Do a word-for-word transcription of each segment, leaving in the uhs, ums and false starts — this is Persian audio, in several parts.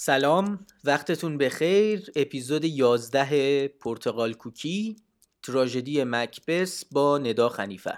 سلام، وقتتون بخیر. اپیزود یازده پرتغال کوکی، تراژدی مکبث با ندا خنیفر.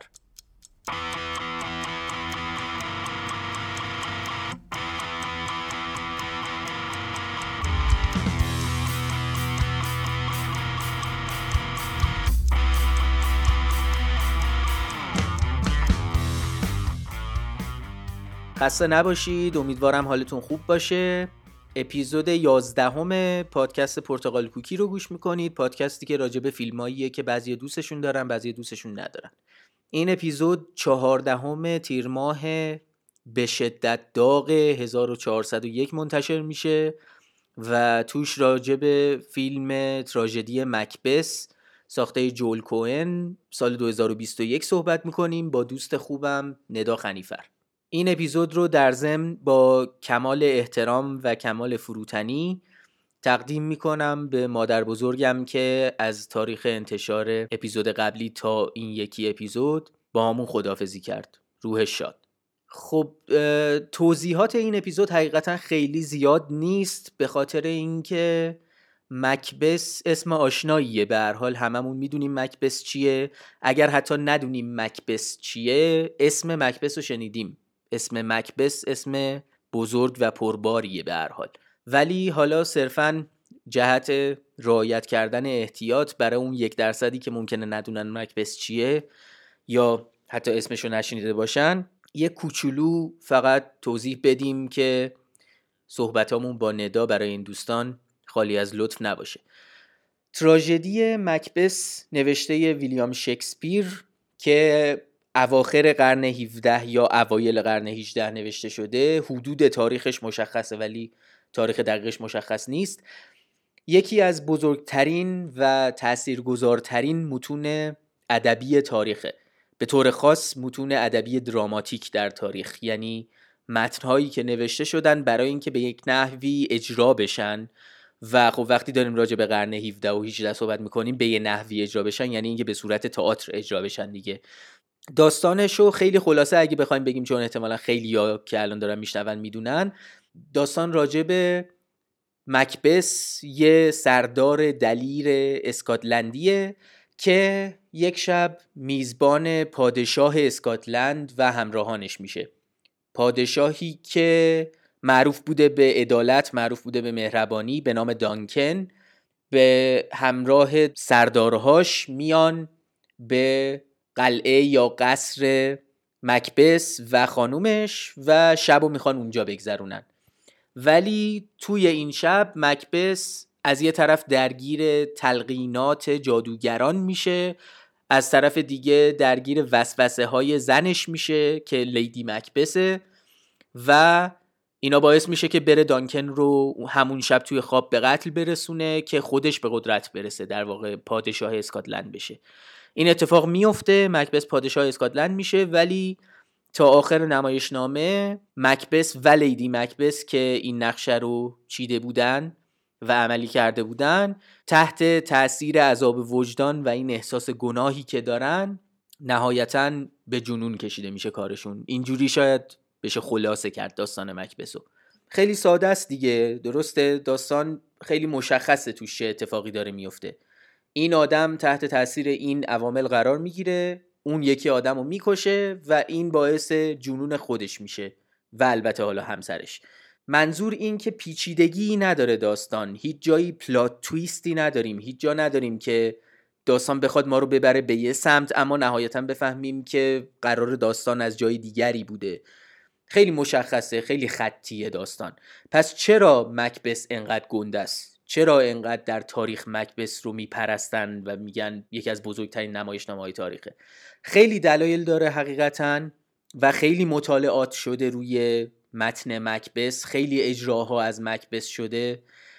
خسته نباشید، امیدوارم حالتون خوب باشه. اپیزود یازدهم پادکست پرتغال کوکی رو گوش میکنید. پادکستی که راجع به فیلماییه که بعضی دوستشون دارن، بعضی دوستشون ندارن. این اپیزود چهاردهم تیر ماه به شدت داغ هزار و چهارصد و یک منتشر میشه و توش راجع به فیلم تراژدی مکبث ساخته جول کوهن سال دو هزار و بیست و یک صحبت میکنیم با دوست خوبم ندا خنیفر. این اپیزود رو در ضمن با کمال احترام و کمال فروتنی تقدیم میکنم به مادر بزرگم که از تاریخ انتشار اپیزود قبلی تا این یکی اپیزود با همون خداحافظی کرد. روحش شاد. خب توضیحات این اپیزود حقیقتا خیلی زیاد نیست، به خاطر اینکه مکبث اسم آشناییه. به هر حال هممون میدونیم مکبث چیه. اگر حتی ندونیم مکبث چیه، اسم مکبث رو شنیدیم. اسم مکبث اسم بزرگ و پرباریه به هر حال. ولی حالا صرفاً جهت رعایت کردن احتیاط برای اون یک درصدی که ممکنه ندونن مکبث چیه یا حتی اسمشو نشنیده باشن، یه کوچولو فقط توضیح بدیم که صحبتامون با ندا برای این دوستان خالی از لطف نباشه. تراژدی مکبث نوشته ویلیام شکسپیر که اواخر قرن هفدهم یا اوایل قرن هجدهم نوشته شده، حدود تاریخش مشخصه ولی تاریخ دقیقش مشخص نیست، یکی از بزرگترین و تاثیرگذارترین متون ادبی تاریخه. به طور خاص متون ادبی دراماتیک در تاریخ، یعنی متن‌هایی که نوشته شدن برای اینکه به یک نحوی اجرا بشن و خب وقتی داریم راجع به قرن هفدهم و هجدهم صحبت می‌کنیم به یه نحوی اجرا بشن یعنی اینکه به صورت تئاتر اجرا بشن دیگه. داستانشو خیلی خلاصه اگه بخوایم بگیم، چون احتمالاً خیلی‌ها که الان دارن میشنون میدونن، داستان راجع به مکبث یه سردار دلیر اسکاتلندیه که یک شب میزبان پادشاه اسکاتلند و همراهانش میشه. پادشاهی که معروف بوده به عدالت، معروف بوده به مهربانی، به نام دانکن. به همراه سردارهاش میان به قلعه یا قصر مکبث و خانومش و شبو میخوان اونجا بگذرونن. ولی توی این شب مکبث از یه طرف درگیر تلقینات جادوگران میشه، از طرف دیگه درگیر وسوسه های زنش میشه که لیدی مکبثه و اینا باعث میشه که بره دانکن رو همون شب توی خواب به قتل برسونه که خودش به قدرت برسه، در واقع پادشاه اسکاتلند بشه. این اتفاق میفته، مکبث پادشاه اسکاتلند میشه، ولی تا آخر نمایشنامه مکبث و لیدی مکبث که این نقشه رو چیده بودن و عملی کرده بودن، تحت تأثیر عذاب وجدان و این احساس گناهی که دارن نهایتاً به جنون کشیده میشه کارشون. اینجوری شاید بشه خلاصه کرد داستان مکبثو. خیلی ساده است دیگه، درسته؟ داستان خیلی مشخصه توش چه اتفاقی داره میفته. این آدم تحت تأثیر این عوامل قرار میگیره، اون یکی آدم رو میکشه و این باعث جنون خودش میشه و البته حالا همسرش. منظور این که پیچیدگی نداره داستان، هیچ جایی پلات تویستی نداریم، هیچ جا نداریم که داستان بخواد ما رو ببره به یه سمت اما نهایتاً بفهمیم که قرار داستان از جای دیگری بوده. خیلی مشخصه، خیلی خطیه داستان. پس چرا مکبث انقدر گنده است؟ چرا انقدر در تاریخ مکبث رو میپرستن و میگن یکی از بزرگترین نمایشنامه‌های تاریخه؟ خیلی دلایل داره حقیقتاً و خیلی مطالعات شده روی متن مکبث، خیلی اجراها از مکبث شده،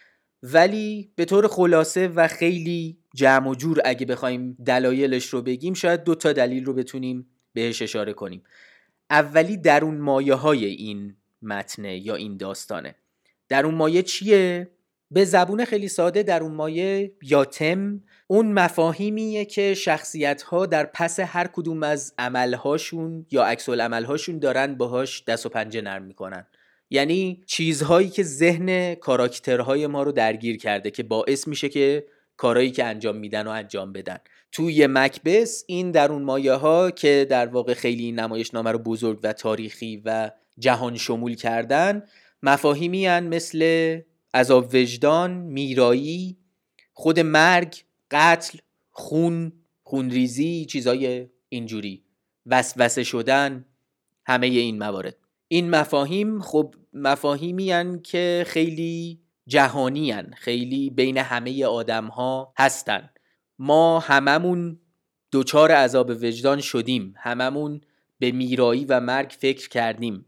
ولی به طور خلاصه و خیلی جمع و جور اگه بخوایم دلایلش رو بگیم، شاید دو تا دلیل رو بتونیم بهش اشاره کنیم. اولی درون مایه های این متنه یا این داستانه. درون مایه چیه؟ به زبون خیلی ساده درون مایه یا تم اون مفاهیمیه که شخصیت‌ها در پس هر کدوم از عمل‌هاشون یا عکس العمل‌هاشون دارن باهاش دست و پنجه نرم میکنن یعنی چیزهایی که ذهن کاراکترهای ما رو درگیر کرده که باعث میشه که کارهایی که انجام میدن و انجام بدن. توی مکبث این درون مایه ها که در واقع خیلی این نمایشنامه رو بزرگ و تاریخی و جهان شمول کردن، مفاهیمی هن مثل عذاب وجدان، میرایی، خود مرگ، قتل، خون، خونریزی، چیزای اینجوری، وسوسه شدن، همه این موارد. این مفاهیم خب مفاهیمی هن که خیلی جهانی هن، خیلی بین همه آدم ها هستن. ما هممون دوچار عذاب وجدان شدیم، هممون به میرایی و مرگ فکر کردیم.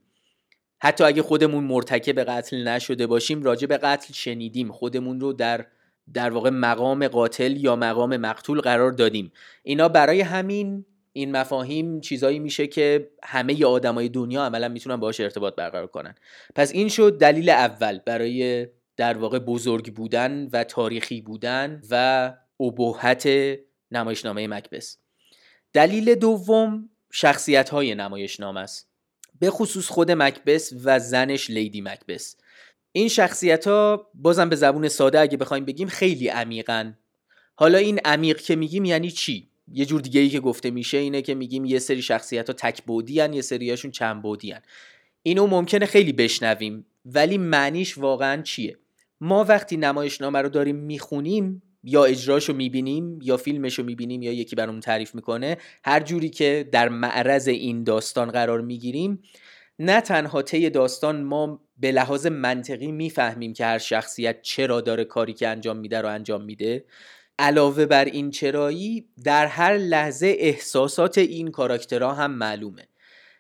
حتی اگه خودمون مرتکب قتل نشده باشیم راجع به قتل شنیدیم، خودمون رو در در واقع مقام قاتل یا مقام مقتول قرار دادیم. اینا برای همین این مفاهیم چیزایی میشه که همه آدمای دنیا عملا میتونن باهاش ارتباط برقرار کنن. پس این شد دلیل اول برای در واقع بزرگ بودن و تاریخی بودن و ابهت نمایشنامه مکبث. دلیل دوم شخصیت‌های نمایشنامه است، به خصوص خود مکبث و زنش لیدی مکبث. این شخصیت‌ها بازم به زبون ساده اگه بخوایم بگیم خیلی عمیقن. حالا این عمیق که میگیم یعنی چی؟ یه جور دیگه ای که گفته میشه اینه که میگیم یه سری شخصیت‌ها تک بعدی ان، یه سریاشون چند بعدی ان. اینو ممکنه خیلی بشنویم ولی معنیش واقعا چیه؟ ما وقتی نمایشنامه رو داریم میخونیم یا اجراشو میبینیم یا فیلمشو میبینیم یا یکی برامون تعریف میکنه، هر جوری که در معرض این داستان قرار میگیریم، نه تنها طی داستان ما به لحاظ منطقی میفهمیم که هر شخصیت چرا داره کاری که انجام میده رو انجام میده، علاوه بر این چرایی در هر لحظه احساسات این کاراکترها هم معلومه.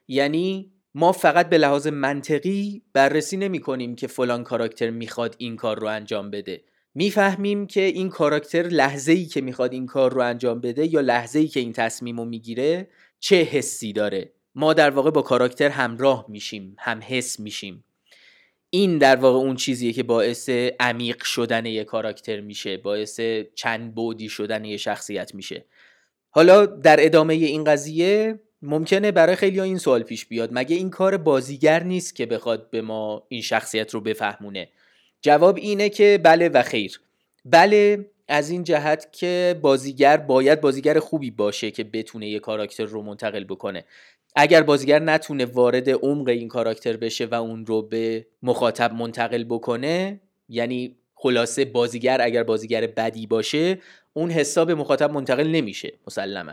یعنی ما فقط به لحاظ منطقی بررسی نمی کنیم که فلان کاراکتر میخواد این کار رو انجام بده، میفهمیم که این کاراکتر لحظه‌ای که میخواد این کار رو انجام بده یا لحظه‌ای که این تصمیم رو میگیره چه حسی داره. ما در واقع با کاراکتر همراه میشیم، هم حس میشیم. این در واقع اون چیزیه که باعث عمیق شدن یه کاراکتر میشه، باعث چند بعدی شدن یه شخصیت میشه. حالا در ادامه این قضیه ممکنه برای خیلی‌ها این سوال پیش بیاد، مگه این کار بازیگر نیست که بخواد به ما این شخصیت رو بفهمونه؟ جواب اینه که بله و خیر. بله از این جهت که بازیگر باید بازیگر خوبی باشه که بتونه یه کاراکتر رو منتقل بکنه. اگر بازیگر نتونه وارد عمق این کاراکتر بشه و اون رو به مخاطب منتقل بکنه، یعنی خلاصه بازیگر اگر بازیگر بدی باشه، اون حساب مخاطب منتقل نمیشه مسلماً.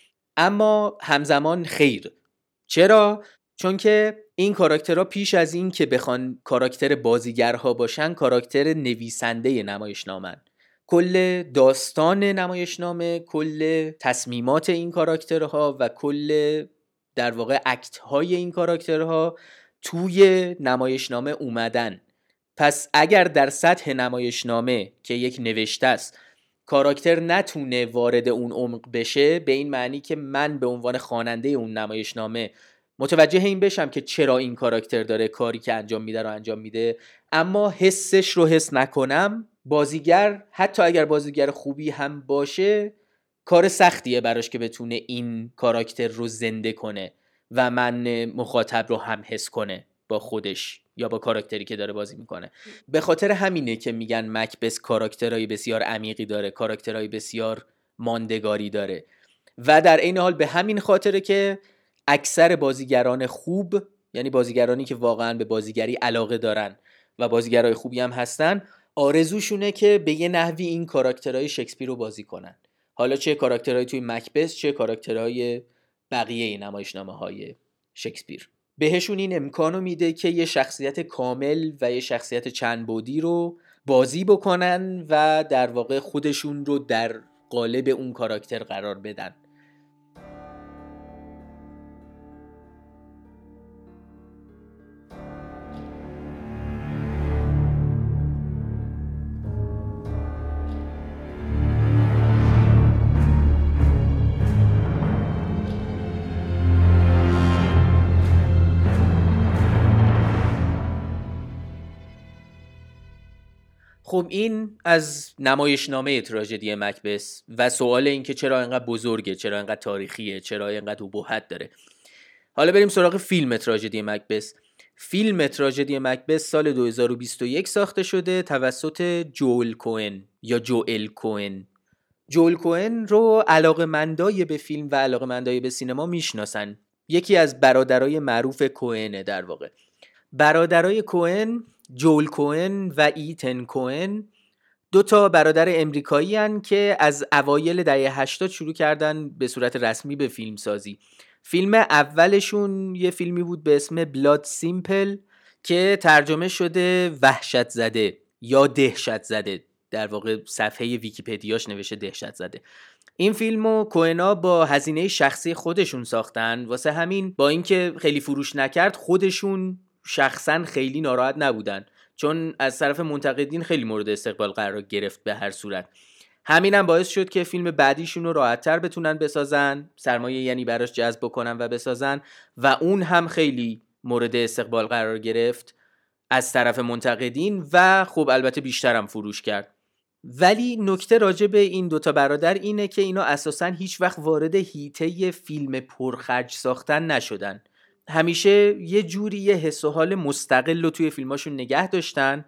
اما همزمان خیر. چرا؟ چون که این کاراکترها پیش از این که بخوان کاراکتر بازیگرها باشن، کاراکتر نویسنده نمایشنامه‌ن. کل داستان نمایشنامه، کل تصمیمات این کاراکترها و کل در واقع اکت های این کاراکترها توی نمایشنامه اومدن. پس اگر در سطح نمایشنامه که یک نوشته است کاراکتر نتونه وارد اون عمق بشه، به این معنی که من به عنوان خواننده اون نمایشنامه متوجه این بشم که چرا این کاراکتر داره کاری که انجام میده رو انجام میده، اما حسش رو حس نکنم، بازیگر حتی اگر بازیگر خوبی هم باشه کار سختیه براش که بتونه این کاراکتر رو زنده کنه و من مخاطب رو هم حس کنه با خودش یا با کاراکتری که داره بازی میکنه. به خاطر همینه که میگن مکبث کاراکترهای بسیار عمیقی داره، کاراکترهای بسیار ماندگاری داره و در این حال به همین خاطره که اکثر بازیگران خوب، یعنی بازیگرانی که واقعا به بازیگری علاقه دارن و بازیگرای خوبی هم هستن، آرزوشونه که به یه نحوی این کاراکترهای شکسپیر رو بازی کنن. حالا چه کاراکترهای توی مکبث چه کاراکترهای بقیه نمایشنامه‌های شکسپیر. بهشون این امکانو میده که یه شخصیت کامل و یه شخصیت چند بعدی رو بازی بکنن و در واقع خودشون رو در قالب اون کاراکتر قرار بدن. خب این از نمایشنامه تراژدی مکبث و سوال این که چرا اینقدر بزرگه، چرا اینقدر تاریخیه، چرا اینقدر ابهت داره. حالا بریم سراغ فیلم تراژدی مکبث. فیلم تراژدی مکبث سال دو هزار و بیست و یک ساخته شده توسط جوئل کوئن یا جوئل کوئن. جوئل کوئن رو علاقه‌مندای به فیلم و علاقه‌مندای به سینما میشناسن. یکی از برادرای معروف کوئنه در واقع. برادرای کوئن، جوئل کوئن و ایتن کوئن، دو تا برادر امریکایی هن که از اوایل دهه هشتاد شروع کردن به صورت رسمی به فیلم سازی. فیلم اولشون یه فیلمی بود به اسم بلاد سیمپل که ترجمه شده وحشت زده یا دهشت زده. در واقع صفحه ویکی‌پدیاش نوشته دهشت زده. این فیلمو کوئنا با هزینه شخصی خودشون ساختن، واسه همین با اینکه خیلی فروش نکرد خودشون شخصا خیلی ناراحت نبودن، چون از طرف منتقدین خیلی مورد استقبال قرار گرفت به هر صورت. همین هم باعث شد که فیلم بعدیشون رو راحت‌تر بتونن بسازن، سرمایه یعنی براش جذب بکنن و بسازن، و اون هم خیلی مورد استقبال قرار گرفت از طرف منتقدین و خب البته بیشتر هم فروش کرد. ولی نکته راجع به این دوتا برادر اینه که اینا اساساً هیچ وقت وارد حیطه فیلم پرخرج ساختن نشدن. همیشه یه جوری یه حس و حال مستقل رو توی فیلماشون نگه داشتن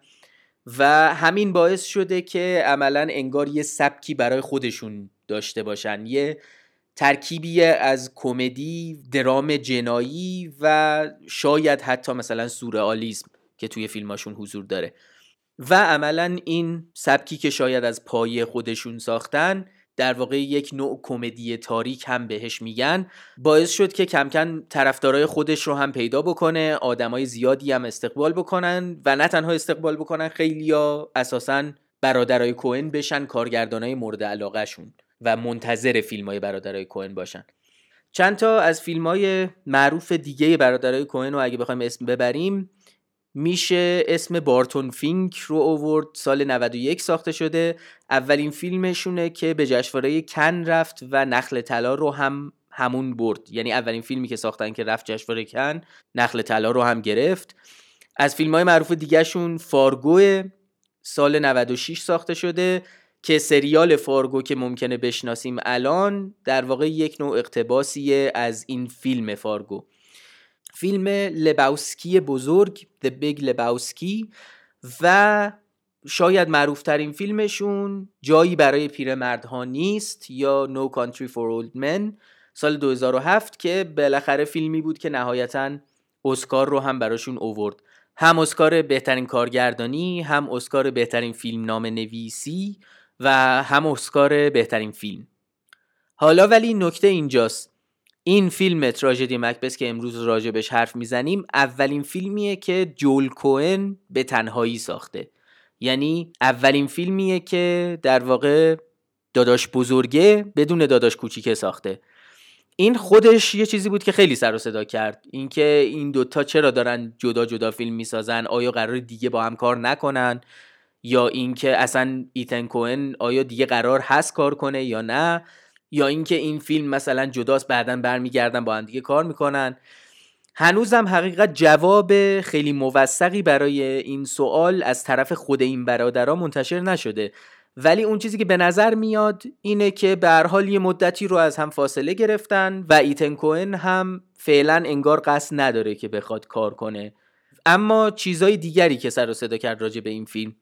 و همین باعث شده که عملاً انگار یه سبکی برای خودشون داشته باشن، یه ترکیبی از کمدی، درام جنایی و شاید حتی مثلا سورئالیسم که توی فیلماشون حضور داره. و عملاً این سبکی که شاید از پایه خودشون ساختن، در واقع یک نوع کمدی تاریک هم بهش میگن، باعث شد که کم کم طرفدارای خودش رو هم پیدا بکنه، آدمای زیادی هم استقبال بکنن و نه تنها استقبال بکنن، خیلیا اساساً برادرای کوئن بشن کارگردانای مورد علاقه شون و منتظر فیلمای برادرای کوئن باشن. چند تا از فیلمای معروف دیگه برادرای کوئن رو اگه بخوایم اسم ببریم، میشه اسم بارتون فینک رو آورد. سال نود و یک ساخته شده. اولین فیلمشونه که به جشنواره کن رفت و نخل طلا رو هم همون برد، یعنی اولین فیلمی که ساختن که رفت جشنواره کن نخل طلا رو هم گرفت. از فیلم‌های معروف دیگه‌شون فارگو سال نود و شش ساخته شده که سریال فارگو که ممکنه بشناسیم الان در واقع یک نوع اقتباسیه از این فیلم فارگو. فیلم لباوسکی بزرگ The Big Lebowski و شاید معروفترین فیلمشون جایی برای پیرمردها نیست یا No Country for Old Men سال دو هزار و هفت که بالاخره فیلمی بود که نهایتاً اسکار رو هم براشون آورد، هم اسکار بهترین کارگردانی، هم اسکار بهترین فیلم نام نویسی و هم اسکار بهترین فیلم. حالا ولی نکته اینجاست، این فیلم تراژدی مکبث که امروز راجبش حرف میزنیم اولین فیلمیه که جوئل کوئن به تنهایی ساخته، یعنی اولین فیلمیه که در واقع داداش بزرگه بدون داداش کوچیکه ساخته. این خودش یه چیزی بود که خیلی سر و صدا کرد، اینکه این دوتا چرا دارن جدا جدا فیلم میسازن، آیا قرار دیگه با هم کار نکنن، یا اینکه اصلا ایتن کوئن آیا دیگه قرار هست کار کنه یا نه، یا اینکه این فیلم مثلا جداست بعداً برمیگردن با هم دیگه کار میکنن. هنوزم حقیقت جواب خیلی موثقی برای این سوال از طرف خود این برادرها منتشر نشده، ولی اون چیزی که به نظر میاد اینه که به هر حال یه مدتی رو از هم فاصله گرفتن و ایتن کوئن هم فعلا انگار قصد نداره که بخواد کار کنه. اما چیزای دیگری که سر و صدا کرد راجع به این فیلم،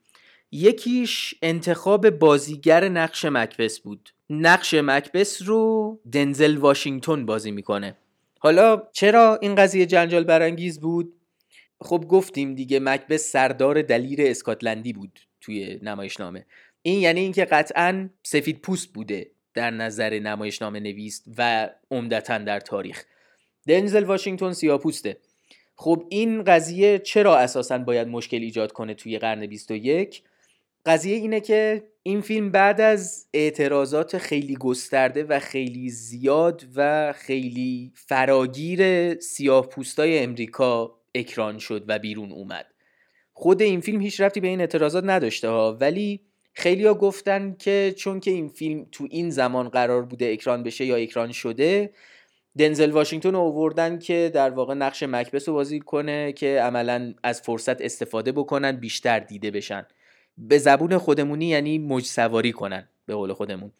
یکیش انتخاب بازیگر نقش مکبث بود. نقش مکبث رو دنزل واشنگتن بازی میکنه. حالا چرا این قضیه جنجال برانگیز بود؟ خب گفتیم دیگه مکبث سردار دلیر اسکاتلندی بود توی نمایشنامه. این یعنی اینکه قطعاً سفید پوست بوده در نظر نمایشنامه نویس و عمدتاً در تاریخ. دنزل واشنگتن سیاه پوسته. خب این قضیه چرا اساساً باید مشکل ایجاد کنه توی قرن بیست و یک؟ قضیه اینه که این فیلم بعد از اعتراضات خیلی گسترده و خیلی زیاد و خیلی فراگیر سیاه پوستای امریکا اکران شد و بیرون اومد. خود این فیلم هیچ ربطی به این اعتراضات نداشته ها، ولی خیلیا گفتن که چون که این فیلم تو این زمان قرار بوده اکران بشه یا اکران شده، دنزل واشنگتن رو آوردن که در واقع نقش مکبث رو بازی کنه که عملاً از فرصت استفاده بکنن بیشتر دیده بشن. به زبون خودمونی یعنی موج سواری کنن به قول خودمون.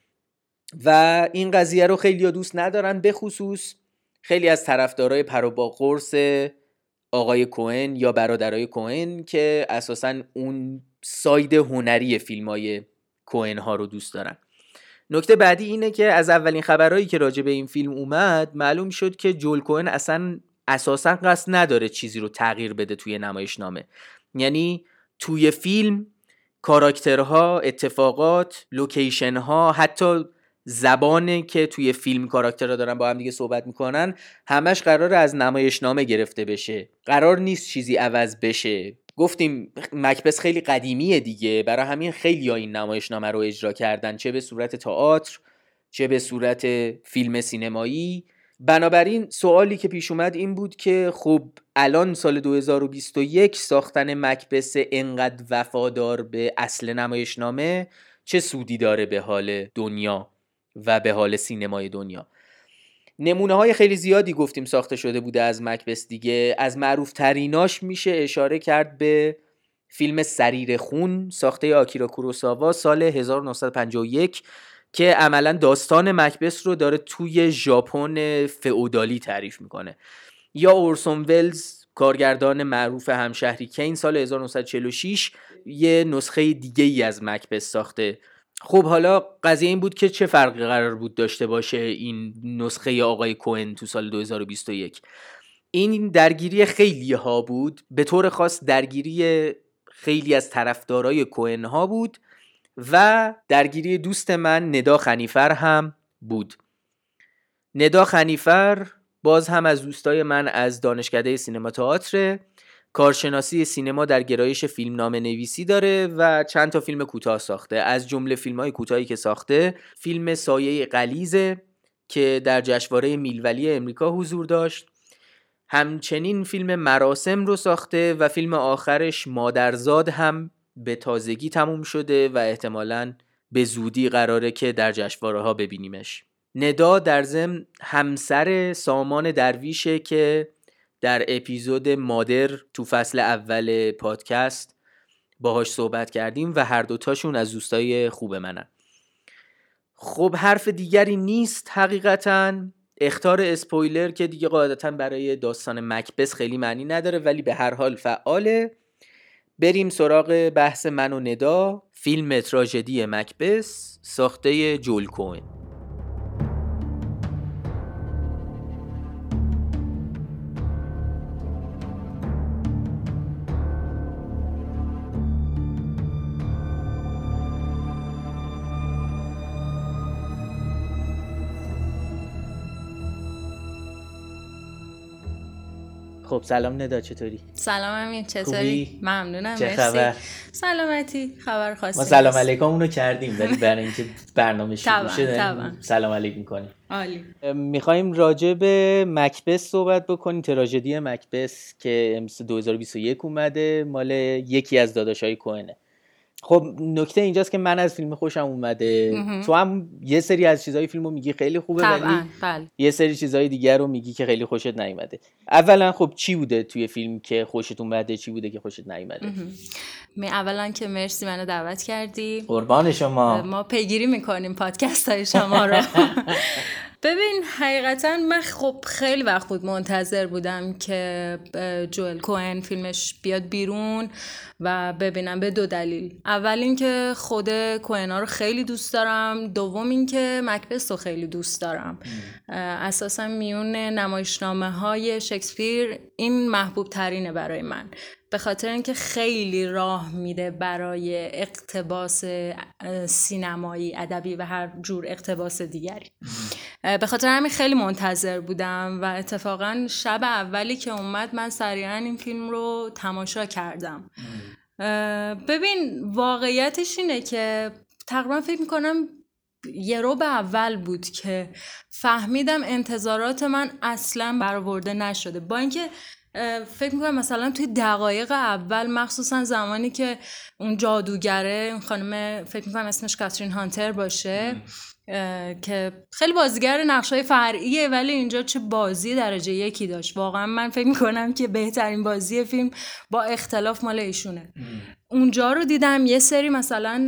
و این قضیه رو خیلی ها دوست ندارن، به خصوص خیلی از طرفدارای پر و با قرص آقای کوهن یا برادرای کوهن که اساساً اون ساید هنری فیلمای کوهن ها رو دوست دارن. نکته بعدی اینه که از اولین خبرهایی که راجع به این فیلم اومد معلوم شد که جول کوهن اصلا اساساً قصد نداره چیزی رو تغییر بده توی نمایشنامه. یعنی توی فیلم کاراکترها، اتفاقات، لوکیشن‌ها، حتی زبانی که توی فیلم کاراکترها دارن با هم دیگه صحبت میکنن همش قراره از نمایشنامه گرفته بشه. قرار نیست چیزی عوض بشه. گفتیم مکبث خیلی قدیمیه دیگه، برای همین خیلی ها این نمایشنامه رو اجرا کردن، چه به صورت تئاتر چه به صورت فیلم سینمایی. بنابراین سوالی که پیش اومد این بود که خب الان سال دو هزار و بیست و یک ساختن مکبث انقدر وفادار به اصل نمایشنامه چه سودی داره به حال دنیا و به حال سینمای دنیا. نمونه های خیلی زیادی گفتیم ساخته شده بوده از مکبث دیگه. از معروف تریناش میشه اشاره کرد به فیلم سریر خون ساخته آکیرا کوروساوا سال هزار و نهصد و پنجاه و یک که عملا داستان مکبث رو داره توی ژاپن فئودالی تعریف میکنه. یا اورسون ولز کارگردان معروف همشهری کین سال هزار و نهصد و چهل و شش یه نسخه دیگه ای از مکبث ساخته. خب حالا قضیه این بود که چه فرقی قرار بود داشته باشه این نسخه آقای کوهن تو سال دو هزار و بیست و یک. این درگیری خیلی ها بود، به طور خاص درگیری خیلی از طرفدارای کوهن ها بود و درگیری دوست من ندا خنیفر هم بود. ندا خنیفر باز هم از دوستای من از دانشکده سینما تئاتر، کارشناسی سینما در گرایش فیلمنامه نویسی داره و چند تا فیلم کوتاه ساخته. از جمله فیلم‌های کوتاهی که ساخته فیلم سایه غلیظه که در جشنواره میلولی امریکا حضور داشت، همچنین فیلم مراسم رو ساخته و فیلم آخرش مادرزاد هم به تازگی تموم شده و احتمالاً به زودی قراره که در جشنواره‌ها ببینیمش. ندا در ضمن همسر سامان درویشه که در اپیزود مادر تو فصل اول پادکست باهاش صحبت کردیم و هر دوتاشون از دوستای خوب منن. خب حرف دیگری نیست حقیقتاً. اخطار اسپویلر که دیگه قاعدتاً برای داستان مکبث خیلی معنی نداره ولی به هر حال فعاله. بریم سراغ بحث من و ندا، فیلم تراژدی مکبث ساخته جول کوهن. خب سلام ندا، چطوری؟ سلام امین، چطوری؟ ممنونم، چه مرسی. خبر؟ سلامتی، خبر خاصی ما سلام علیکم اونو کردیم ولی برای اینکه برنامه شروع شده سلام علیکم میکنیم. عالی. میخوایم راجع به مکبث صحبت بکنیم، تراژدی مکبث که امسال دو هزار و بیست و یک اومده، مال یکی از داداشای کوهنه. خب نکته اینجاست که من از فیلم خوشم اومده. امه. تو هم یه سری از چیزای فیلمو میگی خیلی خوبه ولی بله. یه سری چیزای دیگر رو میگی که خیلی خوشت نیومده. اولا خب چی بوده توی فیلم که خوشت اومده، چی بوده که خوشت نیومده؟ می اولا که مرسی منو دعوت کردی. قربان شما. ما پیگیری میکنیم پادکست های شما رو. ببین حقیقتا من خب خیلی وقت بود منتظر بودم که جوئل کوهن فیلمش بیاد بیرون و ببینم به دو دلیل. اول این که خود کوهن‌ها رو خیلی دوست دارم، دوم این که مکبث رو خیلی دوست دارم. اساسا میون نمایشنامه‌های شکسپیر این محبوب ترینه برای من، به خاطر اینکه خیلی راه میده برای اقتباس سینمایی، ادبی و هر جور اقتباس دیگری. به خاطر همین خیلی منتظر بودم و اتفاقا شب اولی که اومد من سریعا این فیلم رو تماشا کردم. ببین واقعیتش اینه که تقریبا فکر میکنم یه رو به اول بود که فهمیدم انتظارات من اصلا برآورده نشده، با اینکه فکر میکنم مثلا توی دقایق اول مخصوصا زمانی که اون جادوگره، اون خانم فکر میکنم اسمش کاترین هانتر باشه که خیلی بازیگر نقشای فرعیه ولی اینجا چه بازی درجه یکی داشت. واقعا من فکر میکنم که بهترین بازی فیلم با اختلاف مال ایشونه. اونجا رو دیدم. یه سری مثلا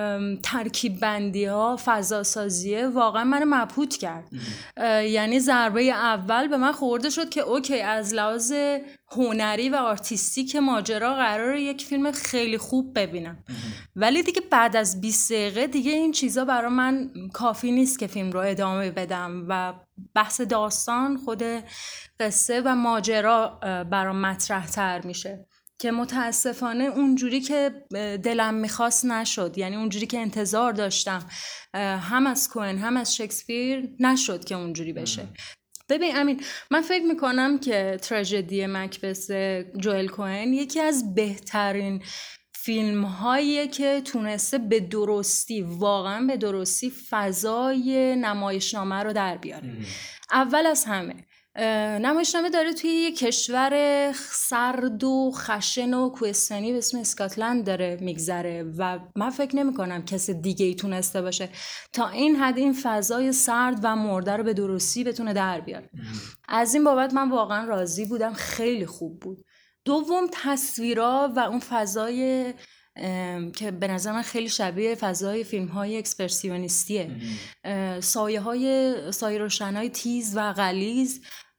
ترکیب بندی ها، فضا سازیه واقعا من مبهوت کرد. یعنی ضربه اول به من خورده شد که اوکی از لحاظ هنری و آرتیستیک ماجرا قراره یک فیلم خیلی خوب ببینم، ولی دیگه بعد از بیست دقیقه دیگه این چیزا برای من کافی نیست که فیلم رو ادامه بدم و بحث داستان، خود قصه و ماجرا برام مطرح تر میشه که متاسفانه اونجوری که دلم میخواست نشد. یعنی اونجوری که انتظار داشتم هم از کوئن هم از شکسپیر نشد که اونجوری بشه. ببین امین، من فکر میکنم که تراژدی مکبث جوئل کوئن یکی از بهترین فیلم هاییه که تونسته به درستی، واقعا به درستی فضای نمایشنامه رو در بیاره. اول از همه نمایشنامه داره توی یه کشور سرد و خشن و کوهستانی به اسم اسکاتلند داره میگذره و من فکر نمی کنم کسی دیگه ای تونسته باشه تا این حد این فضای سرد و مرده رو به درستی بتونه در بیاره. از این بابت من واقعا راضی بودم، خیلی خوب بود. دوم تصویرها و اون فضای که به نظر من خیلی شبیه فضای فیلم های اکسپرسیونیستیه، سایه های سایه روشنای تیز و غلیظ،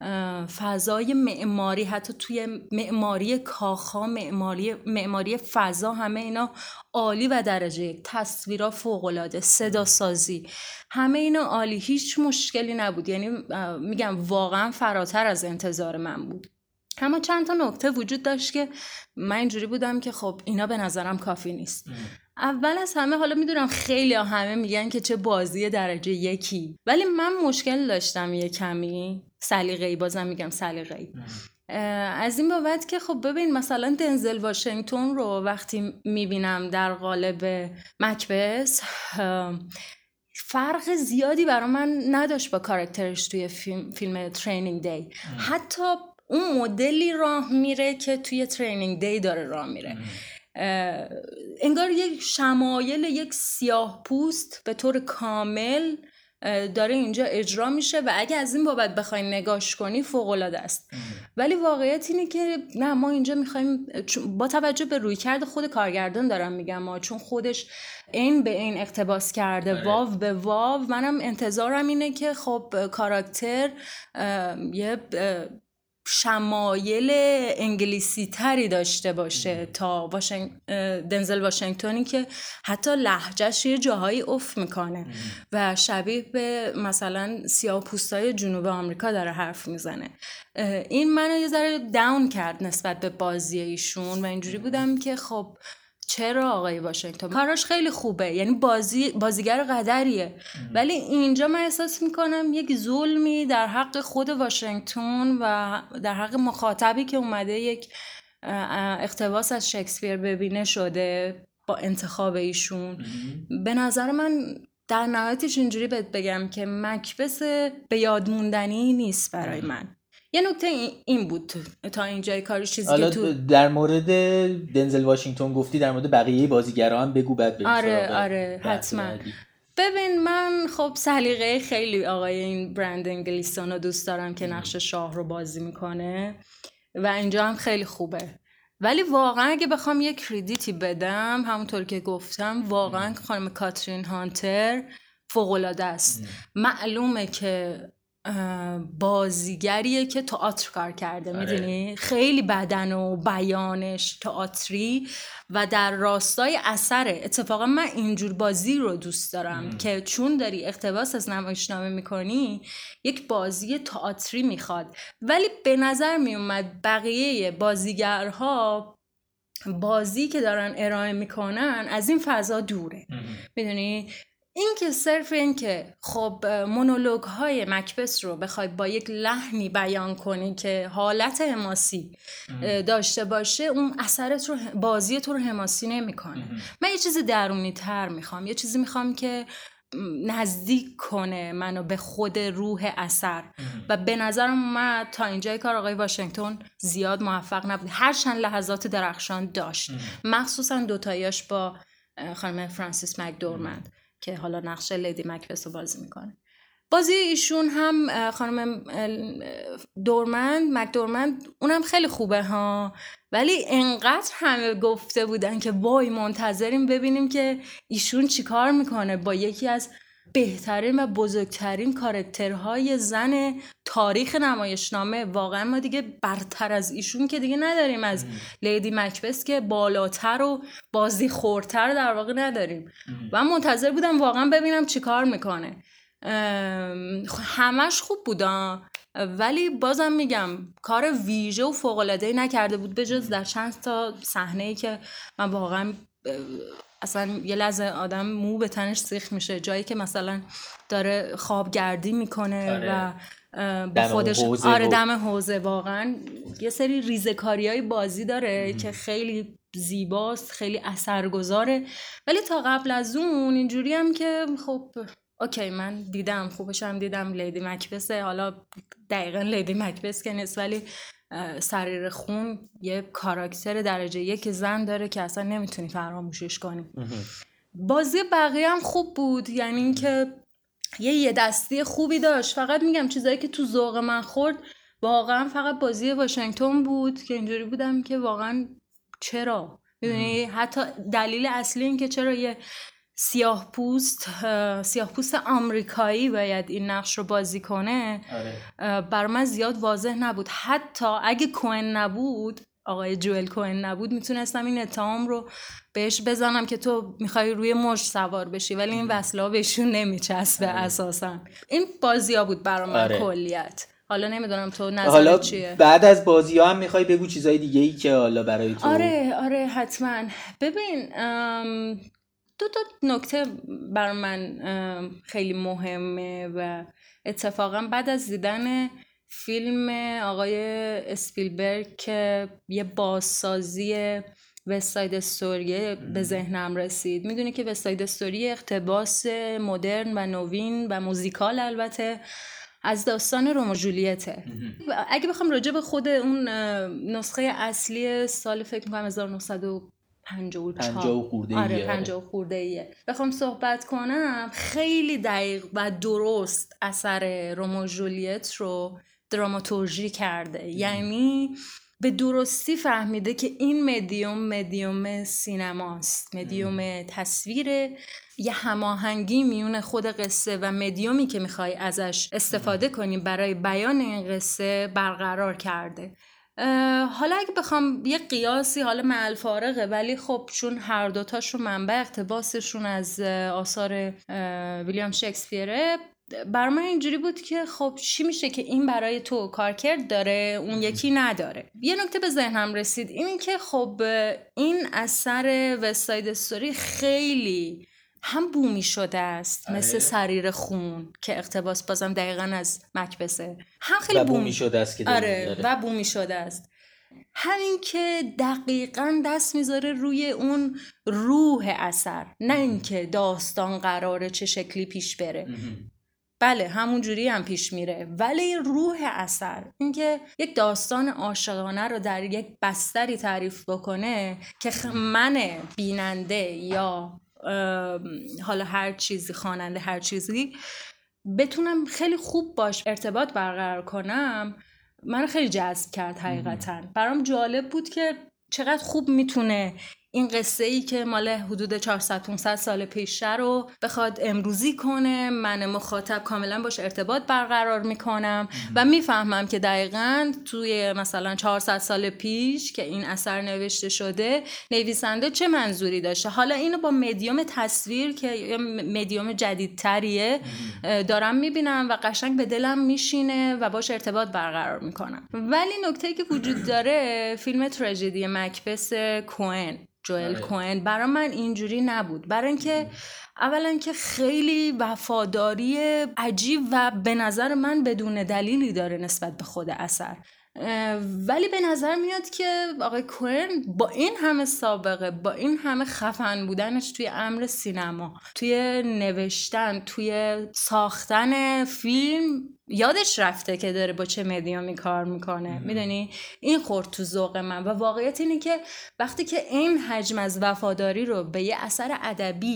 فضای معماری، حتی توی معماری کاخها، معماری معماری فضا، همه اینا عالی و درجه یک. تصویرها فوق‌العاده، صدا سازی، همه اینا عالی، هیچ مشکلی نبود. یعنی میگم واقعا فراتر از انتظار من بود. اما چند تا نکته وجود داشت که من اینجوری بودم که خب اینا به نظرم کافی نیست. ام. اول از همه، حالا میدونم خیلی ها همه میگن که چه بازی درجه یکی، ولی من مشکل داشتم یه کمی سلیقه‌ای، بازم میگم سلیقه‌ای. از این بابت که خب ببین مثلا دنزل واشنگتن رو وقتی میبینم در قالب مکبث، فرق زیادی برای من نداشت با کاراکترش توی فیلم, فیلم ترینینگ دی. حتی اون مدلی راه میره که توی ترینینگ دی داره راه میره. انگار یک شمایل یک سیاه پوست به طور کامل داره اینجا اجرا میشه و اگه از این بابت بخوای نگاش کنی فوق‌العاده است. ولی واقعیت اینه که نه، ما اینجا میخوایم با توجه به رویکرد خود کارگردان دارم میگم ما، چون خودش این به این اقتباس کرده واو به واو، منم انتظارم اینه که خب کاراکتر یه شمایل انگلیسی تری داشته باشه تا واشنگ... دنزل واشنگتنی که حتی لهجهش یه جاهایی افت میکنه و شبیه به مثلا سیاه‌پوستای جنوب آمریکا داره حرف میزنه. این منو یه ذره داون کرد نسبت به بازی ایشون و اینجوری بودم که خب چرا آقای واشنگتن کاراش خیلی خوبه، یعنی بازی بازیگر قدریه، ولی اینجا من احساس میکنم یک ظلمی در حق خود واشنگتن و در حق مخاطبی که اومده یک اقتباس از شکسپیر ببینه شده با انتخاب ایشون. به نظر من در نهایتش اینجوری بهت بگم که مکبث به یاد موندنی نیست برای من. یه نکته این بود تا اینجای کاری، چیزی که تو در مورد دنزل واشنگتن گفتی، در مورد بقیه بازیگرا هم بگو بعد بریم. آره آره حتما. ببین من خب سلیقه خیلی آقای این برندن گلیسون رو دوست دارم که نقش شاه رو بازی میکنه و اینجا هم خیلی خوبه، ولی واقعا اگه بخوام یک کردیتی بدم، همونطور که گفتم واقعا خانم کاترین هانتر فوق‌العاده است. معلومه که بازیگریه که تئاتر کار کرده، میدونی خیلی بدن و بیانش تئاتری و در راستای اثره. اتفاقا من اینجور بازی رو دوست دارم ام. که چون داری اقتباس از نمایشنامه میکنی یک بازی تئاتری میخواد، ولی به نظر میومد بقیه بازیگرها بازی که دارن ارائه میکنن از این فضا دوره، میدونی. این که صرف این که خب مونولوگ های مکبث رو بخوای با یک لحنی بیان کنی که حالت حماسی داشته باشه، اون اثرت رو، بازیت رو حماسی نمیکنه. من یه چیز درونی تر میخوام، یه چیزی میخوام که نزدیک کنه منو به خود روح اثر و به نظرم اومد تا اینجای کار آقای واشنگتن زیاد موفق نبود، هرچند لحظات درخشان داشت، مخصوصا دوتاییاش با خانم فرانسیس مکدورمند که حالا نقش لیدی مکبث رو بازی میکنه. بازی ایشون هم خانم دورمند مک دورمند اونم خیلی خوبه ها، ولی انقدر همه گفته بودن که وای منتظریم ببینیم که ایشون چیکار میکنه با یکی از بهترین و بزرگترین کاراکترهای زن تاریخ نمایشنامه. واقعا ما دیگه برتر از ایشون که دیگه نداریم، از ام. لیدی مکبث که بالاتر و بازی خورتر در واقع نداریم. ام. و منتظر بودم واقعا ببینم چیکار میکنه. همش خوب بودن، ولی بازم میگم کار ویژه و فوق‌العاده‌ای نکرده بود، به جز در چند تا صحنه‌ای که من واقعا اصلا یه لحظه آدم مو به تنش سیخ میشه، جایی که مثلا داره خوابگردی میکنه آره. و با خودش آره دم حوزه، واقعا یه سری ریزکاریای بازی داره ام. که خیلی زیباست، خیلی اثرگذاره. ولی تا قبل از اون اینجوری هم که خب اوکی من دیدم، خوبش هم دیدم، لیدی مکبث، حالا دقیقا لیدی مکبث که نیست، ولی سریر خون یه کاراکتر درجه یک زن داره که اصلا نمیتونی فراموشش کنی. بازی بقیه هم خوب بود، یعنی این که یه یه دستی خوبی داشت. فقط میگم چیزایی که تو ذوق من خورد واقعا فقط بازی واشنگتن بود که اینجوری بودم که واقعا چرا، میدونی حتی دلیل اصلی این که چرا یه سیاه پوست سیاه پوست آمریکایی باید این نقش رو بازی کنه آره. برای من زیاد واضح نبود. حتی اگه کوئن نبود، آقای جوئل کوئن نبود، میتونستم این اتهام رو بهش بزنم که تو میخوای روی موج سوار بشی، ولی این وصله بهشون نمیچسبه آره. اساسا این بازی‌ها بود برای من آره. کلیت. حالا نمیدونم تو نظرت چیه؟ بعد از بازی‌ها هم میخوای بگو چیزای دیگه‌ای که حالا برای تو؟ آره آره حتما. ببین ام... دو تا نکته بر من خیلی مهمه و اتفاقا بعد از دیدن فیلم آقای اسپیلبرگ که یه بازسازی وستساید استوری به ذهنم رسید. میدونی که وستساید استوری اقتباس مدرن و نوین و موزیکال البته از داستان رومئو و جولیته. اگه بخوام راجع به خود اون نسخه اصلی سال فکر می‌کنم هزار و نهصد و پنجاه و چهار خورده آره پنجاه خورده ایه بخوام صحبت کنم، خیلی دقیق و درست اثر رومئو و جولیت رو دراماتورژی کرده ام. یعنی به درستی فهمیده که این مدیوم مدیوم سینماست، مدیوم ام. تصویره، یه هماهنگی میون خود قصه و مدیومی که میخوای ازش استفاده کنیم برای بیان این قصه برقرار کرده. حالا اگه بخوام یه قیاسی، حالا معل فارغه، ولی خب چون هر دوتاشون منبع اقتباسشون از آثار ویلیام شکسپیره، برای من اینجوری بود که خب چی میشه که این برای تو کارکرد داره اون یکی نداره. یه نکته به ذهنم رسید، اینی که خب این اثر وستساید استوری خیلی هم بومی شده است آره. مثل سریر خون که اقتباس بازم دقیقاً از مکبثه، هم خیلی بومی, بومی شده است که آره و بومی شده است، همین که دقیقاً دست میذاره روی اون روح اثر، نه اینکه داستان قراره چه شکلی پیش بره. بله همون جوری هم پیش میره، ولی روح اثر، اینکه یک داستان عاشقانه رو در یک بستری تعریف بکنه که من بیننده یا حالا هر چیزی، خواننده هر چیزی، بتونم خیلی خوب باش ارتباط برقرار کنم، من خیلی جذب کرد حقیقتا. برام جالب بود که چقدر خوب میتونه این قصه ای که مال حدود چهارصد پانصد سال پیشه رو بخواد امروزی کنه، من مخاطب کاملا باش ارتباط برقرار میکنم و میفهمم که دقیقاً توی مثلا چهارصد سال پیش که این اثر نوشته شده نویسنده چه منظوری داشته. حالا اینو با مدیوم تصویر که مدیوم جدیدتریه دارم میبینم و قشنگ به دلم میشینه و باش ارتباط برقرار میکنم. ولی نکته‌ای که وجود داره، فیلم تراژدی مکبث کوئن، جوئل کوئن، برای من اینجوری نبود. برای اینکه اولا که خیلی وفاداری عجیب و به نظر من بدون دلیلی داره نسبت به خود اثر، ولی به نظر میاد که آقای کوئن با این همه سابقه، با این همه خفن بودنش توی امر سینما، توی نوشتن، توی ساختن فیلم، یادش رفته که داره با چه مدیومی کار میکنه. میدونی این خورد تو ذوق من. و واقعیت اینه که وقتی که این حجم از وفاداری رو به یه اثر ادبی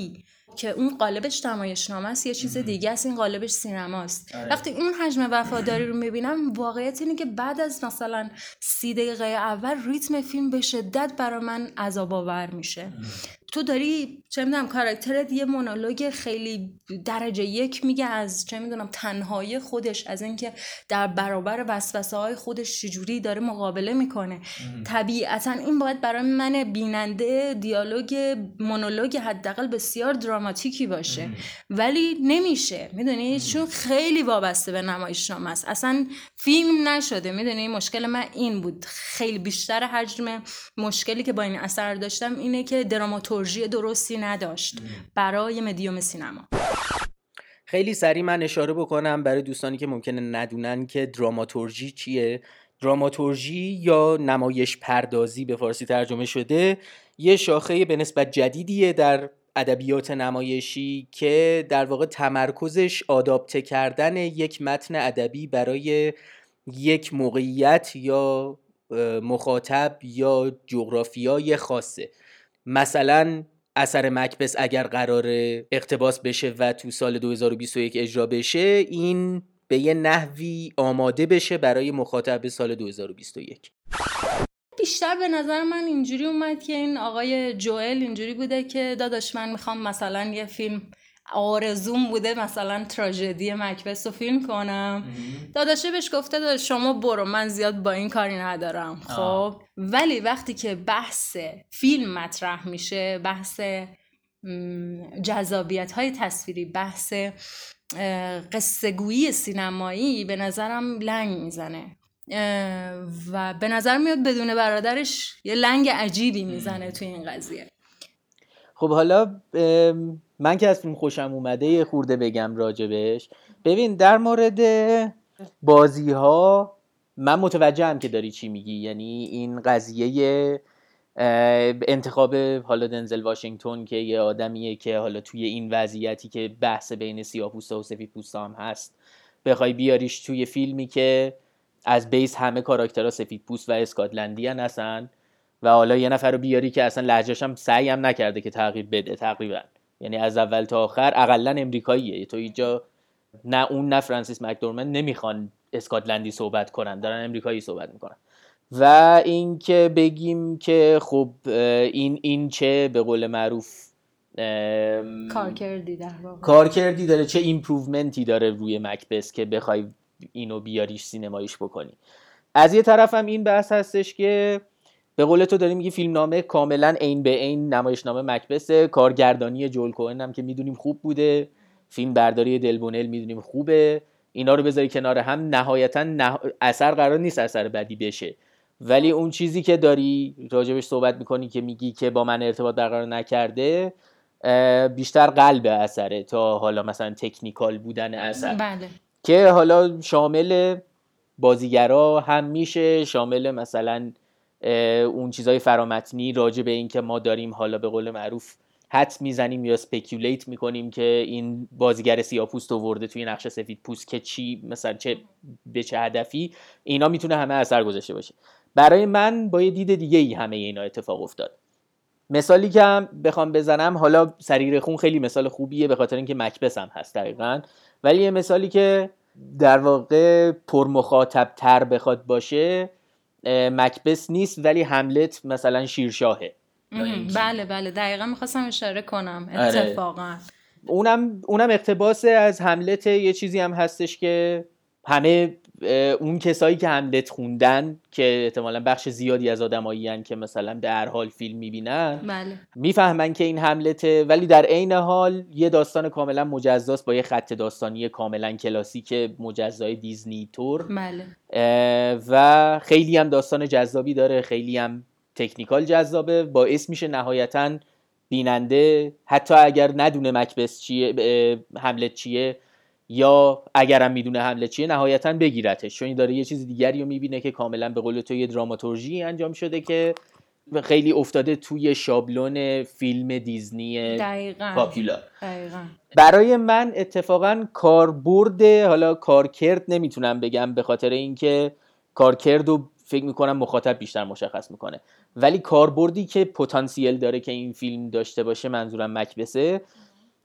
که اون قالبش نمایشنامه است، یه چیز دیگه است، این قالبش سینماست. وقتی اون حجم وفاداری رو میبینم، واقعیت اینه که بعد از مثلا سی دقیقه اول ریتم فیلم به شدت برای من عذاب آور میشه. تو داری چه میدونم کاراکترت یه مونولوگ خیلی درجه یک میگه از چه میدونم تنهایی خودش، از اینکه در برابر وسوسه های خودش چجوری داره مقابله میکنه. طبیعتا این باید برای من بیننده دیالوگ مونولوگ حداقل بسیار دراماتیکی باشه، ولی نمیشه، میدونی، چون خیلی وابسته به نمایشنامه است، اصلا فیلم نشده. میدونی مشکل من این بود، خیلی بیشتر حجم مشکلی که با این اثر داشتم اینه که دراماتورژی درستی نداشت برای مدیوم سینما. خیلی سریع من اشاره بکنم برای دوستانی که ممکنه ندونن که دراماتورژی چیه. دراماتورژی یا نمایش پردازی به فارسی ترجمه شده، یه شاخه به نسبت جدیدیه در ادبیات نمایشی که در واقع تمرکزش آداپته کردن یک متن ادبی برای یک موقعیت یا مخاطب یا جغرافیای خاصه. مثلا اثر مکبث اگر قراره اقتباس بشه و تو سال دو هزار و بیست و یک اجرا بشه، این به یه نحوی آماده بشه برای مخاطب سال دو هزار و بیست و یک. بیشتر به نظر من اینجوری اومد که این آقای جوئل اینجوری بوده که داداش من میخوام مثلا یه فیلم، آرزوم بوده مثلا تراژدی مکبث رو فیلم کنم. داداشه بهش گفته داداش شما برو، من زیاد با این کاری ندارم. خب آه. ولی وقتی که بحث فیلم مطرح میشه، بحث جذابیت های تصویری، بحث قصه گویی سینمایی، به نظرم لنگ میزنه و به نظر میاد بدون برادرش یه لنگ عجیبی میزنه توی این قضیه. خب حالا من که از فیلم خوشم اومده یه خورده بگم راجبش. ببین در مورد بازی ها من متوجهم که داری چی میگی، یعنی این قضیه انتخاب حالا دنزل واشنگتن که یه آدمیه که حالا توی این وضعیتی که بحث بین سیاه‌پوستا و سفیدپوستا هم هست، بخوای بیاریش توی فیلمی که از بیس همه کاراکترها سفیدپوست و اسکاتلندی هستن و حالا یه نفر رو بیاری که اصلا لهجه‌ش هم سعی هم نکرده که تغییر بده تقریبا، یعنی از اول تا آخر اقلا امریکاییه. تو اینجا نه اون نه فرانسیس مکدورمند نمیخوان اسکاتلندی صحبت کنن، دارن امریکایی صحبت میکنن. و این که بگیم که خب این این چه به قول معروف کارکردی در واقع کارکردی داره، چه ایمپروومنتی داره روی مکبث که بخوای اینو بیاریش سینماییش بکنی. از یه طرف هم این بحث هستش که به قول تو داریم میگی فیلمنامه کاملا عین به عین نمایشنامه مکبث، کارگردانی جول کوئن هم که میدونیم خوب بوده، فیلم برداری دل بونل میدونیم خوبه، اینا رو بذاری کنار هم نهایتا نه... اثر قرار نیست اثر بدی بشه، ولی اون چیزی که داری راجبش صحبت میکنی که میگی که با من ارتباط برقرار نکرده بیشتر قلب اثره تا حالا مثلا تکنیکال بودن اثر. بله. که حالا شامل بازیگرا هم میشه، شامل مثلا اون چیزای فرامتنی راجع به این که ما داریم حالا به قول معروف حدس میزنیم یا اسپیکولیت میکنیم که این بازیگر سیاه‌پوست آورده توی نقش سفیدپوست که چی مثلا چه به چه هدفی، اینا میتونه همه اثر گذاشته باشه. برای من با یه دید دیگه ای همه اینا اتفاق افتاد. مثالی که هم بخوام بزنم، حالا سریر خون خیلی مثال خوبیه به خاطر اینکه مکبث هم هست دقیقاً، ولی یه مثالی که در واقع پر مخاطب تر بخواد باشه مکبث نیست ولی هملت مثلا شیرشاهه. بله بله دقیقاً میخواستم اشاره کنم اتفاقاً. اونم اونم اقتباس از هملت. یه چیزی هم هستش که همه اون کسایی که هملت خوندن که احتمالاً بخش زیادی از آدمایی هستن که مثلا به هر حال فیلم میبینن بله. میفهمن که این هملته، ولی در عین حال یه داستان کاملا مجزاست با یه خط داستانی کاملا کلاسیک مجزای دیزنی تور. بله. و خیلی هم داستان جذابی داره، خیلی هم تکنیکال جذابه، باعث میشه نهایتاً بیننده حتی اگر ندونه مکبث چیه هملت چیه یا اگرم میدونه هملت چیه نهایتاً بگیرتش، چون این داره یه چیز دیگری رو میبینه که کاملا به قول تو یه دراماتورژی انجام شده که خیلی افتاده توی شابلون فیلم دیزنی دقیقاً. پاپولار. دقیقاً. برای من اتفاقاً کاربرد، حالا کارکرد نمیتونم بگم به خاطر اینکه کارکرد رو فکر میکنم مخاطب بیشتر مشخص میکنه، ولی کاربردی که پتانسیل داره که این فیلم داشته باشه، منظورم مکبثه،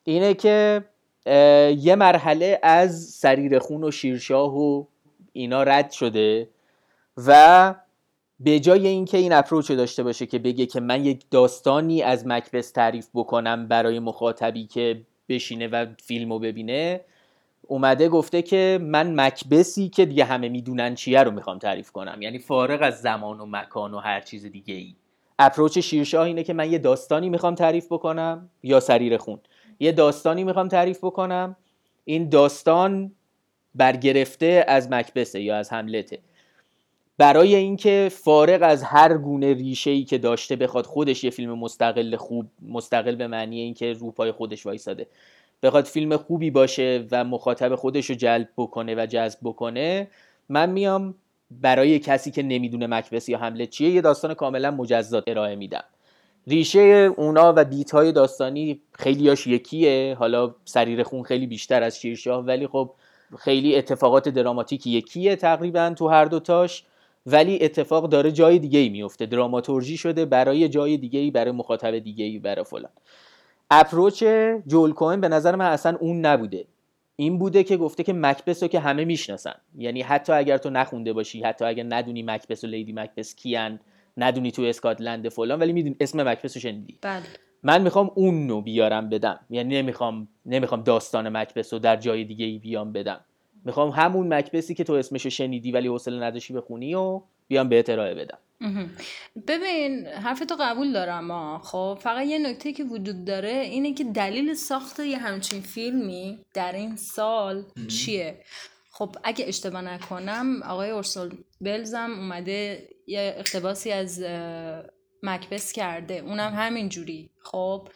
اینه که یه مرحله از سریر خون و شیرشاه و اینا رد شده و به جای اینکه این اپروچ داشته باشه که بگه که من یک داستانی از مکبث تعریف بکنم برای مخاطبی که بشینه و فیلمو ببینه، اومده گفته که من مکبثی که دیگه همه میدونن چیه رو میخوام تعریف کنم، یعنی فارغ از زمان و مکان و هر چیز دیگه ای. اپروچ شیرشاه اینه که من یه داستانی میخوام تعریف بکنم، یا سریر خون یه داستانی میخوام تعریف بکنم، این داستان برگرفته از مکبث یا از هملته، برای اینکه فارغ از هر گونه ریشه‌ای که داشته بخواد خودش یه فیلم مستقل خوب، مستقل به معنی اینکه رو پای خودش وایساده، بخواد فیلم خوبی باشه و مخاطب خودش رو جلب بکنه و جذب بکنه، من میام برای کسی که نمیدونه مکبث یا هملت چیه یه داستان کاملا مجزا ارائه میدم. ریشه اونا و بیت‌های داستانی خیلیاش یکیه، حالا سریر خون خیلی بیشتر از شیرشاه، ولی خب خیلی اتفاقات دراماتیک یکیه تقریبا تو هر دوتاش، ولی اتفاق داره جای دیگه‌ای میفته، دراماتورژی شده برای جای دیگه‌ای، برای مخاطب دیگه‌ای، برای فلان. اپروچ جول کوئن به نظر من اصلا اون نبوده، این بوده که گفته که مکبث رو که همه میشناسن، یعنی حتی اگر تو نخونده باشی، حتی اگر ندونی مکبث و لیدی مکبث کیان، ندونی تو اسکاتلند فلان، ولی میدونی اسم مکبث رو شنیدی. بله. من میخوام اون رو بیارم بدم، یعنی نمیخوام نمیخوام داستان مکبث رو در جای دیگه ای بیام بدم، میخوام همون مکبثی که تو اسمشو شنیدی ولی حوصله نداشتی بخونی و بیام بهت ارائه بدم. ببین حرفتو قبول دارم ها. خب فقط یه نکته که وجود داره اینه که دلیل ساخت یه همچین فیلمی در این سال چیه؟ خب اگه اشتباه نکنم آقای اورسون ولز هم اومده یه اقتباسی از مکبث کرده، اونم همین جوری. خب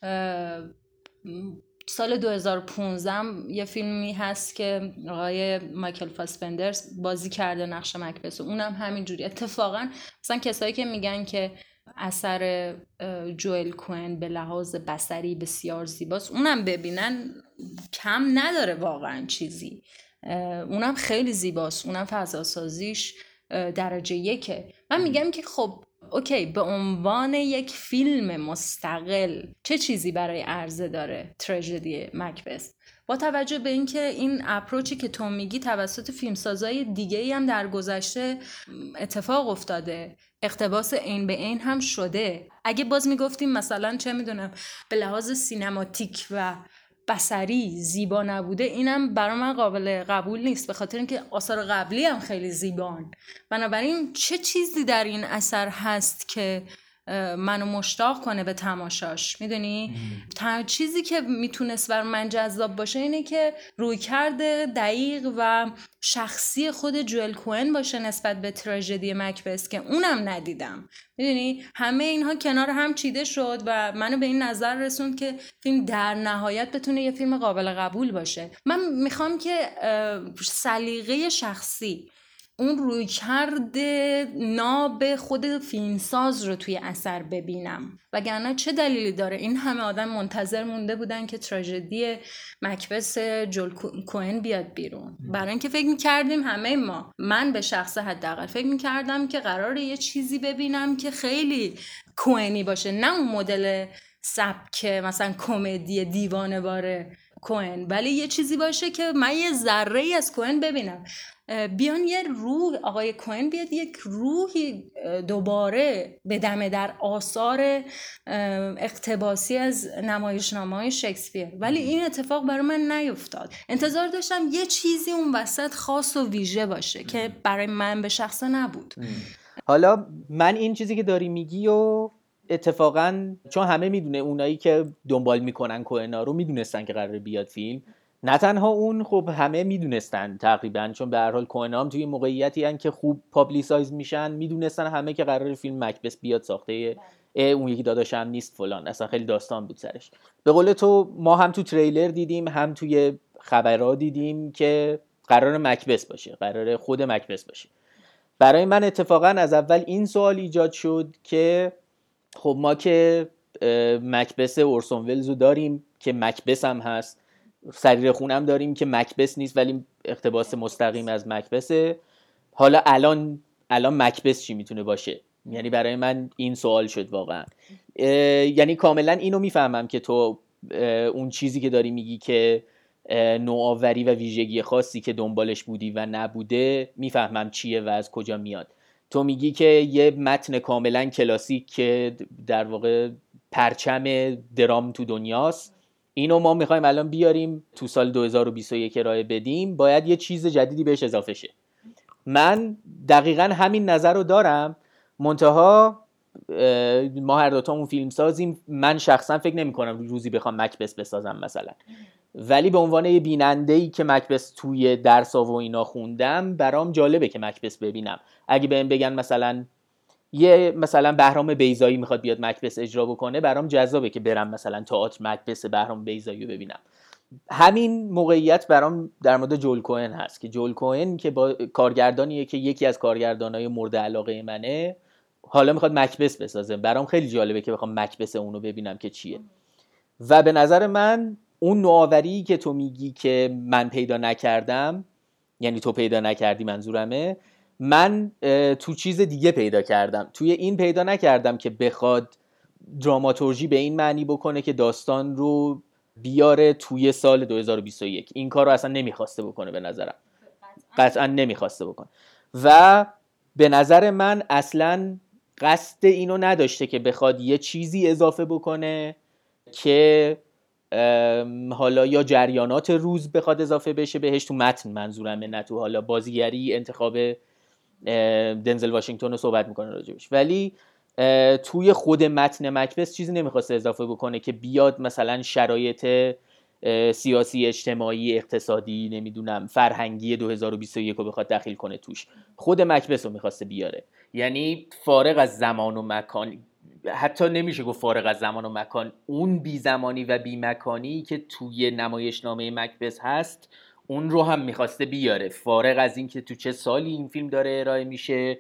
سال دو هزار و پانزده یه فیلمی هست که آقای مایکل فاسبندر بازی کرده نقش مکبث، اونم همین جوری. اتفاقا مثلا کسایی که میگن که اثر جوئل کوئن به لحاظ بصری بسیار زیباست، اونم ببینن کم نداره واقعا چیزی، اونم خیلی زیباست، اونم فضاسازیش درجه یکه. من میگم که خب اوکی، به عنوان یک فیلم مستقل چه چیزی برای عرضه داره تراژدی مکبث، با توجه به اینکه این اپروچی که تو میگی توسط فیلمسازای دیگه‌ای هم در گذشته اتفاق افتاده، اقتباس عین به عین هم شده. اگه باز میگفتیم مثلا چه میدونم به لحاظ سینماتیک و بصری زیبا نبوده، اینم برای من قابل قبول نیست، به خاطر اینکه آثار قبلی هم خیلی زیبان. بنابراین چه چیزی در این اثر هست که منو مشتاق کنه به تماشاش؟ میدونی تا چیزی که میتونست بر من جذاب باشه اینه که رویکرد دقیق و شخصی خود جوئل کوئن باشه نسبت به تراژدی مکبث که اونم ندیدم. میدونی همه اینها کنار هم چیده شد و منو به این نظر رسوند که فیلم در نهایت بتونه یه فیلم قابل قبول باشه. من میخوام که سلیقه شخصی، اون رویکرد ناب خود فیلمساز رو توی اثر ببینم، وگرنه چه دلیلی داره این همه آدم منتظر مونده بودن که تراژدی مکبث جوئل کوئن بیاد بیرون؟ برای اینکه فکر می‌کردیم همه ما، من به شخص حداقل فکر می‌کردم که قراره یه چیزی ببینم که خیلی کوئنی باشه، نه اون مدل سبک مثلا کمدی دیوانه‌وار کوئن، ولی یه چیزی باشه که من یه ذره‌ای از کوئن ببینم. بیان یه روح، آقای کوئن بیاد یک روحی دوباره بدمه در آثار اقتباسی از نمایشنامه‌های شکسپیر، ولی این اتفاق برای من نیفتاد. انتظار داشتم یه چیزی اون وسط خاص و ویژه باشه که برای من به شخص نبود. حالا من این چیزی که داری میگی و اتفاقا چون همه میدونه، اونایی که دنبال میکنن کوئنا رو میدونستن که قراره بیاد فیلم، نه تنها اون، خب همه میدونستن تقریبا، چون به هر حال کوئنا هم توی موقعیتی ان که خوب پابلیسایز میشن، میدونستن همه که قراره فیلم مکبث بیاد ساخته، اون یکی داداشم نیست فلان، اصلا خیلی داستان بود سرش. به قول تو ما هم تو تریلر دیدیم، هم توی خبرها دیدیم که قراره مکبث باشه، قراره خود مکبث باشه. برای من اتفاقا از اول این سوال ایجاد شد که خب ما که مکبث اورسون ولز رو داریم که مکبث هم هست، سریر خون هم داریم که مکبث نیست ولی اقتباس مستقیم از مکبثه، حالا الان الان مکبث چی میتونه باشه؟ یعنی برای من این سوال شد واقعا. یعنی کاملا اینو میفهمم که تو اون چیزی که داری میگی که نوآوری و ویژگی خاصی که دنبالش بودی و نبوده میفهمم چیه و از کجا میاد. تو میگی که یه متن کاملا کلاسیک که در واقع پرچم درام تو دنیاست، اینو ما میخوایم الان بیاریم تو سال دو هزار و بیست و یک ارائه بدیم، باید یه چیز جدیدی بهش اضافه شه. من دقیقاً همین نظر رو دارم، منتها ما هر دوتا اون فیلم سازیم، من شخصا فکر نمی کنم روزی بخوام مکبث بسازم مثلا، ولی به عنوان یه بیننده‌ای که مکبث توی درس‌ها و اینا خوندم، برام جالبه که مکبث ببینم. اگه بهم بگن مثلا یه مثلا بهرام بیضایی میخواد بیاد مکبث اجرا بکنه، برام جذابه که برم مثلا تئاتر مکبث بهرام بیضایی رو ببینم. همین موقعیت برام در مورد جول کوهن هست که جول کوهن که با کارگردانیه که یکی از کارگردانای مورد علاقه منه، حالا میخواد مکبث بسازه. برام خیلی جالبه که بخوام مکبث اونو ببینم که چیه. و به نظر من اون نوآوری که تو میگی که من پیدا نکردم، یعنی تو پیدا نکردی منظورمه، من تو چیز دیگه پیدا کردم. توی این پیدا نکردم که بخواد دراماتورژی به این معنی بکنه که داستان رو بیاره توی سال دو هزار و بیست و یک. این کار رو اصلا نمیخواسته بکنه، به نظرم قطعا نمیخواسته بکنه و به نظر من اصلا قصد اینو نداشته که بخواد یه چیزی اضافه بکنه که حالا یا جریانات روز بخواد اضافه بشه بهش تو متن، منظورمه، نه تو حالا بازیگری. انتخاب دنزل واشنگتن رو صحبت میکنه راجبش، ولی توی خود متن مکبث چیزی نمیخواسته اضافه بکنه که بیاد مثلا شرایط سیاسی، اجتماعی، اقتصادی، نمیدونم فرهنگی دو هزار و بیست و یک رو بخواد داخل کنه توش. خود مکبث رو میخواسته بیاره، یعنی فارغ از زمان و مکان، حتی نمیشه گفت فارغ از زمان و مکان، اون بی زمانی و بی مکانی که توی نمایشنامه مکبث هست اون رو هم میخواسته بیاره، فارغ از این که تو چه سالی این فیلم داره ارائه میشه.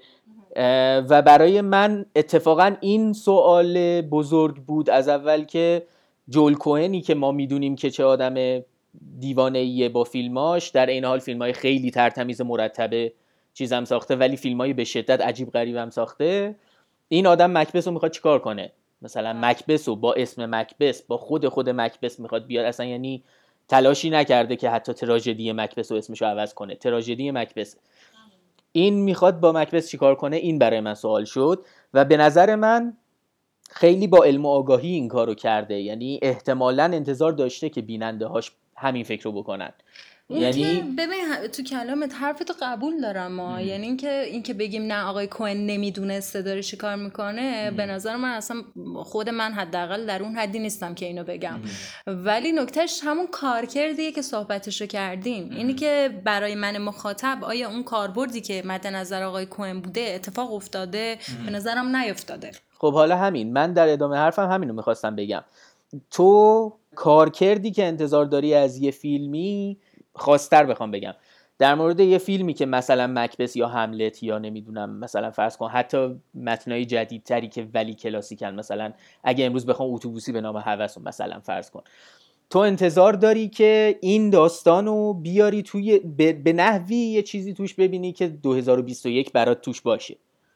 و برای من اتفاقا این سوال بزرگ بود از اول که جول کوهنی که ما میدونیم که چه آدم دیوانه‌ایه با فیلماش، در این حال فیلمای خیلی ترتمیز مرتبه چیزام ساخته، ولی فیلمای به شدت عجیب غریبم ساخته. این آدم مکبث رو میخواد چیکار کنه؟ مثلا مکبث رو با اسم مکبث، با خود خود مکبث میخواد بیاد اصلا، یعنی تلاشی نکرده که حتی تراژدی مکبث رو اسمشو عوض کنه، تراژدی مکبث. این میخواد با مکبث چیکار کنه؟ این برای من سوال شد و به نظر من خیلی با علم و آگاهی این کارو کرده، یعنی احتمالاً انتظار داشته که بیننده هاش همین فکر رو بکنن. یعنی ببین تو کلامت حرفتو قبول دارم ما، یعنی اینکه اینکه بگیم نه آقای کوهن نمیدونسته داره چی کار میکنه، به نظر من اصلا خود من حداقل در اون حدی نیستم که اینو بگم. ولی نکتهش همون کارکردیه که صحبتشو کردیم، اینی که برای من مخاطب آیا اون کاربردی که مد نظر آقای کوهن بوده اتفاق افتاده؟ به نظرم نیفتاده. خب حالا همین، من در ادامه حرفم همینو میخواستم بگم. تو کارکردی که انتظار داری از یه فیلمی، خاص‌تر بخوام بگم در مورد یه فیلمی که مثلا مکبث یا هملت یا نمیدونم مثلا فرض کن حتی متنای جدیدتری که ولی کلاسیکن، مثلا اگه امروز بخوام اتوبوسی به نام هوس مثلا فرض کن، تو انتظار داری که این داستانو بیاری توی به نحوی یه چیزی توش ببینی که دو هزار و بیست و یک برات توش باشه.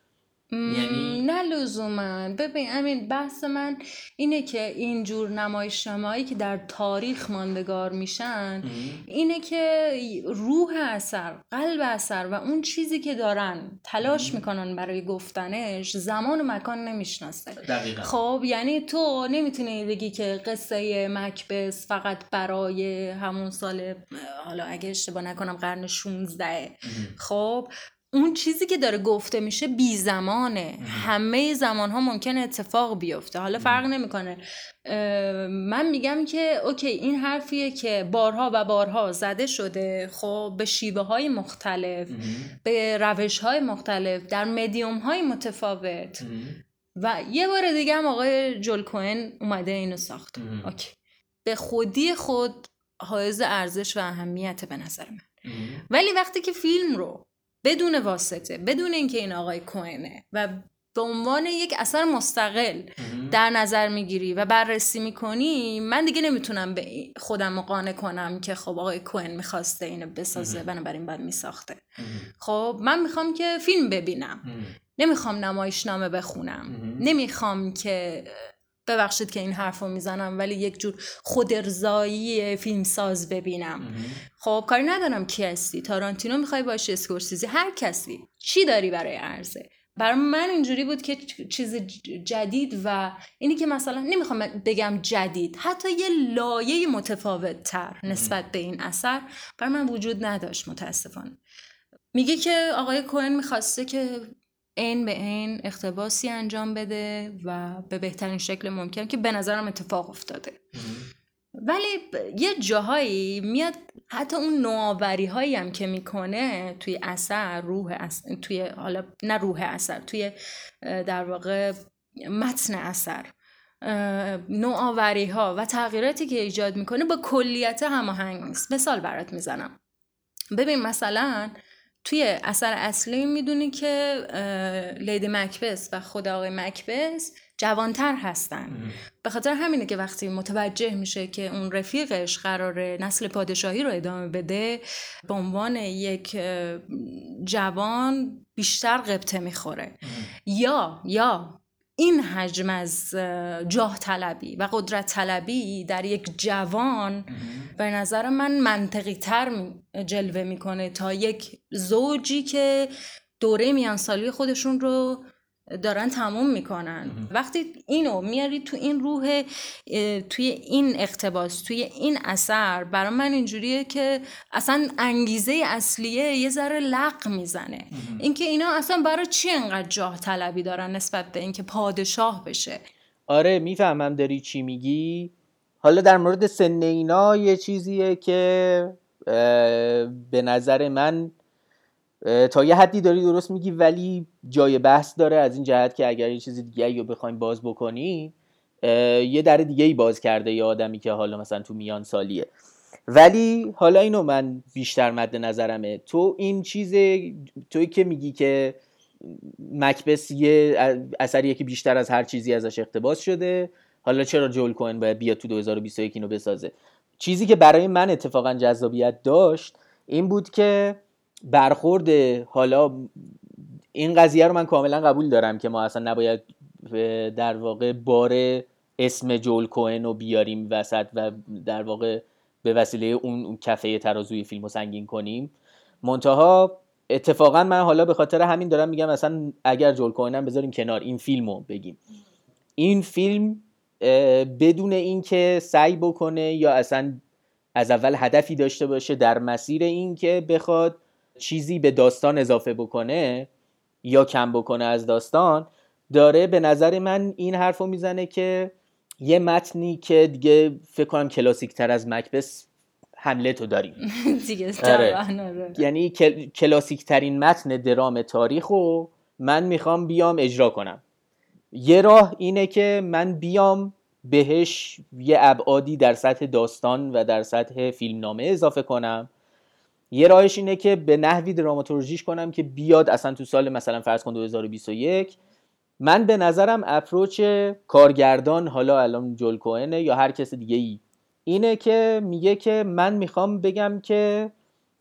یعنی نه لزوما. ببین امین، بحث من اینه که اینجور نمایشنامه‌هایی که در تاریخ ماندگار میشن، اینه که روح اثر، قلب اثر و اون چیزی که دارن تلاش میکنن برای گفتنش زمان و مکان نمیشناسه. خب یعنی تو نمیتونی بگی که قصه مکبث فقط برای همون سال، حالا اگه اشتباه نکنم قرن شانزده، خب اون چیزی که داره گفته میشه بی زمانه، همه زمان ها ممکنه اتفاق بیفته. حالا فرق نمیکنه. من میگم که اوکی این حرفیه که بارها و بارها زده شده، خب به شیوه های مختلف، به روش های مختلف، در مدیوم های متفاوت و یه بار دیگه هم آقای جول کوهن اومده اینو ساخت. اوکی، به خودی خود حائز ارزش و اهمیت به نظر من. ولی وقتی که فیلم رو بدون واسطه، بدون اینکه این آقای کوهنه و به عنوان یک اثر مستقل در نظر میگیری و بررسی میکنی، من دیگه نمیتونم به خودم قانع کنم که خب آقای کوهن میخواسته اینو بسازه بنابراین باید میساخته. خب من میخوام که فیلم ببینم، نمیخوام نمایشنامه بخونم، نمیخوام که ببخشید که این حرفو میزنم ولی یک جور خودارضایی فیلمساز ببینم. خب کاری ندارم کی هستی، تارانتینو میخوای باشی، اسکورسیزی، هر کسی، چی داری برای عرضه؟ برای من اینجوری بود که چیز جدید و اینی که مثلا نمیخوام بگم جدید، حتی یه لایه متفاوت تر نسبت به این اثر برای من وجود نداشت متاسفانه. میگه که آقای کوهن میخواسته که عین به عین اقتباسی انجام بده و به بهترین شکل ممکن که به نظرم اتفاق افتاده. ولی یه جاهایی میاد حتی اون نوآوری هایی هم که میکنه توی اثر، روح اثر، توی حالا نه روح اثر، توی در واقع متن اثر، نوآوری ها و تغییراتی که ایجاد میکنه با کلیت هماهنگ نیست. مثال برات میزنم. ببین مثلا توی اثر اصلی میدونی که لیدی مکبث و خود آقای مکبث جوانتر هستن. به خاطر همینه که وقتی متوجه میشه که اون رفیقش قراره نسل پادشاهی رو ادامه بده، به عنوان یک جوان بیشتر غبطه میخوره. یا یا این حجم از جاه طلبی و قدرت طلبی در یک جوان به نظر من منطقی تر جلوه میکنه تا یک زوجی که دوره میانسالی خودشون رو دارن تموم میکنن. وقتی اینو میاری تو این روح، توی این اقتباس، توی این اثر، برای من اینجوریه که اصلا انگیزه اصلیه یه ذره لق میزنه. اینکه اینا اصلا برای چی انقدر جاه طلبی دارن نسبت به اینکه پادشاه بشه. آره میفهمم داری چی میگی. حالا در مورد سن اینا یه چیزیه که به نظر من تا یه حدی داری درست میگی، ولی جای بحث داره از این جهت که اگر یه چیز دیگه رو بخوایم باز بکنی، یه در دیگه ای باز کرده یه آدمی که حالا مثلا تو میان سالیه. ولی حالا اینو من بیشتر مد نظرمه. تو این چیز توی که میگی که مکبث یه اثریه که بیشتر از هر چیزی ازش اقتباس شده، حالا چرا جول کوهن باید بیاد تو دو هزار و بیست و یک اینو بسازه؟ چیزی که برای من اتفاقا جذابیت داشت این بود که برخورد، حالا این قضیه رو من کاملا قبول دارم که ما اصلا نباید در واقع بار اسم جول کوهن رو بیاریم وسط و در واقع به وسیله اون کفه ترازوی فیلم رو سنگین کنیم. منتها اتفاقا من حالا به خاطر همین دارم میگم اصلا اگر جول کوهن هم بذاریم کنار، این فیلم رو بگیم. این فیلم بدون اینکه سعی بکنه یا اصلا از اول هدفی داشته باشه در مسیر این که بخواد چیزی به داستان اضافه بکنه یا کم بکنه از داستان، داره به نظر من این حرفو میزنه که یه متنی که دیگه فکر کنم کلاسیک تر از مکبث هملتو داریم دیگه. یعنی کلاسیک ترین متن درام تاریخو من میخوام بیام اجرا کنم. یه راه اینه که من بیام بهش یه ابعادی در سطح داستان و در سطح فیلمنامه اضافه کنم. یه راهش اینه که به نحوی دراماتورژیش کنم که بیاد اصلا تو سال مثلا فرض کن دو هزار و بیست و یک. من به نظرم اپروچ کارگردان، حالا الان جول کوهنه یا هر کس دیگه ای، اینه که میگه که من میخوام بگم که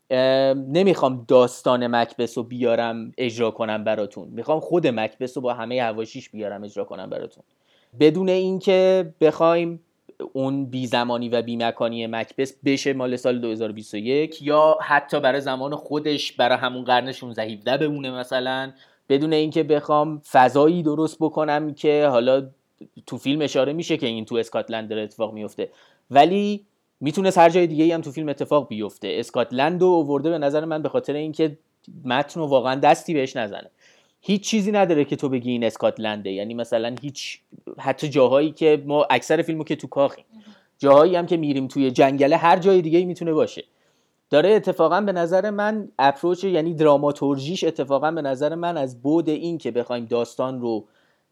نمیخوام داستان مکبث رو بیارم اجرا کنم براتون، میخوام خود مکبث رو با همه حواشیش بیارم اجرا کنم براتون، بدون اینکه بخوایم اون بی زمانی و بی مکانی مکبث بشه مال سال دو هزار و بیست و یک یا حتی برای زمان خودش برای همون قرن شانزده هفده بمونه مثلا، بدون اینکه بخوام فضایی درست بکنم که حالا تو فیلم اشاره میشه که این تو اسکاتلند داره اتفاق میفته، ولی میتونه هر جای دیگه هم تو فیلم اتفاق بیفته. اسکاتلند رو آورده به نظر من به خاطر اینکه متن رو واقعا دستی بهش نزنه. هیچ چیزی نداره که تو بگی این اسکاتلنده، یعنی مثلا هیچ، حتی جاهایی که ما اکثر فیلمو که تو کاخیم، جاهایی هم که میریم توی جنگله، هر جای دیگه میتونه باشه. داره اتفاقا به نظر من اپروچ، یعنی دراماتورژیش اتفاقا به نظر من از بعد این که بخوایم داستان رو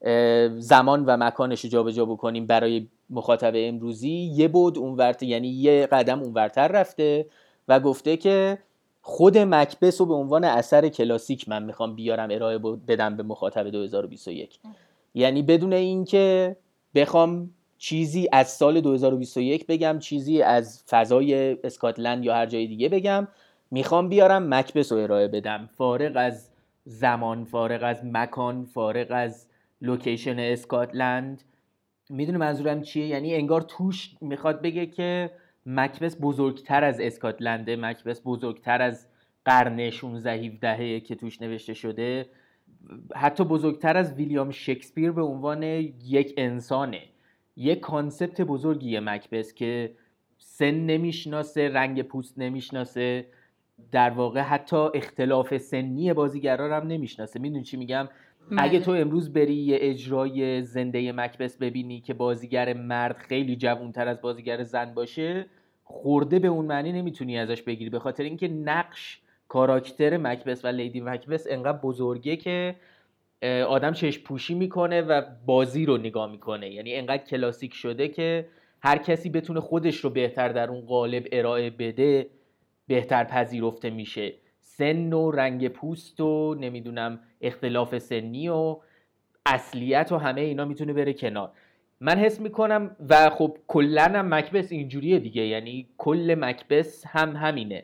زمان و مکانش رو جابجا بکنیم برای مخاطب امروزی، یه بعد اونورتر، یعنی یه قدم اونورتر رفته و گفته که خود مکبث رو به عنوان اثر کلاسیک من میخوام بیارم ارائه بدم به مخاطب دو هزار و بیست و یک. یعنی بدون اینکه بخوام چیزی از سال دو هزار و بیست و یک بگم، چیزی از فضای اسکاتلند یا هر جای دیگه بگم، میخوام بیارم مکبث رو ارائه بدم، فارغ از زمان، فارغ از مکان، فارغ از لوکیشن اسکاتلند. میدونی منظورم چیه؟ یعنی انگار توش میخواد بگه که مکبث بزرگتر از اسکاتلنده، مکبث بزرگتر از قرن شانزده هفده که توش نوشته شده، حتی بزرگتر از ویلیام شکسپیر به عنوان یک انسانه. یک کانسپت بزرگیه مکبث که سن نمیشناسه، رنگ پوست نمیشناسه، در واقع حتی اختلاف سنی بازیگرا هم نمیشناسه. میدونی چی میگم؟ اگه تو امروز بری یه اجرای زنده مکبث ببینی که بازیگر مرد خیلی جوانتر از بازیگر زن باشه، خورده به اون معنی نمیتونی ازش بگیری، به خاطر اینکه نقش کاراکتر مکبث و لیدی مکبث انقدر بزرگه که آدم چشم پوشی میکنه و بازی رو نگاه میکنه. یعنی انقدر کلاسیک شده که هر کسی بتونه خودش رو بهتر در اون قالب ارائه بده بهتر پذیرفته میشه. سن و رنگ پوست و نمیدونم اختلاف سنی و اصلیت و همه اینا میتونه بره کنار. من حس میکنم و خب کلن هم مکبث اینجوریه دیگه، یعنی کل مکبث هم همینه.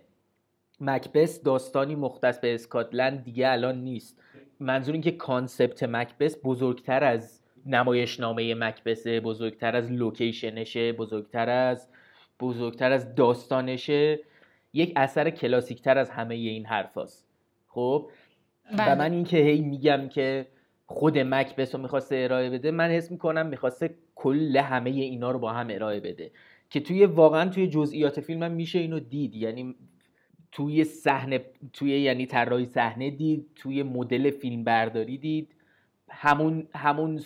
مکبث داستانی مختص به اسکاتلند دیگه الان نیست. منظور این که کانسپت مکبث بزرگتر از نمایشنامه مکبثه، بزرگتر از لوکیشنشه، بزرگتر از بزرگتر از داستانشه، یک اثر کلاسیکتر از همه این حرفاست. خب بله. و من این که هی میگم که خود مکبث رو میخواسته ارائه بده، من حس میکنم میخواسته کل همه اینا رو با هم ارائه بده که توی واقعا توی جزئیات فیلم هم میشه اینو دید. یعنی توی صحنه، توی یعنی طراحی صحنه دید، توی مدل فیلم برداری دید، همون همون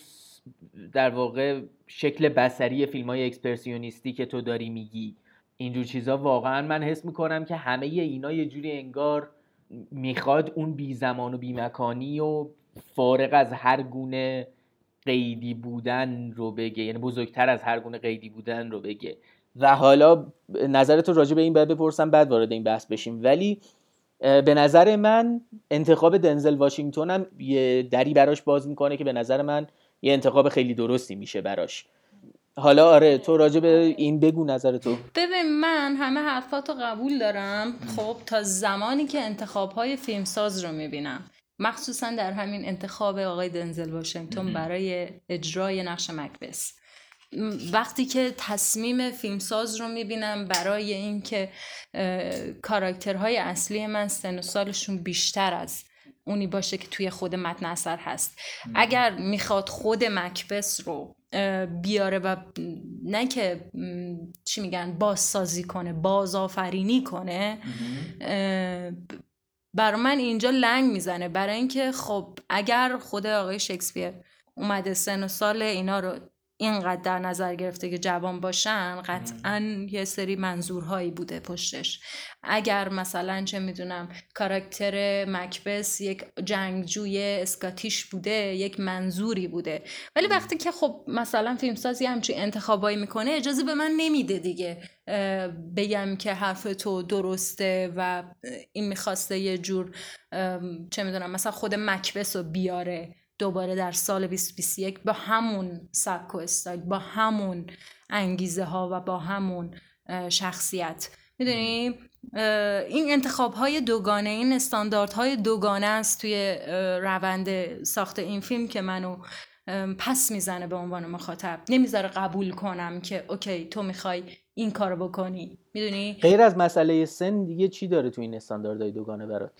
در واقع شکل بصری فیلم‌های اکسپرسیونیستی که تو داری میگی، اینجور چیزا واقعا من حس میکنم که همه اینا یه جوری انگار میخواد اون بی زمان و بی مکانی و فارغ از هر گونه قیدی بودن رو بگه، یعنی بزرگتر از هر گونه قیدی بودن رو بگه. و حالا نظرتو راجع به این بعد بپرسم بعد وارد این بحث بشیم، ولی به نظر من انتخاب دنزل واشنگتن هم یه دری براش باز میکنه که به نظر من یه انتخاب خیلی درستی میشه براش. حالا آره تو راجع به این بگو نظرتو. ببین من همه حرفاتو قبول دارم، خب تا زمانی که انتخاب‌های فیلمساز رو میبینم، مخصوصا در همین انتخاب آقای دنزل واشنگتن برای اجرای نقش مکبث، وقتی که تصمیم فیلمساز رو میبینم برای این که کاراکترهای اصلی من سن و سالشون بیشتر از اونی باشه که توی خود متن اثر هست، اگر میخواد خود مکبث رو بیاره و نه که چی میگن بازسازی کنه، بازآفرینی کنه، برای من اینجا لنگ میزنه. برای اینکه خب اگر خود آقای شکسپیر اومده سن و سال اینا رو اینقدر در نظر گرفته که جوان باشن، قطعاً یه سری منظورهایی بوده پشتش. اگر مثلا چه میدونم کاراکتر مکبث یک جنگجوی اسکاتیش بوده، یک منظوری بوده. ولی وقتی که خب مثلا فیلمسازی همچین انتخابایی میکنه، اجازه به من نمیده دیگه بگم که حرف تو درسته و این میخواسته یه جور چه میدونم مثلا خود مکبث رو بیاره دوباره در سال بیست بیست و یک با همون سبک و استایل، با همون انگیزه ها و با همون شخصیت. میدونی این انتخاب های دوگانه، این استاندارد های دوگانه است توی روند ساخت این فیلم که منو پس میزنه به عنوان مخاطب، نمیذاره قبول کنم که اوکی تو میخوای این کارو بکنی. میدونی غیر از مسئله سن دیگه چی داره تو این استانداردهای دوگانه برات؟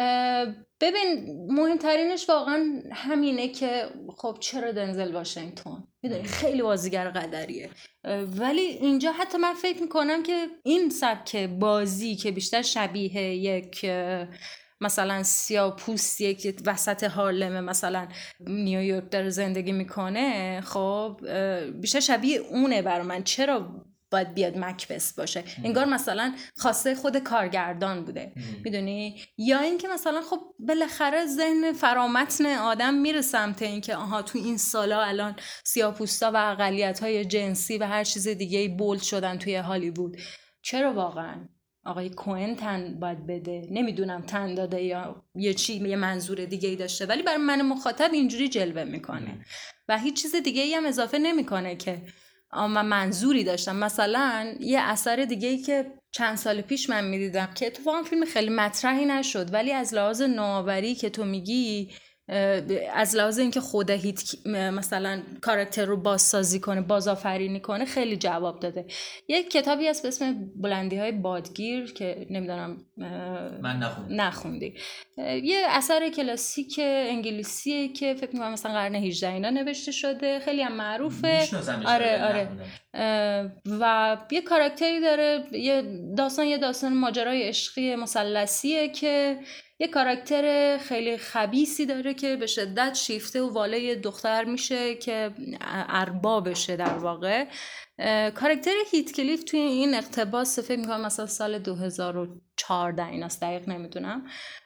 ببین مهمترینش واقعا همینه که خب چرا دنزل واشنگتن؟ میدونی خیلی بازیگر قدریه، ولی اینجا حتی من فکر میکنم که این سبک بازی که بیشتر شبیه یک مثلا سیاه‌پوستیه که وسط هارلم مثلا نیویورک داره زندگی میکنه، خب بیشتر شبیه اونه برای من. چرا باید بیاد مکبث باشه؟ انگار مثلا خواسته خود کارگردان بوده، میدونی؟ یا اینکه مثلا خب بالاخره ذهن فرامتن آدم میره سمت اینکه آها تو این سالا الان سیاه‌پوستا و اقلیت‌های جنسی و هر چیز دیگه‌ای بولد شدن توی هالیوود. چرا واقعا آقای کوئن تن باید بده؟ نمیدونم تن داده یا یه چی یه منظور دیگه‌ای داشته، ولی برای من مخاطب اینجوری جلوه میکنه و هیچ چیز دیگه‌ای هم اضافه نمیکنه که من منظوری داشتم. مثلا یه اثر دیگه‌ای که چند سال پیش من میدیدم که اتفاقا فیلم خیلی مطرحی نشد، ولی از لحاظ نوآوری که تو میگی از لحاظ اینکه خود هیت مثلا کاراکتر رو بازسازی کنه، بازآفرینی کنه، خیلی جواب داده. یک کتابی هست به اسم بلندی های بادگیر که نمیدونم من نخوندم. نخوندی. یه اثر کلاسیک انگلیسیه که فکر می‌کنم مثلا قرن هجدهم اینا نوشته شده، خیلی هم معروفه. آره آره. و یه کاراکتری داره، یه داستان یه داستان ماجرای عشقی مثلثیه که یه کاراکتر خیلی خبیثی داره که به شدت شیفته و والای دختر میشه که اربابشه در واقع. کاراکتر هیتکلیف توی این اقتباس فکر میکنم مثلا سال دو هزار و چهارده ایناست، دقیق نمیدونم،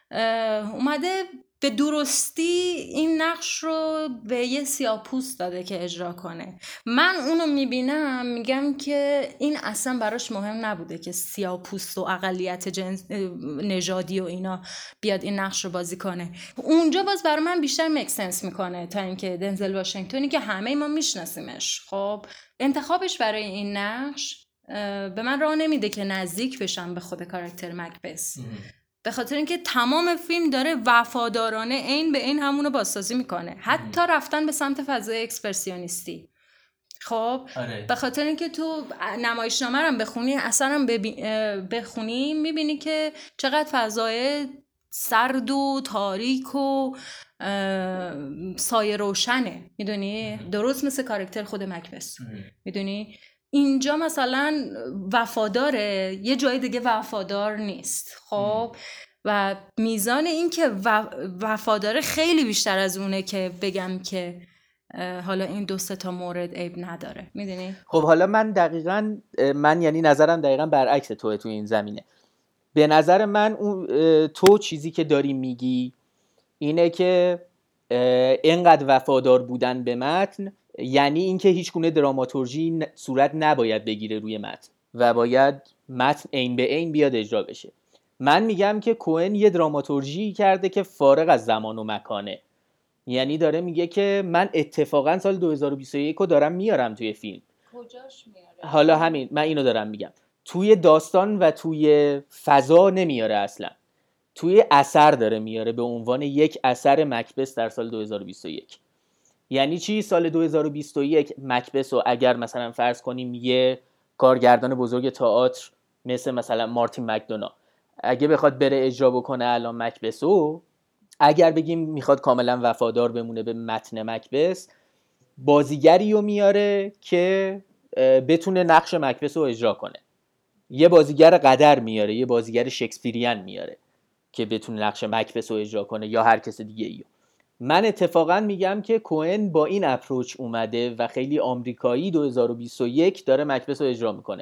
اومده به درستی این نقش رو به یه سیاه‌پوست داده که اجرا کنه. من اونو میبینم میگم که این اصلا براش مهم نبوده که سیاه‌پوست و اقلیت جنس نژادی و اینا بیاد این نقش رو بازی کنه. اونجا باز برای من بیشتر میک سنس میکنه تا اینکه دنزل واشنگتونی که همه ما میشناسیمش، خب انتخابش برای این نقش به من راه نمیده که نزدیک بشم به خود کاراکتر مکبث، به خاطر اینکه تمام فیلم داره وفادارانه این به این همونو بازسازی میکنه، حتی رفتن به سمت فضای اکسپرسیونیستی. خب آره. به خاطر اینکه تو نمایشنامه رو بخونی، اصلا بخونی میبینی که چقدر فضای سرد و تاریک و سایه روشنه، میدونی، درست مثل کاراکتر خود مکبث، میدونی. اینجا مثلا وفاداره، یه جای دیگه وفادار نیست. خب و میزان این که وفاداره خیلی بیشتر از اونه که بگم که حالا این دو سه تا مورد عیب نداره، میدونی. خب حالا من دقیقاً من یعنی نظرم دقیقاً برعکس توه تو این زمینه. به نظر من اون تو چیزی که داری میگی اینه که اینقدر وفادار بودن به متن یعنی اینکه هیچ گونه دراماتورژی صورت نباید بگیره روی متن و باید متن عین به عین بیاد اجرا بشه. من میگم که کوئن یه دراماتورژی کرده که فارغ از زمان و مکانه، یعنی داره میگه که من اتفاقا سال دو هزار و بیست و یک رو دارم میارم توی فیلم. کجاش میاره؟ حالا همین من اینو دارم میگم، توی داستان و توی فضا نمیاره، اصلا توی اثر داره میاره به عنوان یک اثر مکبث در سال دو هزار و بیست و یک. یعنی چی؟ سال دو هزار و بیست و یک مکبث رو اگر مثلا فرض کنیم یه کارگردان بزرگ تئاتر مثل مثلا مارتین مکدونا اگه بخواد بره اجرا بکنه الان مکبث رو، اگر بگیم میخواد کاملا وفادار بمونه به متن مکبث، بازیگری رو میاره که بتونه نقش مکبث رو اجرا کنه. یه بازیگر قدر میاره، یه بازیگر شکسپیریان میاره که بتونه نقش مکبث رو اجرا کنه یا هر کس دیگه ایو. من اتفاقا میگم که کوئن با این اپروچ اومده و خیلی آمریکایی دو هزار و بیست و یک داره مکبث رو اجرا میکنه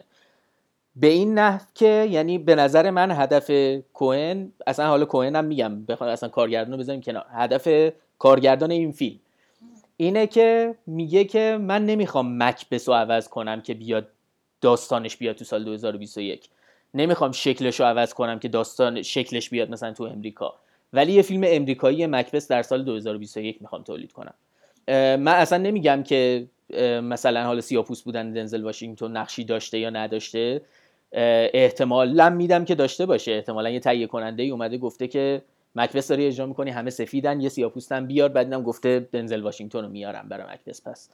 به این نحو که یعنی به نظر من هدف کوئن، اصلا حالا کوئن هم میگم بخوام اصلا کارگردان رو بذاریم کنار، هدف کارگردان این فیلم اینه که میگه که من نمیخوام مکبث رو عوض کنم که بیاد داستانش بیاد تو سال دو هزار و بیست و یک، نمیخوام شکلش رو عوض کنم که داستان شکلش بیاد مثلا تو امریکا، ولی یه فیلم امریکایی مکبث در سال دو هزار و بیست و یک میخوام تولید کنم. من اصلا نمیگم که مثلا حالا سیاه‌پوست بودن دنزل واشنگتن نقشی داشته یا نداشته، احتمالاً میدم که داشته باشه، احتمالاً یه تهیه کننده ای اومده گفته که مکبث داری اجرا میکنی همه سفیدن یه سیاه‌پوستن بیار، بعد اینم گفته دنزل واشنگتن رو میارم برای مکبث. پس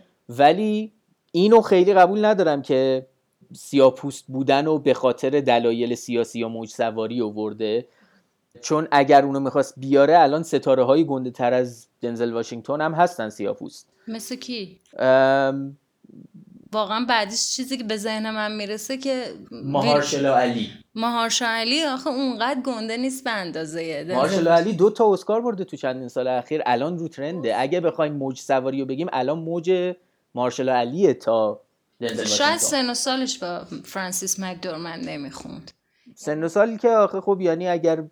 ولی اینو خیلی قبول ندارم که سیاه‌پوست بودن و به خاطر دلایل سیاسی یا موج سواری آورده، چون اگر اونو میخواست بیاره الان ستاره های گنده تر از دنزل واشنگتن هم هستن سیاه‌پوست. مثل کی؟ ام... واقعا بعدیش چیزی که به ذهن من میرسه که ماهرشالا علی. ماهرشالا علی آخه اونقدر گنده نیست به اندازه ماهرشالا علی دو تا اسکار برده تو چندین سال اخیر، الان رو ترنده. اگه بخوایم موج سواری رو بگیم الان موج ماهرشالا علیه تا دنزل واشنگتن. شاید سن و سالش با فرانسیس مکدورمند نمیخوند. سن و سالی که آخه خب یعنی اگر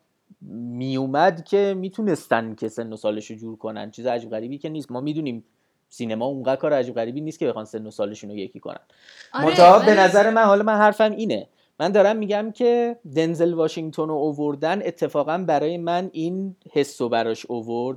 میومد که میتونستن که سن و سالشو جور کنن، چیز عجیب غریبی که نیست. ما میدونیم سینما اونقدر کار عجیب غریبی نیست که بخوان سن و سالشون رو یکی کنن. آره منتها به نظر من، حالا من حرفم اینه، من دارم میگم که دنزل واشنگتن رو آوردن اتفاقا برای من این حسو براش آورد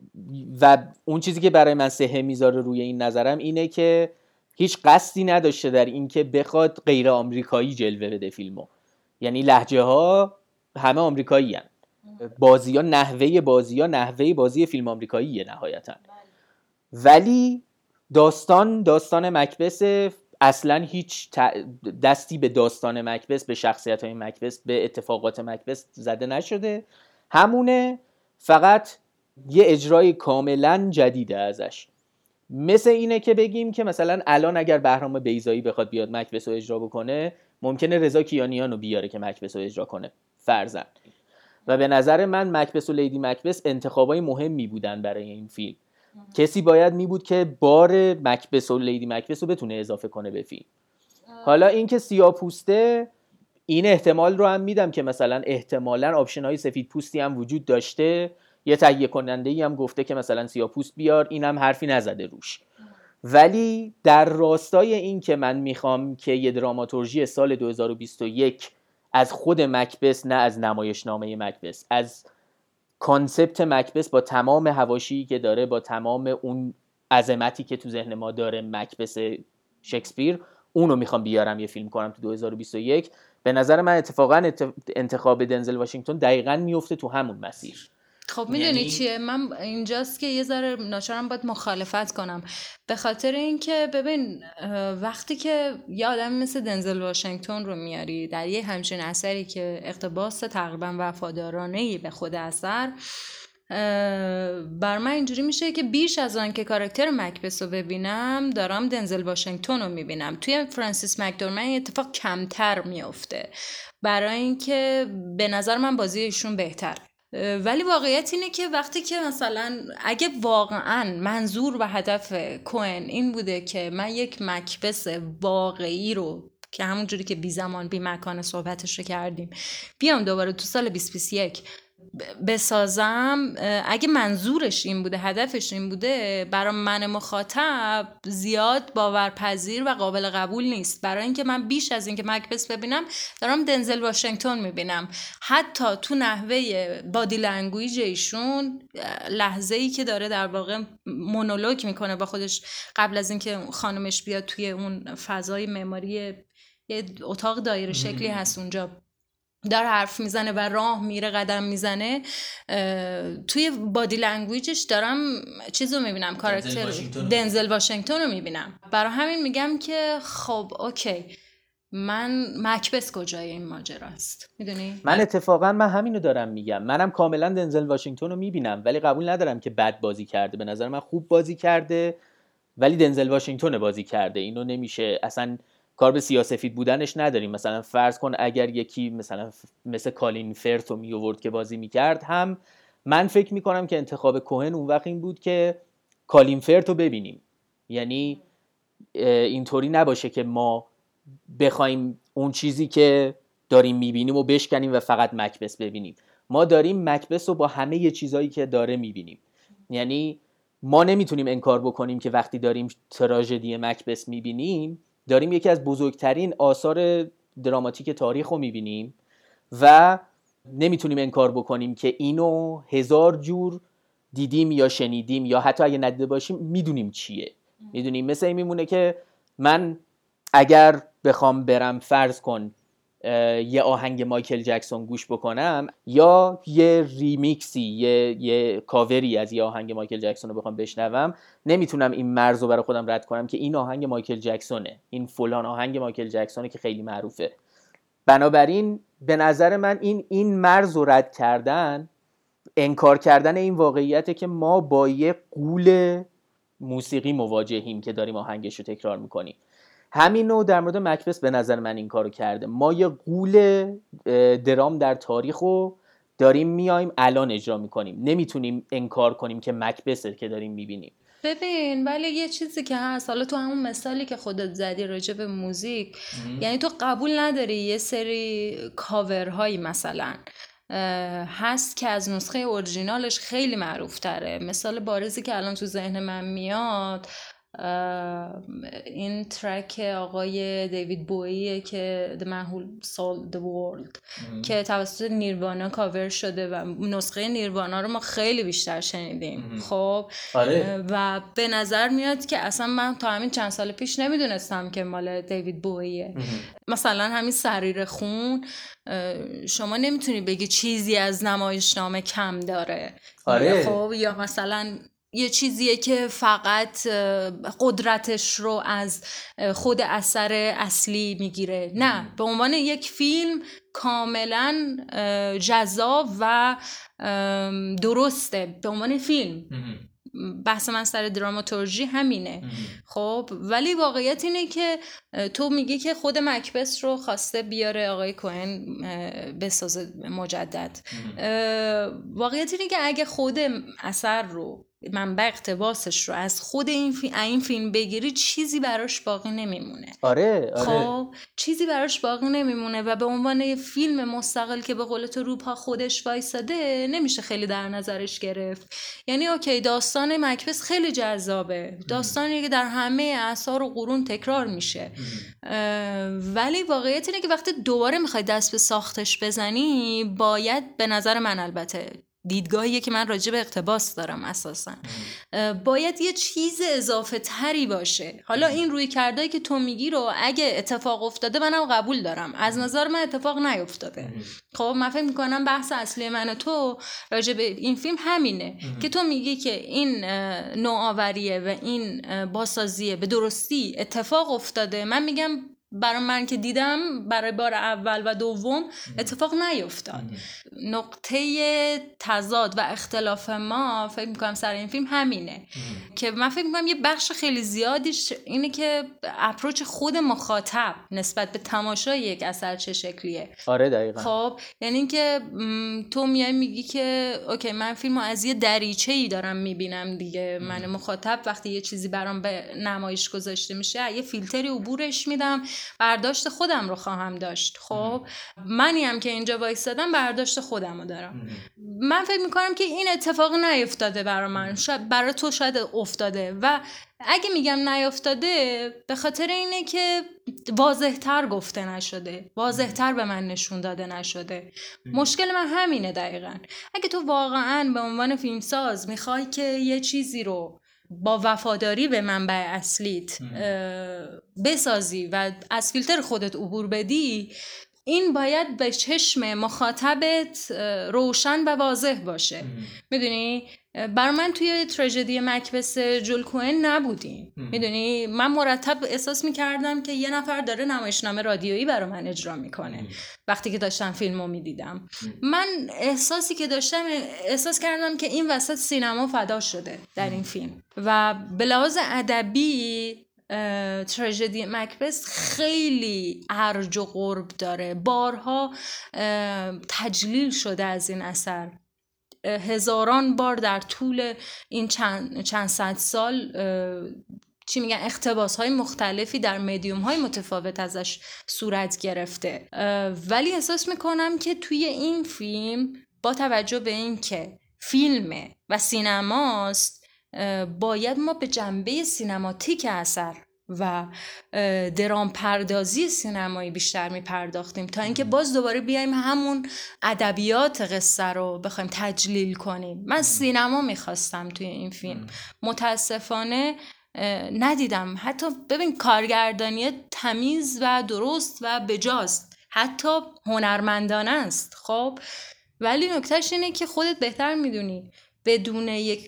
و اون چیزی که برای من سهه میذاره روی این نظرم اینه که هیچ قصدی نداشته در این که بخواد غیر آمریکایی جلوه بده فیلمو، یعنی لهجه ها همه آمریکایی هن. بازی ها نحوه بازی ها نحوه بازی فیلم آمریکاییه نهایتا. ولی داستان داستان مکبث، اصلا هیچ دستی به داستان مکبث، به شخصیت های مکبث، به اتفاقات مکبث زده نشده. همونه، فقط یه اجرای کاملا جدیده ازش. مثل اینه که بگیم که مثلا الان اگر بهرام بیضایی بخواد بیاد مکبث رو اجرا بکنه، ممکنه رضا کیانیان رو بیاره که مکبث رو اجرا کنه فرضاً. و به نظر من مکبث و لیدی مکبث انتخابای مهمی بودن برای این فیلم. کسی باید می بود که بار مکبث و لیدی مکبث رو بتونه اضافه کنه به فیلم. حالا این که سیاه‌پوسته، این احتمال رو هم میدم که مثلا احتمالاً آپشن های سفید پوستی هم وجود داشته، یه تهیه کننده ای هم گفته که مثلا سیاه‌پوست بیار، این هم حرفی نزده روش. ولی در راستای این که من میخوام که یه دراماتورژی سال دو هزار و بیست و یک از خود مکبث، نه از نمایشنامه مکبث، از کانسپت مکبث با تمام حواشی که داره، با تمام اون عظمتی که تو ذهن ما داره مکبث شکسپیر، اونو میخوام بیارم یه فیلم کنم تو دو هزار و بیست و یک. به نظر من اتفاقا انتخاب دنزل واشنگتن دقیقاً میفته تو همون مسیر. خب میدونی یعنی... چیه؟ من اینجاست که یه ذره ناچارم باید مخالفت کنم، به خاطر اینکه ببین وقتی که یه آدمی مثل دنزل واشنگتن رو میاری در یه همچین اثری که اقتباس تقریبا وفادارانه‌ای به خود اثر، بر من اینجوری میشه که بیش از آن که کاراکتر مکبث رو ببینم، دارم دنزل واشنگتن رو میبینم. توی فرانسیس مکدورمند این اتفاق کمتر میفته، برای اینکه به نظر من بازی ایشون بهتر. ولی واقعیت اینه که وقتی که مثلا اگه واقعا منظور و هدف کوئن این بوده که من یک مکبث واقعی رو که همون جوری که بی زمان بی مکان صحبتش رو کردیم بیام دوباره تو سال بیست و بیست و یک بسازم، اگه منظورش این بوده، هدفش این بوده، برای من مخاطب زیاد باورپذیر و قابل قبول نیست. برای اینکه من بیش از اینکه مکبث ببینم دارم دنزل واشنگتن میبینم. حتی تو نحوه بادی لنگویج ایشون، لحظه‌ای که داره در واقع مونولوگ میکنه با خودش قبل از اینکه خانمش بیاد توی اون فضای معماری، یه اتاق دایره شکلی هست اونجا، داره حرف میزنه و راه میره، قدم میزنه، توی بادی لنگویجش دارم چیزو میبینم، کاراکتر دنزل واشنگتن رو میبینم. برای همین میگم که خب اوکی، من مکبث کجای این ماجراست؟ میدونی؟ من اتفاقا من همینو دارم میگم، منم کاملا دنزل واشنگتن رو میبینم، ولی قبول ندارم که بد بازی کرده. به نظر من خوب بازی کرده، ولی دنزل واشنگتن بازی کرده. اینو نمیشه اصلا کار به سیاه‌سفید بودنش نداریم. مثلا فرض کن اگر یکی مثلا مثل کالین فرت رو می آورد که بازی میکرد، هم من فکر میکنم که انتخاب کوهن اون وقت این بود که کالین فرت رو ببینیم. یعنی اینطوری نباشه که ما بخوایم اون چیزی که داریم میبینیم و بشکنیم و فقط مکبث ببینیم. ما داریم مکبث رو با همه ی چیزایی که داره میبینیم. یعنی ما نمیتونیم انکار بکنیم که وقتی داریم تراژدی مکبث میبینیم، داریم یکی از بزرگترین آثار دراماتیک تاریخ رو میبینیم و نمیتونیم انکار بکنیم که اینو هزار جور دیدیم یا شنیدیم، یا حتی اگه ندیده باشیم میدونیم چیه. میدونیم مثل این میمونه که من اگر بخوام برم فرض کن یه آهنگ مایکل جکسون گوش بکنم، یا یه ریمیکسی، یه, یه کاوری از یه آهنگ مایکل جکسون رو بخوام بشنوم، نمیتونم این مرز رو برای خودم رد کنم که این آهنگ مایکل جکسونه، این فلان آهنگ مایکل جکسونه که خیلی معروفه. بنابراین به نظر من این این مرز رو رد کردن، انکار کردن این واقعیته که ما با یه غول موسیقی مواجهیم که داریم آهنگش رو تکرار میکنیم. همینو در مورد مکبث به نظر من این کارو کرده. ما یه غول درام در تاریخ رو داریم میایم الان اجرا میکنیم، نمیتونیم انکار کنیم که مکبثه که داریم میبینیم. ببین ولی یه چیزی که هست، حالا تو همون مثالی که خودت زدی راجع به موزیک، یعنی تو قبول نداری یه سری کاورهایی مثلا هست که از نسخه اورجینالش خیلی معروف تره. مثال بارزی که الان تو ذهن من میاد این ترک آقای دیوید بوییه که The Man Who Sold the World که توسط نیروانا کاور شده و نسخه نیروانا رو ما خیلی بیشتر شنیدیم. خب آره. و به نظر میاد که اصلا من تا همین چند سال پیش نمیدونستم که مال دیوید بوییه. مثلا همین سریر خون شما نمیتونی بگی چیزی از نمایشنامه کم داره. آره. خب یا مثلا یه چیزیه که فقط قدرتش رو از خود اثر اصلی میگیره. نه، به عنوان یک فیلم کاملا جذاب و درسته به عنوان فیلم. بحث من سر دراماتورژی همینه. خب ولی واقعیت اینه که تو میگی که خود مکبث رو خواسته بیاره آقای کوهن بسازه مجدد. واقعیت اینه که اگه خود اثر رو منبع اقتباسش رو از خود این فیلم, این فیلم بگیری چیزی براش باقی نمیمونه. آره آره. خب چیزی براش باقی نمیمونه و به عنوان یه فیلم مستقل که به قول تو رو پا خودش وایساده نمیشه خیلی در نظرش گرفت. یعنی اوکی داستان مکبث خیلی جذابه، داستانی که در همه اعصار و قرون تکرار میشه، ولی واقعیت اینه که وقتی دوباره میخوای دست به ساختش بزنی باید، به نظر من البته دیدگاهیه که من راجع به اقتباس دارم اساسا، باید یه چیز اضافه تری باشه. حالا این روی کردایی که تو میگی رو اگه اتفاق افتاده منم قبول دارم، از نظر من اتفاق نیفتاده. خب من فکر میکنم بحث اصلی من و تو راجع به این فیلم همینه که تو میگی که این نوآوریه و این بازسازیه به درستی اتفاق افتاده. من میگم برای من که دیدم برای بار اول و دوم اتفاق نیفتاد. نقطه تضاد و اختلاف ما فکر میکنم سر این فیلم همینه که من فکر میکنم یه بخش خیلی زیادیش اینه که اپروچ خود مخاطب نسبت به تماشای یک اثر چه شکلیه. آره دقیقاً. خب یعنی این که تو میای میگی که اوکی من فیلمو از یه دریچه‌ای دارم میبینم دیگه، من مخاطب وقتی یه چیزی برام به نمایش گذاشته میشه یه فیلتری عبورش میدم، برداشت خودم رو خواهم داشت. خب منی هم که اینجا وایسادم برداشت خودم رو دارم. من فکر میکنم که این اتفاق نیفتاده برای من، شاید برای تو شاید افتاده و اگه میگم نیفتاده به خاطر اینه که واضح‌تر گفته نشده، واضح‌تر به من نشون داده نشده. مشکل من همینه دقیقاً. اگه تو واقعاً به عنوان فیلمساز میخوای که یه چیزی رو با وفاداری به منبع اصلیت بسازی و از فیلتر خودت عبور بدی، این باید به چشم مخاطبت روشن و واضح باشه. میدونی بر من توی تراژدی مکبث جول کوهن نبودیم. میدونی من مرتب احساس میکردم که یه نفر داره نمایشنامه رادیویی برای من اجرا میکنه. وقتی که داشتم فیلمو میدیدم من احساسی که داشتم احساس کردم که این وسط سینما فدا شده در این فیلم و به لحاظ ادبی تراژدی مکبث خیلی ارج و قرب داره. بارها تجلیل شده از این اثر، هزاران بار در طول این چند, چند صد سال چی میگن اقتباس های مختلفی در مدیوم های متفاوت ازش صورت گرفته، ولی احساس میکنم که توی این فیلم با توجه به این که فیلمه و سینماست باید ما به جنبه سینماتیک اثر و درام پردازی سینمایی بیشتر می پرداختیم تا اینکه باز دوباره بیایم همون ادبیات قصه رو بخوایم تجلیل کنیم. من سینما میخواستم توی این فیلم، متاسفانه ندیدم. حتی ببین کارگردانی تمیز و درست و بجاست، حتی هنرمندانه است. خب ولی نکتهش اینه که خودت بهتر میدونی بدون یک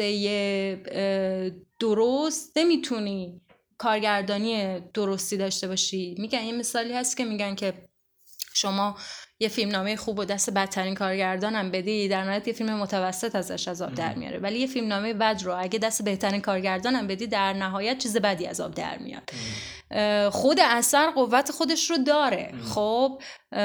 قصه درست نمیتونی کارگردانی درستی داشته باشی. میگن یه مثالی هست که میگن که شما یه فیلمنامه خوب و دست بدترین کارگردان هم بدی در نهایت یه فیلم متوسط ازش از آب در میاره، ولی یه فیلمنامه بد رو اگه دست بهترین کارگردان هم بدی در نهایت چیز بدی از آب در میاد. خود اثر قوت خودش رو داره. خب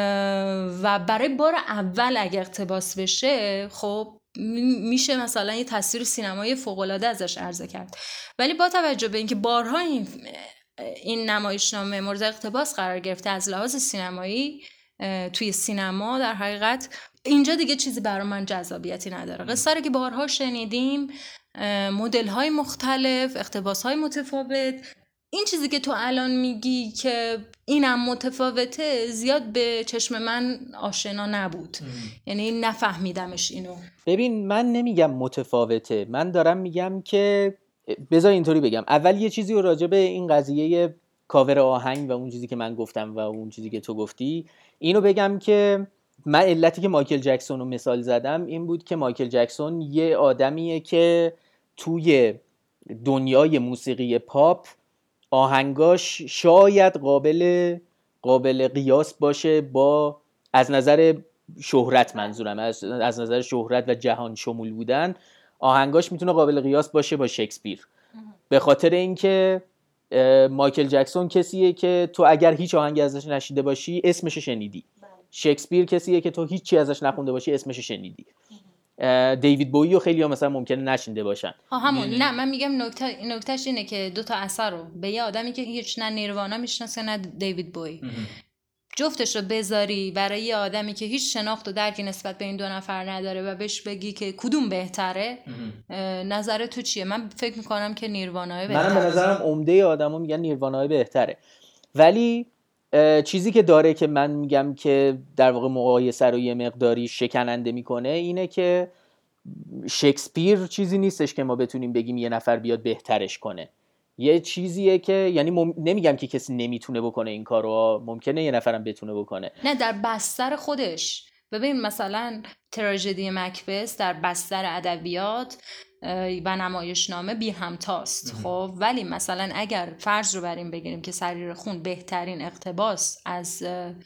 و برای بار اول اگه اقتباس بشه خب میشه مثلا یه تصویر سینمایی فوق‌العاده ازش عرضه کرد، ولی با توجه به اینکه بارها این این نمایشنامه مورد اقتباس قرار گرفته از لحاظ سینمایی توی سینما، در حقیقت اینجا دیگه چیزی برای من جذابیتی نداره. قصه رو که بارها شنیدیم، مدل‌های مختلف، اقتباس‌های متفاوت، این چیزی که تو الان میگی که اینم متفاوته زیاد به چشم من آشنا نبود. ام. یعنی نفهمیدمش اینو. ببین من نمیگم متفاوته، من دارم میگم که بذار اینطوری بگم. اول یه چیزی رو راجع به این قضیه کاور آهنگ و اون چیزی که من گفتم و اون چیزی که تو گفتی اینو بگم که من علتی که مایکل جکسون رو مثال زدم این بود که مایکل جکسون یه آدمیه که توی دنیای موسیقی پاپ آهنگاش شاید قابل قابل قیاس باشه با از نظر شهرت، منظورم از از نظر شهرت و جهان شمول بودن، آهنگاش میتونه قابل قیاس باشه با شکسپیر. به خاطر اینکه مایکل جکسون کسیه که تو اگر هیچ آهنگی ازش نشیده باشی اسمش شنیدی. شکسپیر کسیه که تو هیچی ازش نخونده باشی اسمش شنیدی. دیوید بویی و خیلی ها مثلا ممکنه نشینده باشن. ها همون نه من میگم نکته نکتهش اینه که دو تا اثر رو به یه آدمی که هیچ نه نیروانا میشناسه نه دیوید بویی جفتش رو بذاری برای یه آدمی که هیچ شناخت و درکی نسبت به این دو نفر نداره و بهش بگی که کدوم بهتره، نظر تو چیه؟ من فکر میکنم که نیروانای بهتره. منم به نظرم عمده آدما میگن نیروانای بهتره، ولی چیزی که داره که من میگم که در واقع مقایسه رو یه مقداری شکننده میکنه اینه که شکسپیر چیزی نیستش که ما بتونیم بگیم یه نفر بیاد بهترش کنه. یه چیزیه که یعنی مم... نمیگم که کسی نمیتونه بکنه این کارو، ممکنه یه نفرم بتونه بکنه. نه در بستر خودش. ببین مثلا تراژدی مکبث در بستر ادبیات و نمایشنامه بی همتاست. خب ولی مثلا اگر فرض رو بریم بگیریم که سریر خون بهترین اقتباس از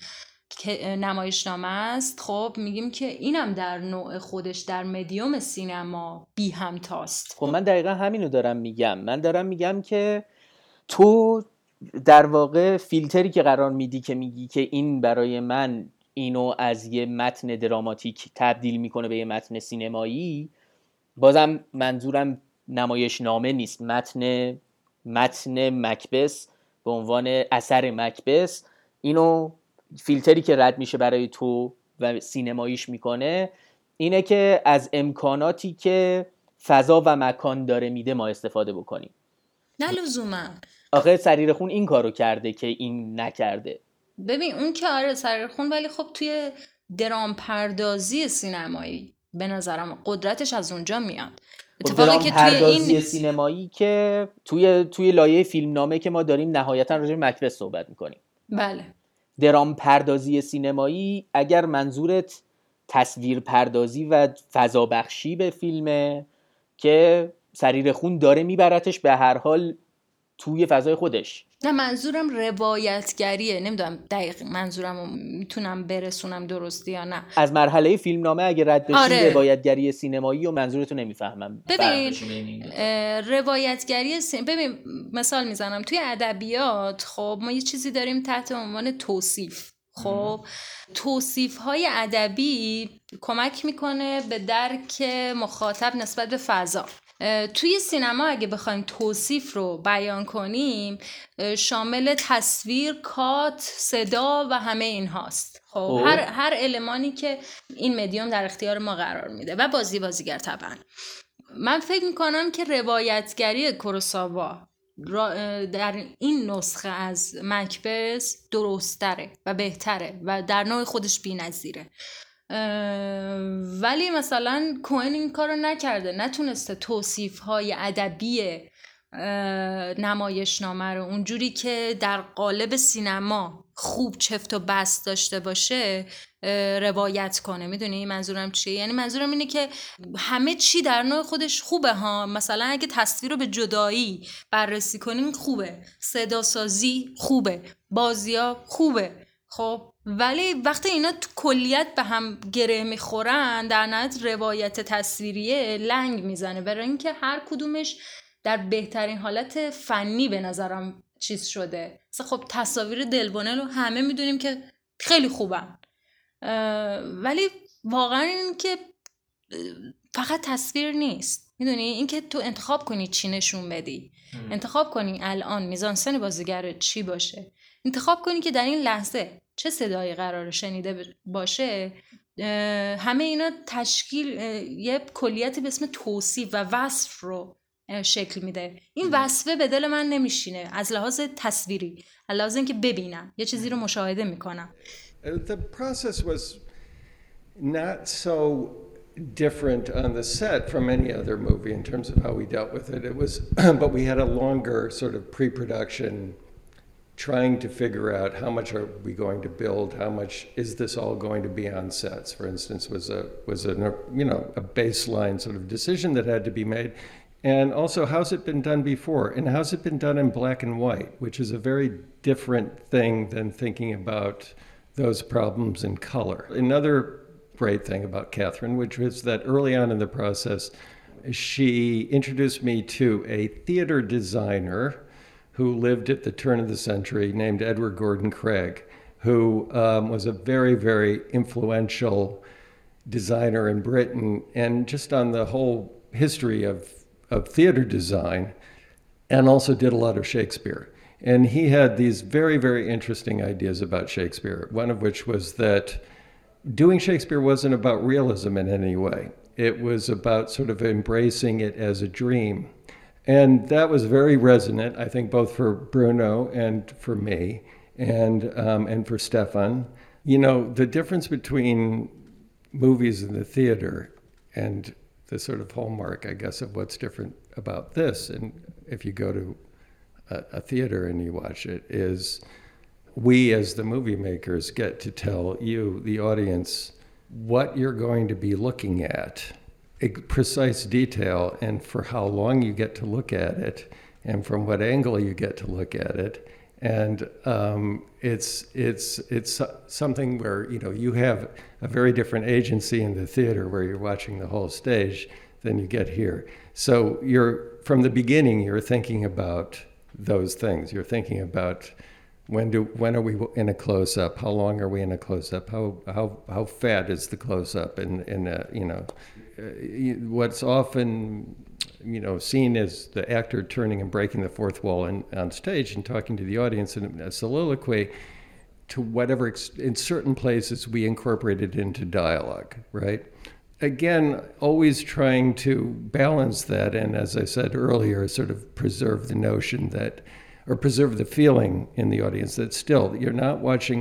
نمایشنامه است، خب میگیم که اینم در نوع خودش در مدیوم سینما بی همتاست. خب من دقیقا همینو دارم میگم. من دارم میگم که تو در واقع فیلتری که قرار میدی که میگی که این برای من اینو از یه متن دراماتیک تبدیل میکنه به یه متن سینمایی، بازم منظورم نمایشنامه نیست، متن متن مکبث به عنوان اثر مکبث، اینو فیلتری که رد میشه برای تو و سینماییش میکنه اینه که از امکاناتی که فضا و مکان داره میده ما استفاده بکنیم. نه لزوما. آخه سریر خون این کارو کرده که این نکرده. ببین اون که آره سریر خون، ولی خب توی درام پردازی سینمایی به نظرم قدرتش از اونجا میاد. اتفاقی که توی این سینمایی که توی توی لایه فیلمنامه که ما داریم نهایتا راجع به مکبث صحبت میکنیم. بله. درام پردازی سینمایی اگر منظورت تصویر پردازی و فضا بخشی به فیلمه که سریر خون داره میبرتش به هر حال توی فضای خودش. نه منظورم روایتگریه، نمیدونم دقیق منظورم رو میتونم برسونم درستی یا نه. از مرحله فیلمنامه اگه رد بشی آره. روایتگری سینمایی و منظورتو نمیفهمم. ببین روایتگری سین... ببین مثال میزنم توی ادبیات خب ما یه چیزی داریم تحت عنوان توصیف. خب توصیف های ادبی کمک میکنه به درک مخاطب نسبت به فضا. توی سینما اگه بخوایم توصیف رو بیان کنیم شامل تصویر، کات، صدا و همه این هاست. خب هر هر المانی که این مدیوم در اختیار ما قرار میده و بازی بازیگر طبعا. من فکر میکنم که روایتگری کوروساوا در این نسخه از مکبث درست‌تره و بهتره و در نوع خودش بی‌نظیره. ولی مثلا کوئن این کارو نکرده، نتونسته توصیف‌های ادبی نمایشنامه رو اونجوری که در قالب سینما خوب چفت و بست داشته باشه روایت کنه. میدونی منظورم چیه؟ یعنی منظورم اینه که همه چی در نوع خودش خوبه ها. مثلا اگه تصویر رو به جدایی بررسی کنیم خوبه، صدا سازی خوبه، بازی‌ها خوبه، خب ولی وقتی اینا تو کلیت به هم گره میخورن در نهایت روایت تصویریه لنگ میزنه، برای اینکه هر کدومش در بهترین حالت فنی به نظرم چیز شده. مثلا خب تصاویر دلبونه رو همه میدونیم که خیلی خوبن، ولی واقعا این که فقط تصویر نیست. میدونی این که تو انتخاب کنی چی نشون بدی، انتخاب کنی الان میزانسن بازیگر چی باشه، انتخاب کنی که در این لحظه چه صدایی قراره شنیده باشه، همه اینا تشکیل یه کلیتی به اسم توصیف و وصف رو شکل میده. این وصفه به دل من نمیشینه از لحاظ تصویری، از لحاظ اینکه ببینم یه چیزی رو مشاهده میکنم. The process was not so different on the set from any other movie in terms of how we dealt with it. It was, but we had a longer sort of pre-production, trying to figure out how much are we going to build, how much is this all going to be on sets, for instance, was a was a you know a baseline sort of decision that had to be made. And also, how's it been done before? And how's it been done in black and white, which is a very different thing than thinking about those problems in color. Another great thing about Catherine, which was that early on in the process, she introduced me to a theater designer who lived at the turn of the century named Edward Gordon Craig, who um, was a very, very influential designer in Britain and just on the whole history of, of theater design, and also did a lot of Shakespeare. And he had these very, very interesting ideas about Shakespeare, one of which was that doing Shakespeare wasn't about realism in any way. It was about sort of embracing it as a dream. And that was very resonant, I think, both for Bruno and for me and, um, and for Stefan. You know, the difference between movies in the theater and the sort of hallmark, I guess, of what's different about this, and if you go to a, a theater and you watch it, is we as the movie makers get to tell you, the audience, what you're going to be looking at, in precise detail, and for how long you get to look at it, and from what angle you get to look at it. And um, it's it's it's something where, you know, you have a very different agency in the theater where you're watching the whole stage than you get here. So you're, from the beginning, you're thinking about those things. You're thinking about when do when are we in a close-up? How long are we in a close-up? How how how fat is the close-up? In in a, you know, what's often, you know, seen as the actor turning and breaking the fourth wall in, on stage and talking to the audience in a soliloquy, to whatever ex- in certain places we incorporate it into dialogue, right? Again, always trying to balance that, and as I said earlier, sort of preserve the notion that, or preserve the feeling in the audience that still you're not watching,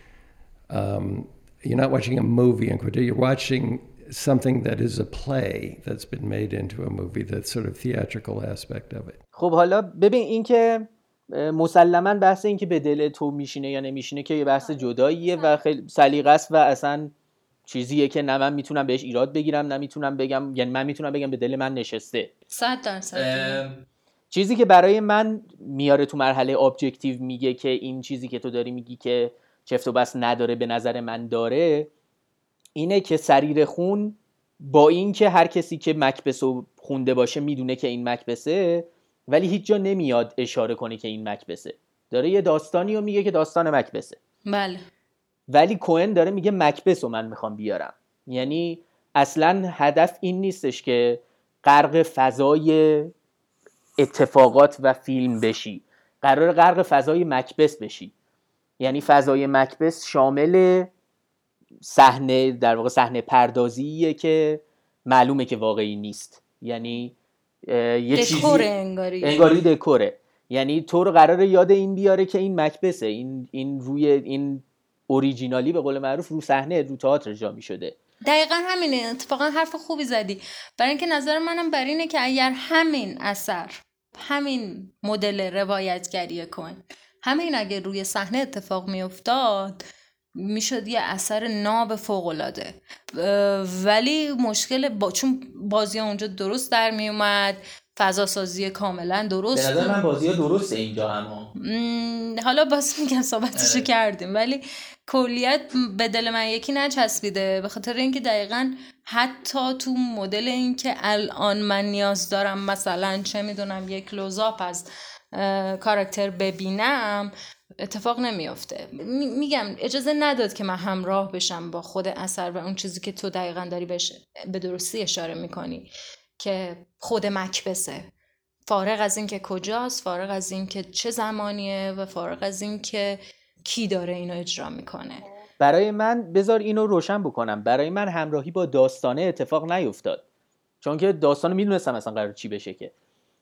um, you're not watching a movie in quotation, you're watching something that is a play that's been made into a movie, that sort of theatrical aspect of it. خب حالا ببین، این که مسلماً بحث این که به دل تو میشینه یا نمیشینه که یه بحث جداییه و خیلی سلیقه است و اصلا چیزیه که نه من میتونم بهش ایراد بگیرم نه میتونم بگم، یعنی من میتونم بگم به دل من نشسته. صد درصد. چیزی که برای من میاره تو مرحله ابجکتیو میگه که این چیزی که تو داری میگی که چفت و بس نداره، به نظر من داره، اینه که سریر خون با این که هر کسی که مکبثو خونده باشه میدونه که این مکبثه، ولی هیچ جا نمیاد اشاره کنه که این مکبثه. داره یه داستانی رو میگه که داستان مکبثه. بله. ولی کوهن داره میگه مکبث رو من میخوام بیارم. یعنی اصلا هدف این نیستش که غرق فضای اتفاقات و فیلم بشی، قرار غرق فضای مکبث بشی. یعنی فضای مکبث شامل صحنه، در واقع صحنه پردازیه که معلومه که واقعی نیست. یعنی یه چیزی دکوره، انگاری انگاری دکوره. یعنی تو رو قراره یاد این بیاره که این مکبثه، این این روی این اوریجینالی به قول معروف رو صحنه، رو تئاتر جا می شده. دقیقاً همینه. اتفاقا حرف خوبی زدی، برای اینکه نظر منم بر اینه که اگر همین اثر، همین مدل روایتگری کوهن، همین اگه روی صحنه اتفاق می افتاد میشد یه اثر ناب فوق‌العاده. ولی مشکل با... چون بازی ها اونجا درست در می اومد، فضا سازی کاملا درست. به نظر من بازی ها درسته اینجا هم. حالا باز میگم صحبتشو کردیم، ولی کلیت به دل من یکی نچسبیده، به خاطر اینکه دقیقاً حتی تو مدل این که الان من نیاز دارم مثلا چه میدونم یک کلوزآپ از کاراکتر ببینم اتفاق نمیافته. میگم اجازه نداد که من همراه بشم با خود اثر و اون چیزی که تو دقیقاً داری بهش به درستی اشاره میکنی که خود مکبثه، فارغ از این که کجاست، فارغ از این که چه زمانیه و فارغ از این که کی داره اینو اجرا میکنه. برای من بذار اینو روشن بکنم، برای من همراهی با داستانه اتفاق نیفتاد، چون که داستانو میدونستم اصلا قرار چی بشه. که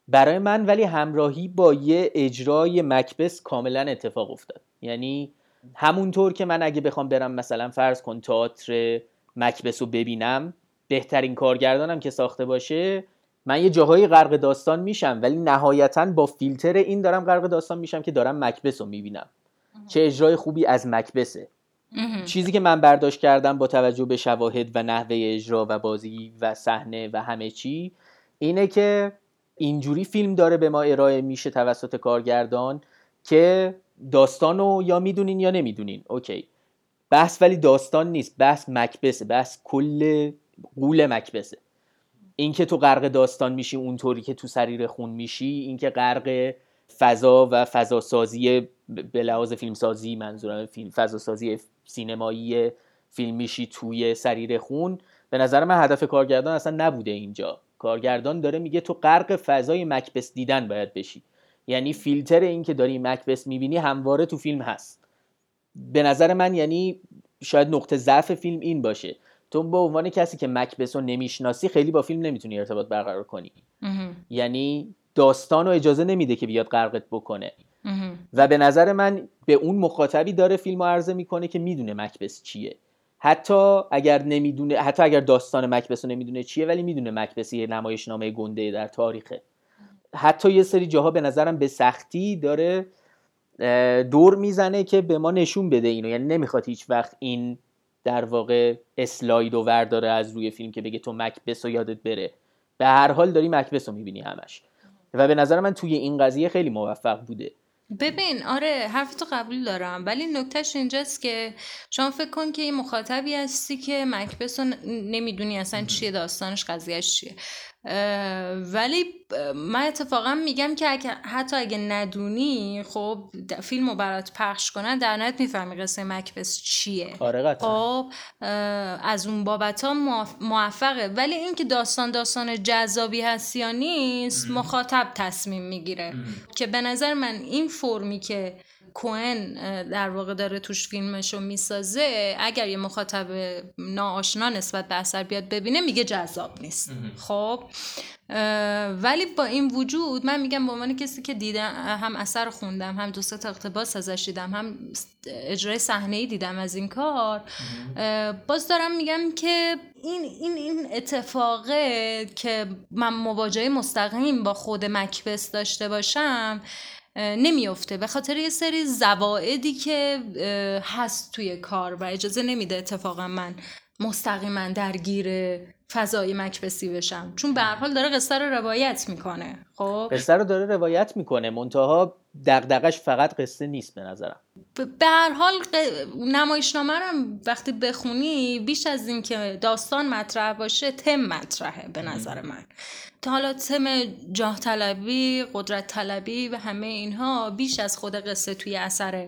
برای من ولی همراهی با یه اجرای مکبث کاملا اتفاق افتاد. یعنی همونطور که من اگه بخوام برم مثلا فرض کن تئاتر مکبث رو ببینم، بهترین کارگردانم که ساخته باشه، من یه جاهایی غرق داستان میشم، ولی نهایتاً با فیلتر این دارم غرق داستان میشم که دارم مکبث رو میبینم. چه اجرای خوبی از مکبثه. چیزی که من برداشت کردم با توجه به شواهد و نحوه اجرا و بازی و صحنه و همه چی اینه که اینجوری فیلم داره به ما ارائه میشه توسط کارگردان که داستانو یا میدونین یا نمیدونین. اوکی، بحث ولی داستان نیست، بحث مکبثه، بحث کل قول مکبثه. این که تو غرق داستان میشی اونطوری که تو سریر خون میشی، این که غرق فضا و فضا سازی به لحاظ فیلم سازی، منظورم فیلم فضا سازی سینمایی فیلم میشی توی سریر خون، به نظر من هدف کارگردان اصلا نبوده. اینجا کارگردان داره میگه تو غرق فضای مکبث دیدن باید بشی. یعنی فیلتر این که داری مکبث میبینی همواره تو فیلم هست. به نظر من یعنی شاید نقطه ضعف فیلم این باشه. تو به عنوان کسی که مکبث رو نمیشناسی خیلی با فیلم نمیتونی ارتباط برقرار کنی. یعنی داستان رو اجازه نمیده که بیاد غرقت بکنه. و به نظر من به اون مخاطبی داره فیلم رو عرضه میکنه که میدونه مکبث چیه. حتی اگر نمیدونه، حتی اگر داستان مکبث رو نمیدونه چیه، ولی میدونه مکبث یه نمایشنامه گنده در تاریخه. حتی یه سری جاها به نظرم به سختی داره دور میزنه که به ما نشون بده اینو. یعنی نمیخواد هیچ وقت این در واقع اسلایدو ورداره از روی فیلم که بگه تو مکبث رو یادت بره. به هر حال داری مکبث رو میبینی همش. و به نظر من توی این قضیه خیلی موفق بوده. ببین آره حرفتو قبول دارم، ولی نکتهش اینجاست که شما فکر کن که این مخاطبی هستی که مکبث رو نمیدونی اصلا چیه، داستانش، قضیهش چیه. ولی من اتفاقا میگم که اگه حتی اگه ندونی، خب فیلمو برات پخش کنن در نهایت میفهمی قصه مکبث چیه. آره قطعا. خب از اون بابت ها موفقه. ولی این که داستان داستان جذابی هست یا نیست مخاطب تصمیم میگیره. که به نظر من این فرمی که کوئن در واقع داره توش فیلمشو میسازه، اگر یه مخاطب ناآشنا نسبت به اثر بیاد ببینه میگه جذاب نیست. خب ولی با این وجود من میگم به عنوان کسی که دیدم، هم اثر خوندم، هم دو سه تا اقتباس ازش دیدم، هم اجرای صحنه‌ای دیدم از این کار، باز دارم میگم که این این این اتفاقه که من مواجهه مستقیم با خود مکبث داشته باشم نمیفته، به خاطر یه سری زوائدی که هست توی کار و اجازه نمیده اتفاقا من مستقیما درگیر فضای مکبثی بشم، چون به هر حال داره قصه رو روایت میکنه. خب قصه رو داره روایت میکنه، منتها دغدغش فقط قصه نیست به نظرم. به هر حال نمایشنامه رو وقتی بخونی بیش از این که داستان مطرح باشه تم مطرحه به نظر من. تا حالا تم جاه طلبی، قدرت طلبی و همه اینها بیش از خود قصه توی اثر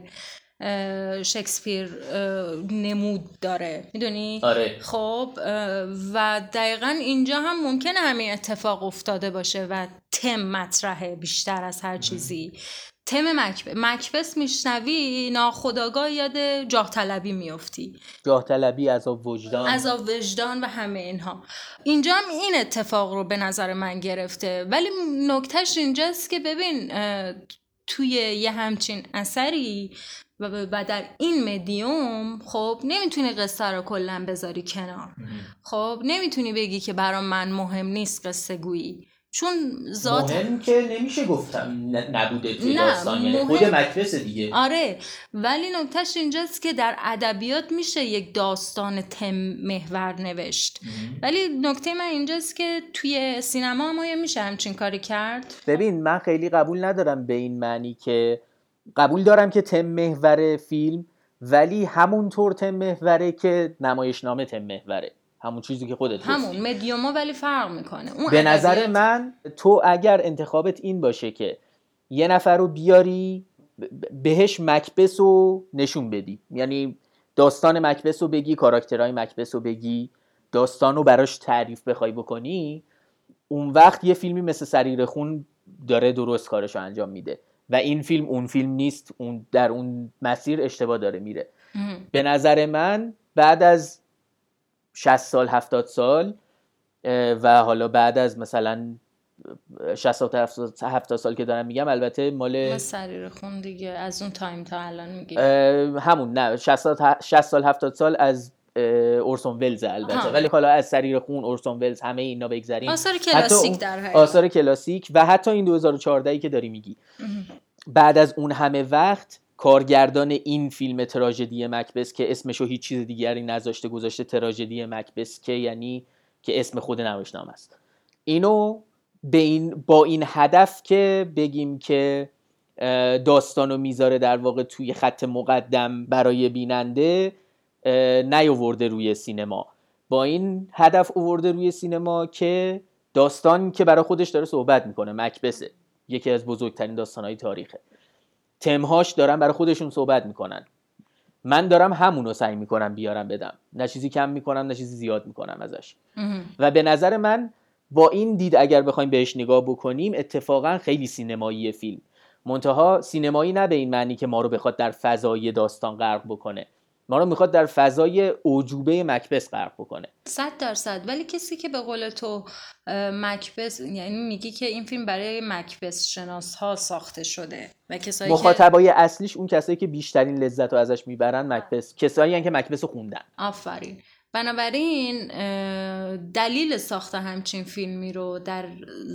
شکسپیر نمود داره، میدونی؟ آره. خب و دقیقا اینجا هم ممکنه همین اتفاق افتاده باشه و تم مطرحه بیشتر از هر چیزی. تم مکبث مکبث میشنوی ناخودآگاه یاد جاه طلبی میافتی، جاه طلبی، عذاب وجدان عذاب وجدان و همه اینها. اینجا هم این اتفاق رو به نظر من گرفته. ولی نکتهش اینجاست که ببین توی یه همچین اثری و در این مدیوم خب نمیتونی قصه رو کلا بذاری کنار. خب نمیتونی بگی که برام من مهم نیست قصه گویی، چون ذات مهم که نمیشه گفتم نبوده توی نه، داستان، یعنی مهم... خود مکبث دیگه. آره ولی نکتهش اینجاست که در ادبیات میشه یک داستان تم محور نوشت. ولی نکته من اینجاست که توی سینما ما میشه همچین کاری کرد. ببین من خیلی قبول ندارم به این معنی که قبول دارم که تم محور فیلم، ولی همونطور تم محوره که نمایشنامه تم محوره، همون چیزی که خودت همون گفتی. مدیوما ولی فرق میکنه. اون به نظر من تو اگر انتخابت این باشه که یه نفر رو بیاری بهش مکبث رو نشون بدی، یعنی داستان مکبث رو بگی، کاراکترهای مکبث رو بگی، داستان رو براش تعریف بخوای بکنی، اون وقت یه فیلمی مثل سریر خون داره درست کارشو انجام میده و این فیلم اون فیلم نیست، اون در اون مسیر اشتباه داره میره. به نظر من بعد از شصت سال هفتاد سال و حالا بعد از مثلا شصت تا هفتاد سال که دارم میگم البته مال سریر خون دیگه از اون تایم تا الان میگی همون نه شصت سال هفتاد سال از اورسون ولز البته ها. ولی حالا از سریر خون اورسون ولز همه اینا بگذریم آثار کلاسیک در حقیقت آثار کلاسیک و حتی این دو هزار و چهارده که داری میگی بعد از اون همه وقت کارگردان این فیلم تراژدی مکبث که اسمشو هیچ چیز دیگری نذاشته گذاشته تراژدی مکبث که یعنی که اسم خود نمایشنامه است اینو به این با این هدف که بگیم که داستانو میذاره در واقع توی خط مقدم برای بیننده نیاورده روی سینما با این هدف آورده روی سینما که داستان که برای خودش داره صحبت میکنه مکبث یکی از بزرگترین داستانهای تاریخه تمهاش دارن برای خودشون صحبت میکنن من دارم همونو سعی میکنم بیارم بدم نه چیزی کم میکنم نه چیزی زیاد میکنم ازش و به نظر من با این دید اگر بخوایم بهش نگاه بکنیم اتفاقا خیلی سینمایی فیلم منتها سینمایی نه به این معنی که ما رو بخواد در فضای داستان غرق بکنه ما رو میخواد در فضای اعجوبه مکبث غرق بکنه صد درصد ولی کسی که به قول تو مکبث یعنی میگی که این فیلم برای مکبث شناس ها ساخته شده و کسایی مخاطبای که... اصلیش اون کسایی که بیشترین لذت رو ازش میبرن مکبث کسایی هستن که مکبث رو خوندن آفرین بنابراین دلیل ساخت همچین فیلمی رو در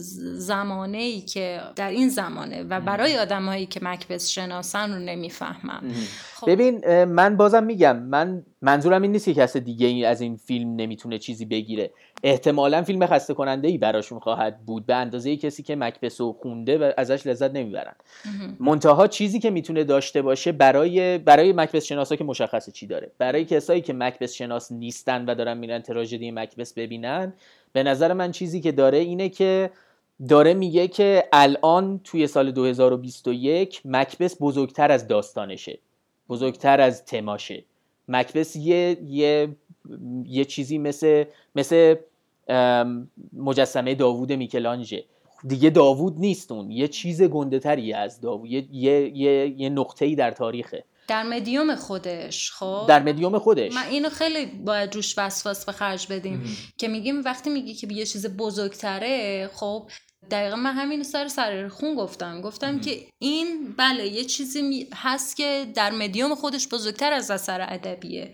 زمانه‌ای که در این زمانه و برای آدمایی که مکبث شناسن رو نمیفهمم خب. ببین من بازم میگم من منظورم این نیست که کس دیگه از این فیلم نمیتونه چیزی بگیره احتمالاً فیلم خسته کننده ای براشون خواهد بود به اندازه کسی که مکبث رو خونده و ازش لذت نمیبرن منتها چیزی که میتونه داشته باشه برای برای مکبث شناسا که مشخصه چی داره برای کسایی که مکبث شناس نیستن و دارن میرن تراژدی مکبث ببینن به نظر من چیزی که داره اینه که داره میگه که الان توی سال دو هزار و بیست و یک مکبث بزرگتر از داستانشه بزرگتر از تماشه مکبث یه یه یه چیزی مثل مثل مجسمه داوود میکلانژه دیگه داوود نیست اون یه چیز گنده تری از داوود یه یه یه, یه نقطه‌ای در تاریخه در مدیوم خودش خب در مدیوم خودش من اینو خیلی باید روش وسواس به خرج بدیم ام. که میگیم وقتی میگی که یه چیز بزرگتره خب دقیقا من همین سر سر خون گفتم گفتم ام. که این بله یه چیزی هست که در مدیوم خودش بزرگتر از اثر ادبیه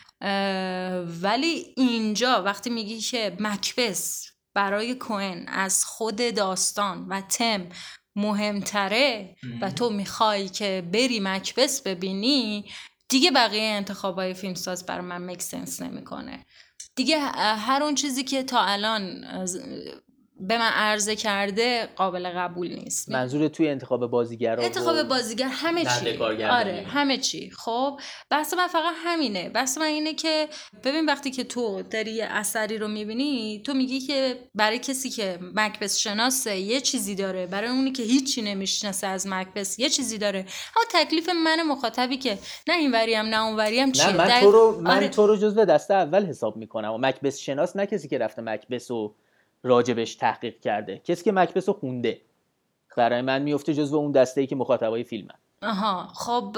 ولی اینجا وقتی میگی که مکبث برای کوئن از خود داستان و تم مهمتره و تو میخوای که بری مکبث ببینی دیگه بقیه انتخابای فیلمساز برای من میک سنس نمیکنه دیگه هر اون چیزی که تا الان به من عرضه کرده قابل قبول نیست. منظور توی انتخاب بازیگر انتخاب بازیگر همه چی آره همه چی. خب بحث من فقط همینه. بحث من اینه که ببین وقتی که تو داری یه اثری رو میبینی تو میگی که برای کسی که مکبث شناسه یه چیزی داره، برای اونی که هیچی نمیشناسه از مکبث یه چیزی داره. اما تکلیف من مخاطبی که نه این وریم نه اون وریم چیه؟ نه من دق... تو رو من آره. تو رو جزو دسته اول حساب میکنم و مکبث شناس نه کسی که رفته مکبث و راجبش تحقیق کرده، کسی که مکبث رو خونده. برای من میفته جزو اون دسته‌ای که مخاطبای فیلمن. آها خب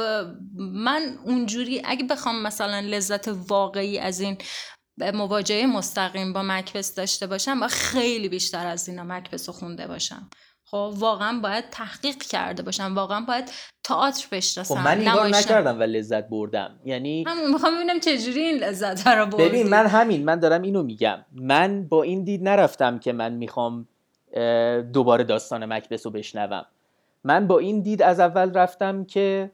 من اونجوری اگه بخوام مثلا لذت واقعی از این مواجهه مستقیم با مکبث داشته باشم و خیلی بیشتر از اینا مکبث رو خونده باشم. خب واقعا باید تحقیق کرده باشم، واقعا باید تئاتر بشناسم. خب من نگاه نکردم و لذت بردم. یعنی همین میخوام ببینم چه جوری این لذت رو بردی. ببین من همین من دارم اینو میگم. من با این دید نرفتم که من میخوام دوباره داستان مکبث رو بشنوم. من با این دید از اول رفتم که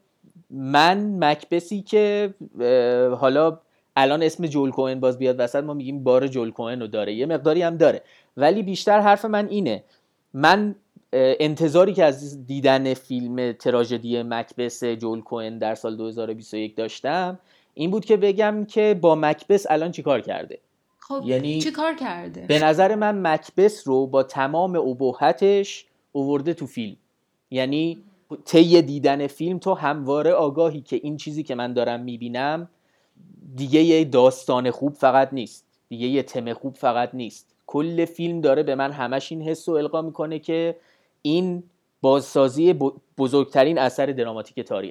من مکبثی که حالا الان اسم جول کوئن باز بیاد وسط ما میگیم بار جول کوئن رو داره، یه مقداری هم داره، ولی بیشتر حرف من اینه من انتظاری که از دیدن فیلم تراژدی مکبث جول کوئن در سال دو هزار و بیست و یک داشتم این بود که بگم که با مکبث الان چیکار کرده. خب یعنی چیکار کرده؟ به نظر من مکبث رو با تمام ابهتش آورده تو فیلم. یعنی طی دیدن فیلم تو همواره آگاهی که این چیزی که من دارم میبینم دیگه یه داستان خوب فقط نیست، دیگه یه تم خوب فقط نیست. کل فیلم داره به من همش این حس رو القا میکنه که این بازسازی بزرگترین اثر دراماتیک تاریخه.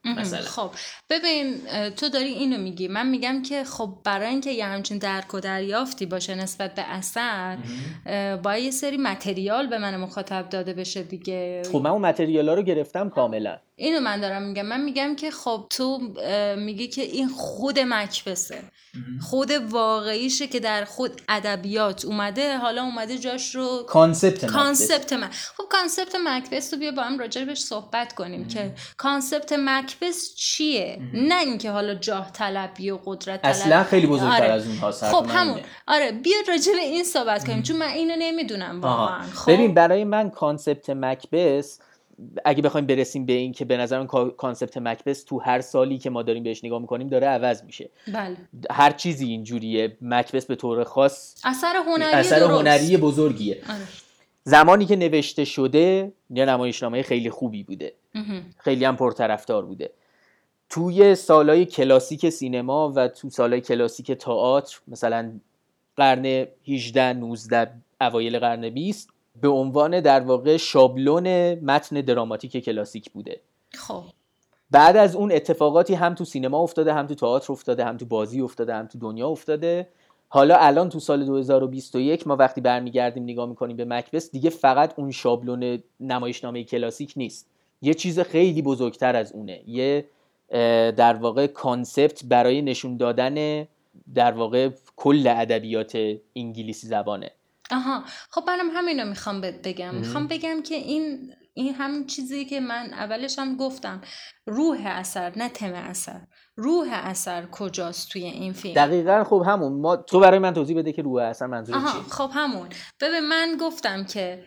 مثلا. خب ببین تو داری اینو میگی، من میگم که خب برای اینکه یه همچین درک و دریافتی باشه نسبت به اثر باید یه سری متریال به من مخاطب داده بشه دیگه. خب من اون متریالا رو گرفتم کاملا. اینو من دارم میگم. من میگم که خب تو میگی که این خود مکبثه، خود واقعیشه که در خود ادبیات اومده، حالا اومده جاش رو کانسپت کانسپت من خب کانسپت مکبث رو بیا با هم راجع بهش صحبت کنیم ام. که کانسپت مکبث چیه ام. نه اینکه حالا جاه طلبی و قدرت طلبی اصلا خیلی بزرگتر آره. از اون هاست. خب همون آره بیا راجع به این صحبت کنیم ام. چون من اینو نمیدونم واقعا. خب ببین برای من کانسپت مکبث اگه بخوایم برسیم به این که به نظرم کانسپت مکبث تو هر سالی که ما داریم بهش نگاه میکنیم داره عوض میشه. بله. هر چیزی اینجوریه. مکبث به طور خاص اثر هنری اثر درست. هنری بزرگیه. آره. زمانی که نوشته شده یا نمایشنامه خیلی خوبی بوده. امه. خیلی هم پرطرفدار بوده. توی سالهای کلاسیک سینما و تو سالهای کلاسیک تئاتر مثلا قرن هجده نوزده اوایل قرن بیست به عنوان در واقع شابلون متن دراماتیک کلاسیک بوده. خب بعد از اون اتفاقاتی هم تو سینما افتاده، هم تو تئاتر افتاده، هم تو بازی افتاده، هم تو دنیا افتاده. حالا الان تو سال دو هزار و بیست و یک ما وقتی برمیگردیم نگاه میکنیم به مکبث دیگه فقط اون شابلون نمایشنامه کلاسیک نیست، یه چیز خیلی بزرگتر از اونه. یه در واقع کانسپت برای نشون دادن در واقع کل ادبیات انگلیسی زبانه. آها خب منم همینو میخوام بگم. میخوام بگم که این این هم چیزی که من اولش هم گفتم، روح اثر نه تم اثر. روح اثر کجاست توی این فیلم؟ دقیقاً. خب همون ما تو برای من توضیح بده که روح اثر منظور چیه. خب همون. ببین من گفتم که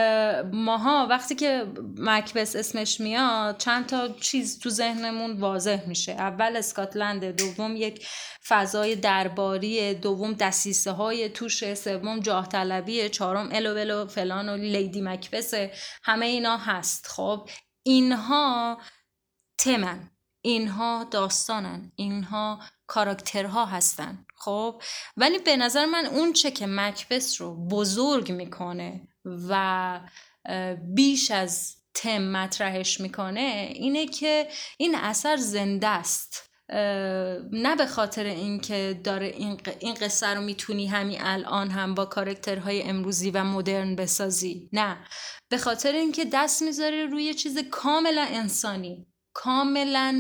ماها وقتی که مکبث اسمش میاد چند تا چیز تو ذهنمون واضح میشه. اول اسکاتلند، دوم یک فضای درباری، دوم دسیسه های توشه، سوم جاه طلبی، چهارم الو بلو فلان و لیدی مکبث. همه اینا هست. خب اینها تمن، اینها داستانن، اینها کاراکترها هستن. خب ولی به نظر من اون چه که مکبث رو بزرگ میکنه و بیش از تم مطرحش میکنه اینه که این اثر زنده است. نه به خاطر اینکه داره این این قصه رو میتونی همین الان هم با کاراکترهای امروزی و مدرن بسازی، نه، به خاطر اینکه دست میذاره روی چیز کاملا انسانی، کاملا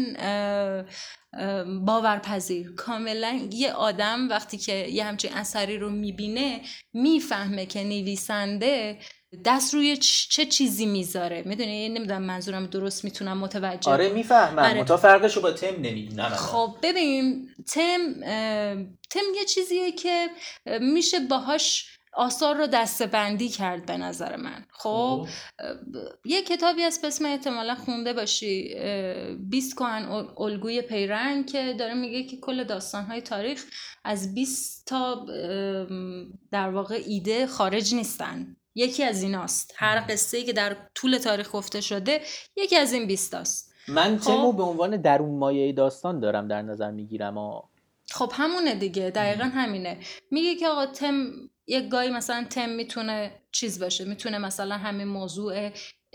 باورپذیر. کاملا یه آدم وقتی که یه همچین اثری رو میبینه میفهمه که نویسنده دست روی چه چیزی میذاره. میدونی نمیدونم منظورم درست میتونم متوجه. آره میفهمم. آره. متا فرقشو با تم نمیدونم. خب ببین تم تم یه چیزیه که میشه باهاش آثار رو دسته‌بندی کرد به نظر من. خب یه کتابی از به اسم احتمالا خونده باشی، بیست کهن الگوی پیرنگ، که داره میگه که کل داستان‌های تاریخ از بیست تا در واقع ایده خارج نیستن. یکی از ایناست. هر قصه‌ای که در طول تاریخ گفته شده یکی از این بیست تاست. من تمو به عنوان درون مایه داستان دارم در نظر میگیرم. آه. خب همونه دیگه، دقیقاً همینه. میگه که آقا تم یک گاهی مثلا تم میتونه چیز باشه، میتونه مثلا همین موضوع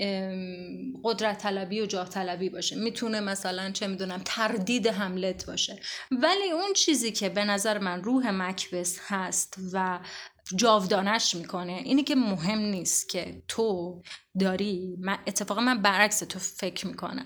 قدرت طلبی و جاه طلبی باشه، میتونه مثلا چه میدونم تردید هملت باشه، ولی اون چیزی که به نظر من روح مکبث هست و جاودانش میکنه اینی که مهم نیست که تو داری، من اتفاقا من برعکس تو فکر میکنم.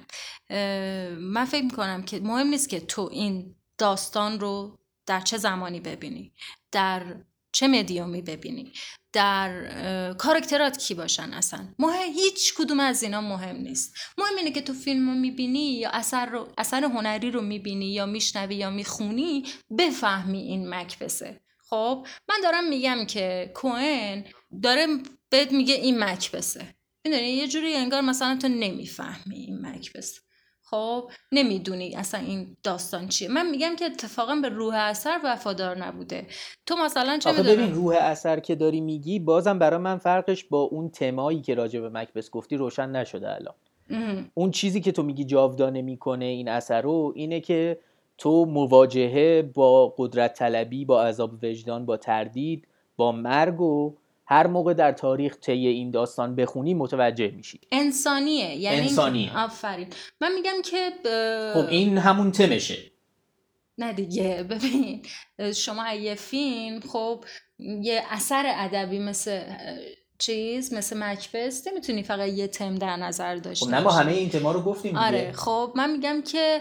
من فکر میکنم که مهم نیست که تو این داستان رو در چه زمانی ببینی، در چه مدیومی ببینی، در کاراکترات کی باشن، اصلا مهم، هیچ کدوم از اینا مهم نیست. مهم اینه که تو فیلم رو میبینی یا اثر رو، اثر هنری رو میبینی یا میشنوی یا میخونی بفهمی این مکبثه. خب من دارم میگم که کوئن داره بهت میگه این مکبثه، میدونی یه جوری انگار مثلا تو نمیفهمی این مکبث، خب نمیدونی اصلا این داستان چیه. من میگم که اتفاقا به روح اثر وفادار نبوده. تو مثلا چه میدونی؟ ببین روح اثر که داری میگی بازم برای من فرقش با اون تمایی که راجع به مکبث گفتی روشن نشده الان. اون چیزی که تو میگی جاودانه میکنه این اثر رو اینه که تو مواجهه با قدرت طلبی، با عذاب وجدان، با تردید، با مرگ و هر موقع در تاریخ طی این داستان بخونی متوجه میشی. انسانیه، یعنی انسانیه. آفرین. من میگم که ب... خب این همون تمشه. نه دیگه، ببین شما یه فیلم، خب یه اثر ادبی مثل چیز مثل مکبث نمیتونی فقط یه تم در نظر داشته باشی. خب نه، ما همه این تما رو گفتیم دیگه. آره خب من میگم که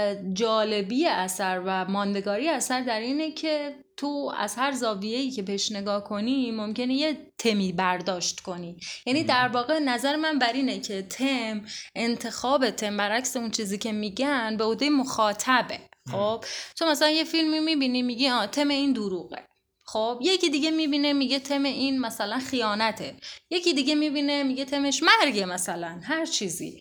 جالبی اثر و ماندگاری اثر در اینه که تو از هر زاویه‌ای که بهش نگاه کنی ممکنه یه تمی برداشت کنی. یعنی در واقع نظر من بر اینه که تم، انتخاب تم برعکس اون چیزی که میگن به عهده مخاطبه. خب تو مثلا یه فیلمی میبینی میگی آ تم این دروغه، خب یکی دیگه میبینه میگه تم این مثلا خیانته، یکی دیگه میبینه میگه تمش مرگه، مثلا هر چیزی،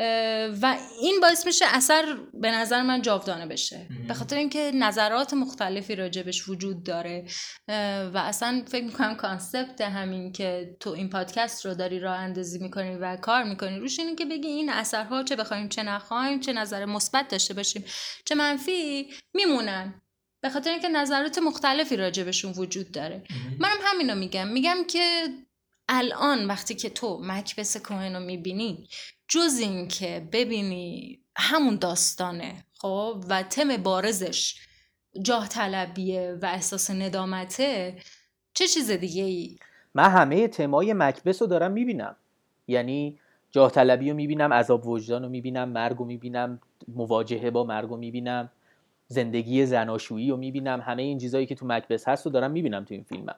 و این باعث میشه اثر به نظر من جاودانه بشه، به خاطر اینکه نظرات مختلفی راجبش وجود داره. و اصلا فکر میکنم کانسپت همین که تو این پادکست رو داری راه اندازی میکنی و کار میکنی روش اینه که بگی این اثرها چه بخوایم چه نخوایم، چه نظر مثبت داشته باشیم چه منفی، میمونن به خاطر اینکه نظرات مختلفی راجبشون وجود داره. منم همینو میگم میگم که الان وقتی که تو مکبث کوهن رو میبینی، جز این که ببینی همون داستانه خب و تم بارزش جاه طلبیه و احساس ندامته، چه چیز دیگه ای؟ من همه تمای مکبث رو دارم میبینم، یعنی جاه طلبی رو میبینم، عذاب وجدان رو میبینم، مرگ رو میبینم، مواجهه با مرگ رو میبینم، زندگی زناشویی رو میبینم، همه این چیزایی که تو مکبث هست رو دارم میبینم تو این فیلمم.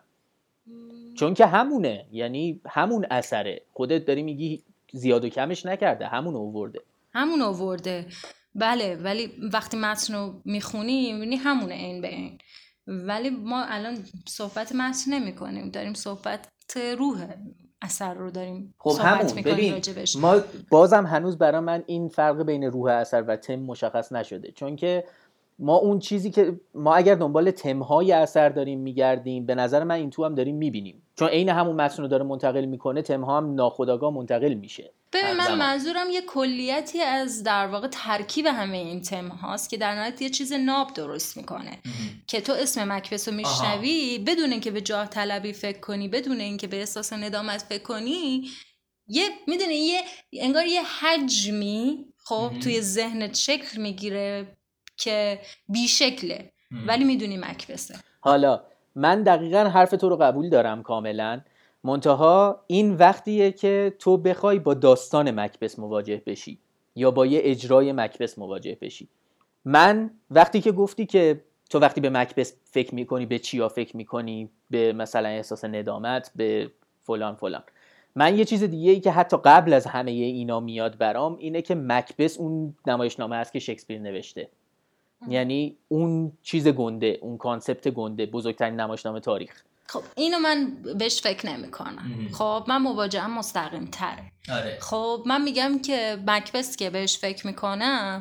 چون که همونه، یعنی همون اثره، خودت داری میگی زیاد و کمش نکرده، همون آورده همون آورده بله، ولی وقتی متن رو میخونی میبینی همونه این به این. ولی ما الان صحبت متن نمی کنیم، داریم صحبت روح اثر رو داریم خب صحبت همون. میکنیم ببین ما بازم هنوز برای من این فرق بین روح اثر و تم مشخص نشده، چون که ما اون چیزی که ما اگر دنبال تمهای اثر داریم میگردیم، به نظر من این تو هم داریم میبینیم، چون عین همون متن رو داره منتقل میکنه، تمها هم ناخودآگاه منتقل میشه. ببین من منظورم یه کلیتی از در واقع ترکیب همه این تم هاست که در نهایت یه چیز ناب درست میکنه که تو اسم مکبث رو میشنوی بدون اینکه به جاه طلبی فکر کنی، بدون اینکه به احساس ندامت فکر کنی، یه میدونی یه انگار یه حجمی خب توی ذهنت شکل میگیره که بی شکله ولی میدونی مکبثه. حالا من دقیقاً حرف تو رو قبول دارم کاملاً، منتها این وقتیه که تو بخوای با داستان مکبث مواجه بشی یا با یه اجرای مکبث مواجه بشی. من وقتی که گفتی که تو وقتی به مکبث فکر میکنی به چیا فکر میکنی، به مثلا احساس ندامت، به فلان فلان، من یه چیز دیگه ای که حتی قبل از همه اینا میاد برام اینه که مکبث اون نمایشنامه است که شکسپیر نوشته. یعنی اون چیز گنده، اون کانسپت گنده، بزرگترین نمایشنامه تاریخ. خب اینو من بهش فکر نمی کنم. خب من مواجهم مستقیم تره. آره. خب من میگم که مکبث که بهش فکر میکنم،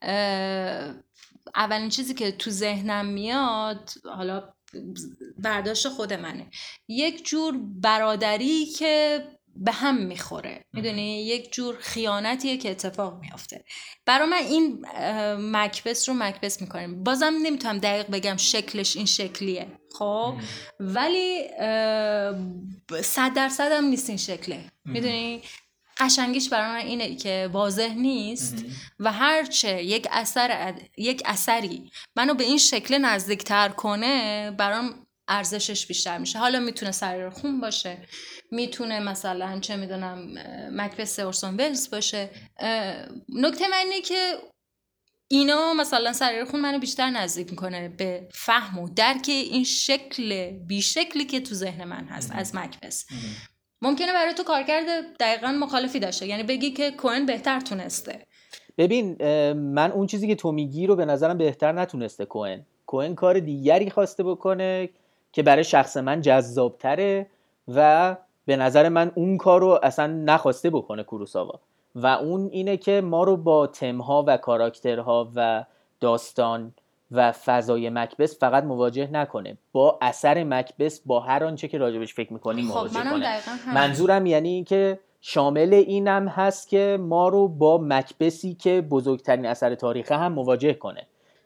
اولین چیزی که تو ذهنم میاد، حالا برداشت خود منه، یک جور برادری که به هم میخوره، میدونی، یک جور خیانتیه که اتفاق میافته. برای من این مکبث رو مکبث میکنیم. بازم نمیتونم دقیق بگم شکلش این شکلیه خب، ولی صد درصد هم نیست این شکله، میدونی. قشنگیش برای من اینه که واضح نیست و هرچه یک اثر یک اثری منو به این شکل نزدیکتر کنه برام ارزشش بیشتر میشه. حالا میتونه سریر خون باشه، میتونه مثلا چه میدونم مکبث اورسون ولز باشه. نکته من اینه که اینا مثلا سریر خون منو بیشتر نزدیک میکنه به فهم و درک این شکل بی شکلی که تو ذهن من هست از مکبث. ممکنه برای تو کارکرد دقیقاً مخالفی داشته، یعنی بگی که کوهن بهتر تونسته. ببین من اون چیزی که تو میگی رو به نظرم بهتر نتونسته کوهن. کوهن کار دیگری خواسته بکنه که برای شخص من جذابتره و به نظر من اون کار رو اصلا نخواسته بکنه کوروساوا، و اون اینه که ما رو با تمها و کاراکترها و داستان و فضای مکبث فقط مواجه نکنه، با اثر مکبث، با هر آنچه که راجبش فکر میکنیم مواجه خب کنه. منظورم یعنی که شامل اینم هست که ما رو با مکبثی که بزرگترین اثر تاریخه هم مواجه کنه.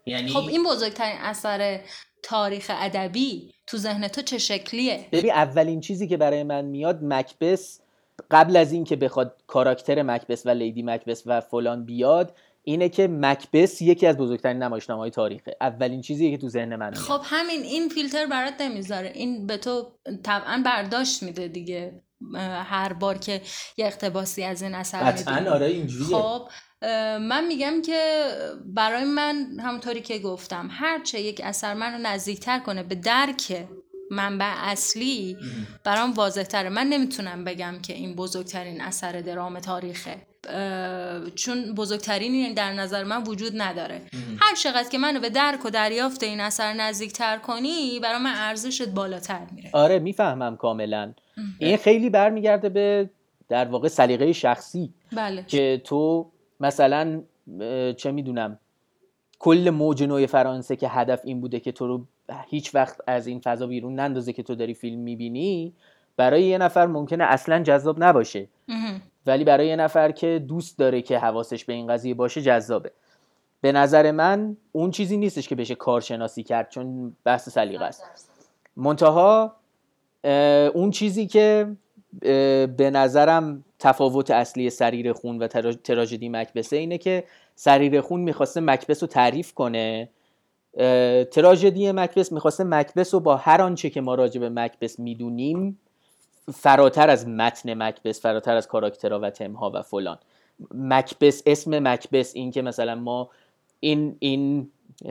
یعنی خب این بزرگترین اثر تاریخ ادبی تو ذهن تو چه شکلیه؟ ببین اولین چیزی که برای من میاد مکبث، قبل از این که بخواد کاراکتر مکبث و لیدی مکبث و فلان بیاد، اینه که مکبث یکی از بزرگترین نمایشنامه‌های تاریخه. اولین چیزیه که تو ذهن من میاد. خب همین این فیلتر برات نمیذاره، این به تو طبعا برداشت میده دیگه هر بار که یه اقتباسی از این اثر میبینی. قطعاً آره اینجوریه. خب من میگم که برای من همونطوری که گفتم هرچه یک اثر منو نزدیکتر کنه به درک منبع اصلی برام واضح تره. من نمیتونم بگم که این بزرگترین اثر درام تاریخه، چون بزرگترین در نظر من وجود نداره. هر چقدر که منو به درک و دریافت این اثر نزدیکتر کنی برای من ارزشت بالاتر میره. آره میفهمم کاملا. این خیلی برمیگرده به در واقع سلیقه شخصی. بله. که تو مثلا چه میدونم کل موج نوع فرانسه که هدف این بوده که تو رو هیچ وقت از این فضا بیرون نندازه که تو داری فیلم میبینی، برای یه نفر ممکنه اصلا جذاب نباشه ولی برای یه نفر که دوست داره که حواسش به این قضیه باشه جذابه. به نظر من اون چیزی نیستش که بشه کارشناسی کرد، چون بحث سلیقه است. منتها اون چیزی که به نظرم تفاوت اصلی سریر خون و تراژدی مکبث اینه که سریر خون میخواسته مکبث رو تعریف کنه، تراژدی مکبث میخواسته مکبث رو با هر آنچه که ما راجع به مکبث میدونیم فراتر از متن مکبث، فراتر از کاراکترها و تمها و فلان. مکبث، اسم مکبث، این که مثلا ما این این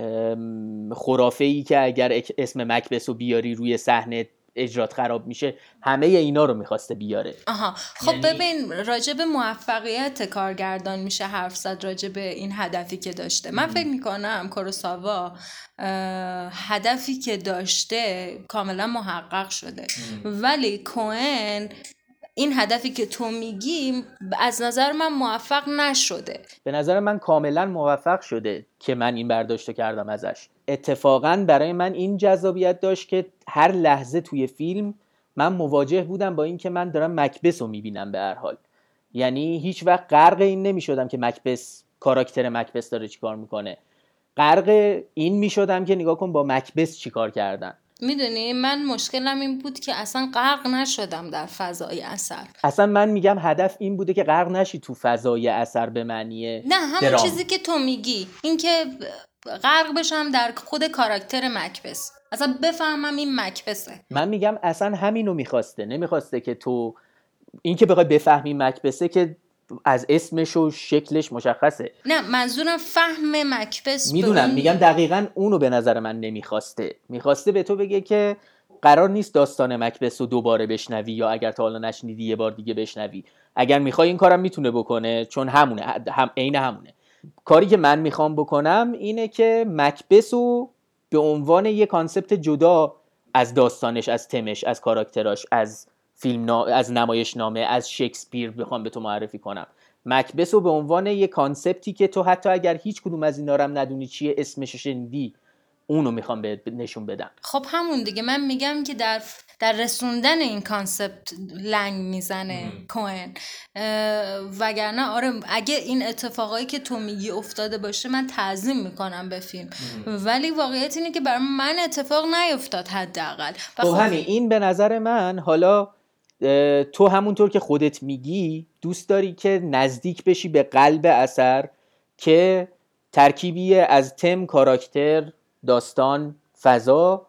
خرافه‌ای که اگر اسم مکبث رو بیاری روی صحنه اجرات خراب میشه، همه اینا رو میخواسته بیاره. آها خب یعنی... ببین راجع به موفقیت کارگردان میشه حرف زد، راجع به این هدفی که داشته. من فکر میکنم کوروساوا هدفی که داشته کاملا محقق شده ام. ولی کوئن این هدفی که تو میگی از نظر من موفق نشده. به نظر من کاملا موفق شده که من این برداشت کردم ازش. اتفاقا برای من این جذابیت داشت که هر لحظه توی فیلم من مواجه بودم با این که من دارم مکبث رو میبینم. به هر حال یعنی هیچ وقت غرق این نمیشدم که مکبث، کاراکتر مکبث داره چیکار میکنه. غرق این میشدم که نگاه کن با مکبث چیکار کردن. میدونی من مشکلم این بود که اصلا غرق نشدم در فضای اثر. اصلا من میگم هدف این بوده که غرق نشی تو فضای اثر به معنی نه همون درام. چیزی که تو میگی این که غرق بشم در خود کاراکتر مکبث، اصلا بفهمم این مکبثه. من میگم اصلا همینو میخواسته، نمیخواسته که تو این که بخوای بفهمی مکبثه که از اسمش و شکلش مشخصه. نه منظورم فهم مکبث. میدونم اون... میگم دقیقاً اونو به نظر من نمیخواسته. میخواسته به تو بگه که قرار نیست داستان مکبث رو دوباره بشنوی، یا اگر تا حالا نشنیدی یه بار دیگه بشنوی. اگر میخوای این کارم میتونه بکنه، چون همونه، هم عین همونه. کاری که من میخوام بکنم اینه که مکبث رو به عنوان یه کانسپت جدا از داستانش، از تمش، از کاراکتراش، از فیلم نا... از نمایشنامه، از شکسپیر بخوام به تو معرفی کنم. مکبث رو به عنوان یه کانسپتی که تو حتی اگر هیچ کدوم از اینا رو هم ندونی چیه، اسمش شنیدی، اونو میخوام بهت نشون بدم. خب همون دیگه من میگم که در در رسوندن این کانسپت لنگ میزنه کوئن. وگرنه آره اگه این اتفاقایی که تو میگی افتاده باشه من تعظیم میکنم به فیلم ام. ولی واقعیت اینه که برای من اتفاق نیفتاد حداقل. خب همین این به نظر من، حالا تو همونطور که خودت میگی دوست داری که نزدیک بشی به قلب اثر که ترکیبی از تم، کاراکتر، داستان، فضا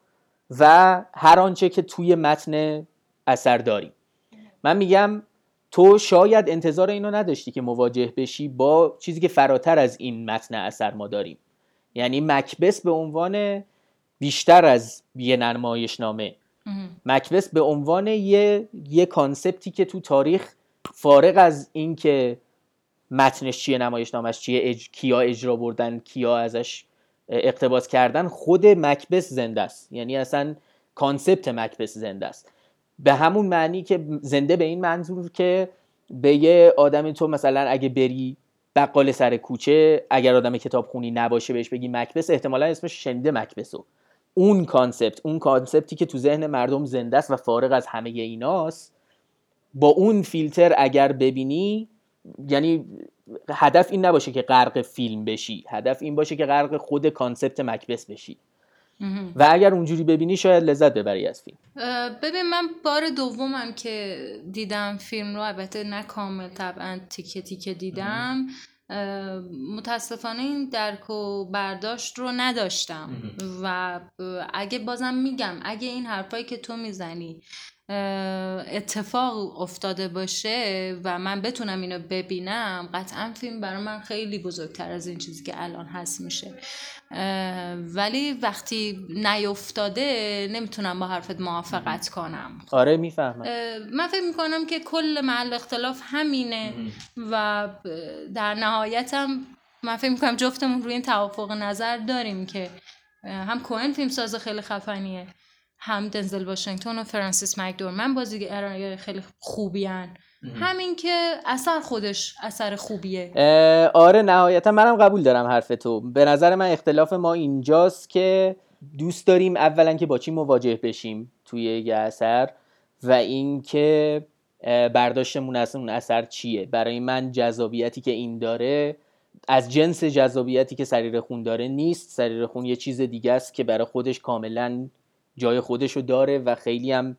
و هر آنچه که توی متن اثر داریم. من میگم تو شاید انتظار اینو نداشتی که مواجه بشی با چیزی که فراتر از این متن اثر ما داریم. یعنی مکبث به عنوان بیشتر از یه نمایشنامه، مکبث به عنوان یه یه کانسپتی که تو تاریخ فارغ از این که متنش چیه، نمایشنامش چیه، اج... کیا اجرا بردن، کیا ازش اقتباس کردن، خود مکبث زنده است. یعنی اصلا کانسپت مکبث زنده است، به همون معنی که زنده به این منظور که به یه آدمی تو مثلا اگه بری بقال سر کوچه، اگر آدم کتابخونی نباشه بهش بگی مکبث، احتمالا اسمش شنیده مکبثو. اون کانسپت، اون کانسپتی که تو ذهن مردم زنده است و فارغ از همه ایناست، با اون فیلتر اگر ببینی، یعنی هدف این نباشه که غرق فیلم بشی، هدف این باشه که غرق خود کانسپت مکبث بشی و اگر اونجوری ببینی شاید لذت ببری از فیلم. ببین من بار دومم که دیدم فیلم رو، البته نه کامل طبعا، تیکه تیکه دیدم، متاسفانه این درک و برداشت رو نداشتم و اگه بازم میگم اگه این حرفایی که تو میزنی اتفاق افتاده باشه و من بتونم اینو ببینم، قطعا فیلم برای من خیلی بزرگتر از این چیزی که الان هست میشه. ولی وقتی نیفتاده نمیتونم با حرفت موافقت کنم. آره میفهمم. من فکر میکنم که کل محل اختلاف همینه و در نهایتم من فکر میکنم جفتمون روی این توافق نظر داریم که هم کوئن فیلمساز خیلی خفنیه، هم دنزل واشنگتن و فرانسیس مکدورمند بازیگرای خیلی خوبی هن. همین که اثر خودش اثر خوبیه. آره نهایتا منم قبول دارم حرف تو. به نظر من اختلاف ما اینجاست که دوست داریم اولا که با چی مواجه بشیم توی یه اثر و این که برداشتمون از اون اثر چیه. برای من جذابیتی که این داره از جنس جذابیتی که سریر خون داره نیست. سریر خون یه چیز دیگه است که برای خودش کاملا جای خودشو داره و خیلی هم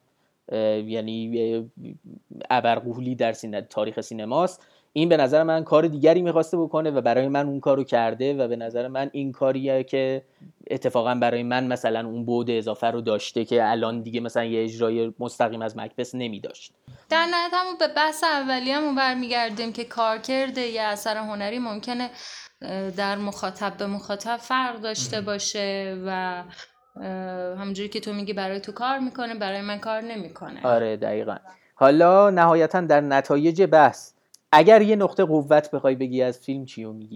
یعنی ابرقولی در سینه تاریخ سینماست. این به نظر من کار دیگری میخواسته بکنه و برای من اون کارو کرده و به نظر من این کاریه که اتفاقا برای من مثلا اون بعد اضافه رو داشته که الان دیگه مثلا یه اجرای مستقیم از مکبث نمیداشت. در نهایت همون به بحث اولیه‌مون برمیگردیم که کارکرد یه اثر هنری ممکنه در مخاطب به مخاطب فرق داشته باشه و همونجوری که تو میگی برای تو کار میکنه برای من کار نمیکنه. آره دقیقاً. حالا نهایتاً در نتایج بحث اگر یه نقطه قوت بخوای بگی از فیلم چیو میگی؟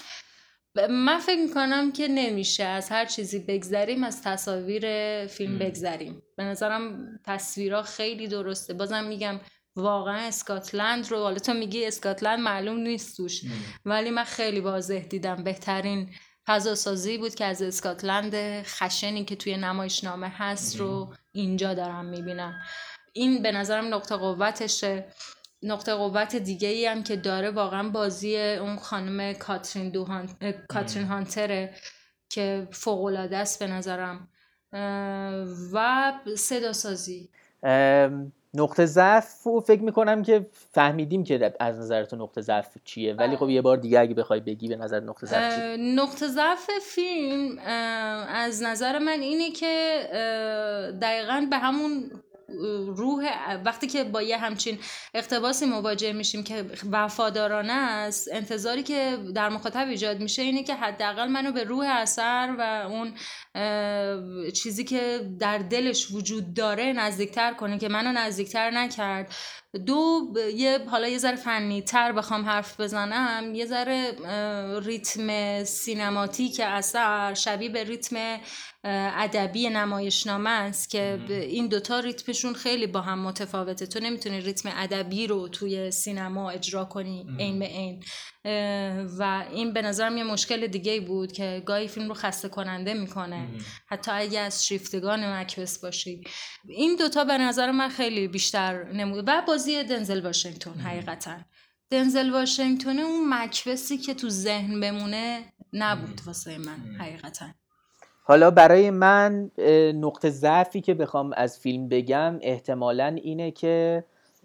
من فکر میکنم که نمیشه از هر چیزی بگذریم از تصاویر فیلم بگذریم. به نظرم تصویرها خیلی درسته. بازم میگم واقعا اسکاتلند رو، حالا تو میگی اسکاتلند معلوم نیست توش، ولی من خیلی واضح دیدم بهترین فضاسازی بود که از اسکاتلند خشنی که توی نمایشنامه هست رو اینجا دارم میبینم. این به نظرم نقطه قوتشه. نقطه قوت دیگه ای هم که داره واقعا بازی اون خانم کاترین دوهان کاترین هانتره که فوق العاده است به نظرم و صدا سازی. نقطه ضعف رو فکر میکنم که فهمیدیم که از نظر تو نقطه ضعف چیه، ولی خب یه بار دیگه اگه بخوای بگی به نظر نقطه ضعف چیه؟ نقطه ضعف فیلم از نظر من اینه که دقیقاً به همون روح وقتی که با یه همچین اقتباسی مواجه میشیم که وفادارانه است، انتظاری که در مخاطب ایجاد میشه اینه که حداقل منو به روح اثر و اون چیزی که در دلش وجود داره نزدیکتر کنه که منو نزدیکتر نکرد. دو یه حالا یه ذره فنی تر بخوام حرف بزنم، یه ذره ریتم سینماتیک اثر شبیه به ریتم ادبی نمایشنامه است که این دوتا ریتمشون خیلی با هم متفاوته. تو نمیتونی ریتم ادبی رو توی سینما اجرا کنی عین به عین و این به نظرم یه مشکل دیگه بود که گاهی فیلم رو خسته کننده میکنه حتی اگه از شیفتگان مکبث باشی. این دوتا به نظر من خیلی بیشتر نمود و بازی دنزل واشنگتن. حقیقتا دنزل واشنگتن اون مکبثی که تو ذهن بمونه نبود واسه من حقیقتا. حالا برای من نقطه ضعفی که بخوام از فیلم بگم احتمالاً اینه که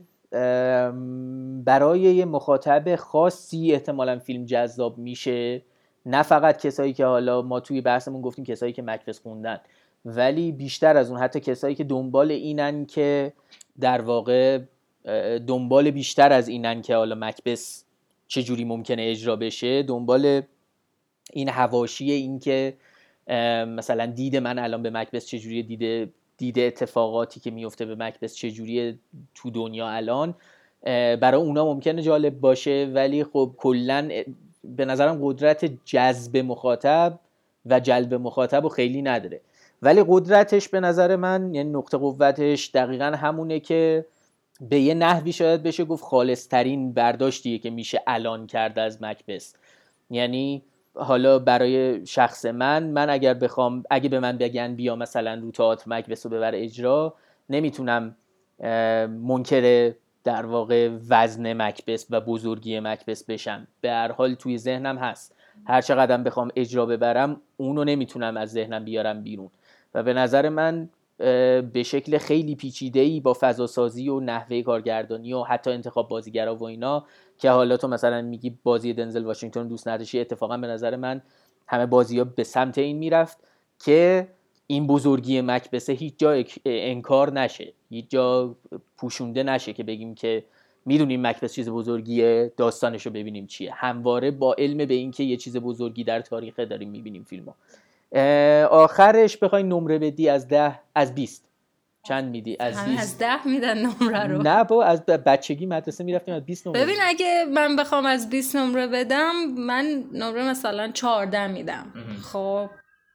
برای یه مخاطب خاصی احتمالاً فیلم جذاب میشه، نه فقط کسایی که حالا ما توی بحثمون گفتیم کسایی که مکبث خوندن، ولی بیشتر از اون حتی کسایی که دنبال اینن که در واقع دنبال بیشتر از اینن که حالا مکبث چجوری ممکنه اجرا بشه، دنبال این حواشی این که مثلا دید من الان به مکبث چجوریه، دیده دیده اتفاقاتی که میفته به مکبث چجوریه تو دنیا الان، برای اونا ممکنه جالب باشه، ولی خب کلن به نظرم قدرت جذب مخاطب و جلب مخاطب رو خیلی نداره. ولی قدرتش به نظر من، یعنی نقطه قوتش دقیقاً همونه که به یه نحوی شاید بشه گفت خالص ترین برداشتیه که میشه الان کرد از مکبث. یعنی حالا برای شخص من من اگر بخوام اگه به من بگن بیا مثلا رو تئاتر مکبث رو ببر اجرا، نمیتونم منکر در واقع وزن مکبث و بزرگی مکبث بشم. به هر حال توی ذهنم هست، هر چقدر بخوام اجرا ببرم اونو نمیتونم از ذهنم بیارم بیرون و به نظر من به شکل خیلی پیچیده‌ای با فضاسازی و نحوه کارگردانی و حتی انتخاب بازیگرا و اینا که حالا تو مثلا میگی بازی دنزل واشنگتن دوست نداشتی، اتفاقا به نظر من همه بازی‌ها به سمت این میرفت که این بزرگی مکبث هیچ جا انکار نشه، هیچ جا پوشونده نشه که بگیم که میدونیم مکبث چیز بزرگیه، داستانشو ببینیم چیه. همواره با علم به این که یه چیز بزرگی در تاریخه داریم میبینیم فیلمو. آخرش بخوای نمره بدی از ده از بیست چند میدی؟ از بیست از ده میدن نمره رو؟ نه با از بچگی مدرسه میرفتیم از بیست نمره. ببین اگه من بخوام از بیست نمره بدم، من نمره مثلا چهارده میدم. خب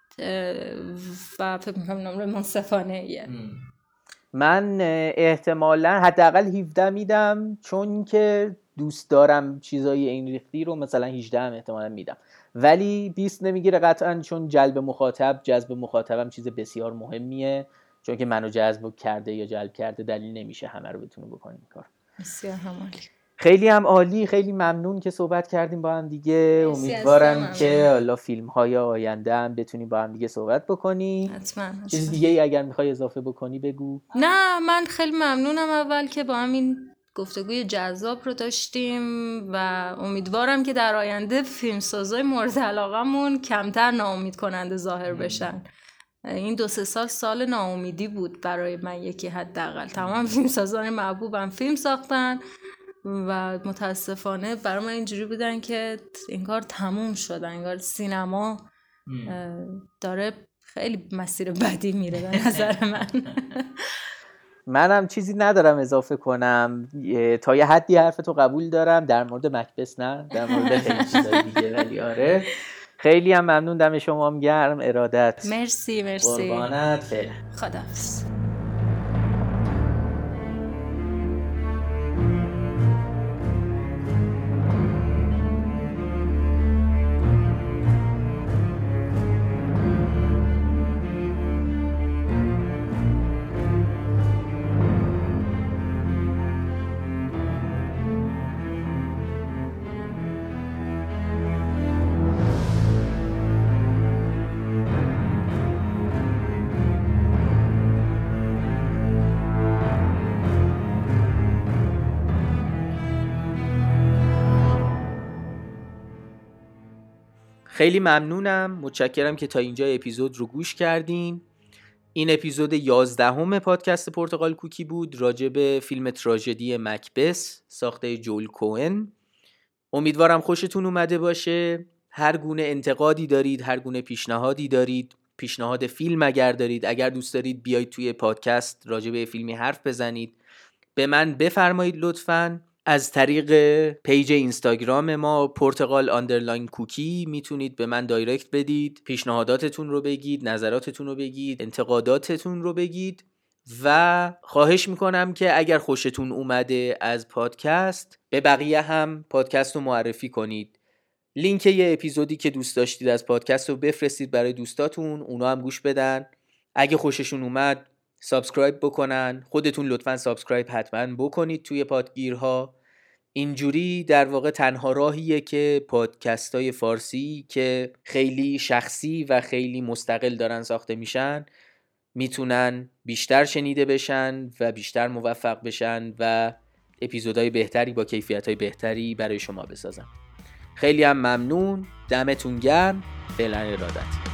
و فکر میکنم نمره منصفانه ایه. من احتمالاً حداقل هفده میدم، چون که دوست دارم چیزای این ریختی رو مثلا هجده هم احتمالاً میدم، ولی بیست نمیگیره قطعاً، چون جلب مخاطب جذب مخاطبم چیز بسیار مهمیه، چون که منو جذب کرده یا جلب کرده دلیل نمیشه همه رو بتونه بکنیم کار. بسیار عالی. خیلی هم عالی، خیلی ممنون که صحبت کردیم با هم دیگه. امیدوارم که حالا فیلم‌های آینده هم بتونیم با هم دیگه صحبت بکنیم. حتما. چیز دیگه ای اگر میخوای اضافه بکنی بگو. نه من خیلی ممنونم اول که با هم این گفتگوی جذاب رو داشتیم و امیدوارم که در آینده فیلمسازای مورد علاقمون کمتر ناامید کننده ظاهر بشن. این دو سه سال سال ناامیدی بود برای من یکی حداقل. تمام فیلمسازان محبوبم فیلم ساختن و متاسفانه برای من اینجوری بودن که انگار تموم شد، انگار سینما داره خیلی مسیر بدی میره به نظر من. منم چیزی ندارم اضافه کنم، تا یه حدی حرف تو قبول دارم، در مورد مکبث نه، در مورد خیلی چیزای دیگه ولی آره. خیلی هم ممنون، دم شما هم گرم. ارادت. مرسی مرسی. قربانت. فعلا خداحافظ. خیلی ممنونم، متشکرم که تا اینجا اپیزود رو گوش کردین. این اپیزود یازدهم پادکست پرتغال کوکی بود، راجع به فیلم تراژدی مکبث ساخته جول کوئن. امیدوارم خوشتون اومده باشه. هر گونه انتقادی دارید، هر گونه پیشنهادی دارید، پیشنهاد فیلم اگر دارید، اگر دوست دارید بیایید توی پادکست راجع به فیلمی حرف بزنید، به من بفرمایید لطفاً. از طریق پیج اینستاگرام ما پرتغال آندرلاین کوکی میتونید به من دایرکت بدید، پیشنهاداتتون رو بگید، نظراتتون رو بگید، انتقاداتتون رو بگید و خواهش میکنم که اگر خوشتون اومده از پادکست به بقیه هم پادکست رو معرفی کنید. لینک یه اپیزودی که دوست داشتید از پادکست رو بفرستید برای دوستاتون، اونا هم گوش بدن. اگه خوششون اومد سابسکرایب بکنن. خودتون لطفاً سابسکرایب حتما بکنید توی پادگیرها. اینجوری در واقع تنها راهیه که پادکست‌های فارسی که خیلی شخصی و خیلی مستقل دارن ساخته میشن میتونن بیشتر شنیده بشن و بیشتر موفق بشن و اپیزودهای بهتری با کیفیت‌های بهتری برای شما بسازن. خیلی هم ممنون، دمتون گرم. فعلا ارادت.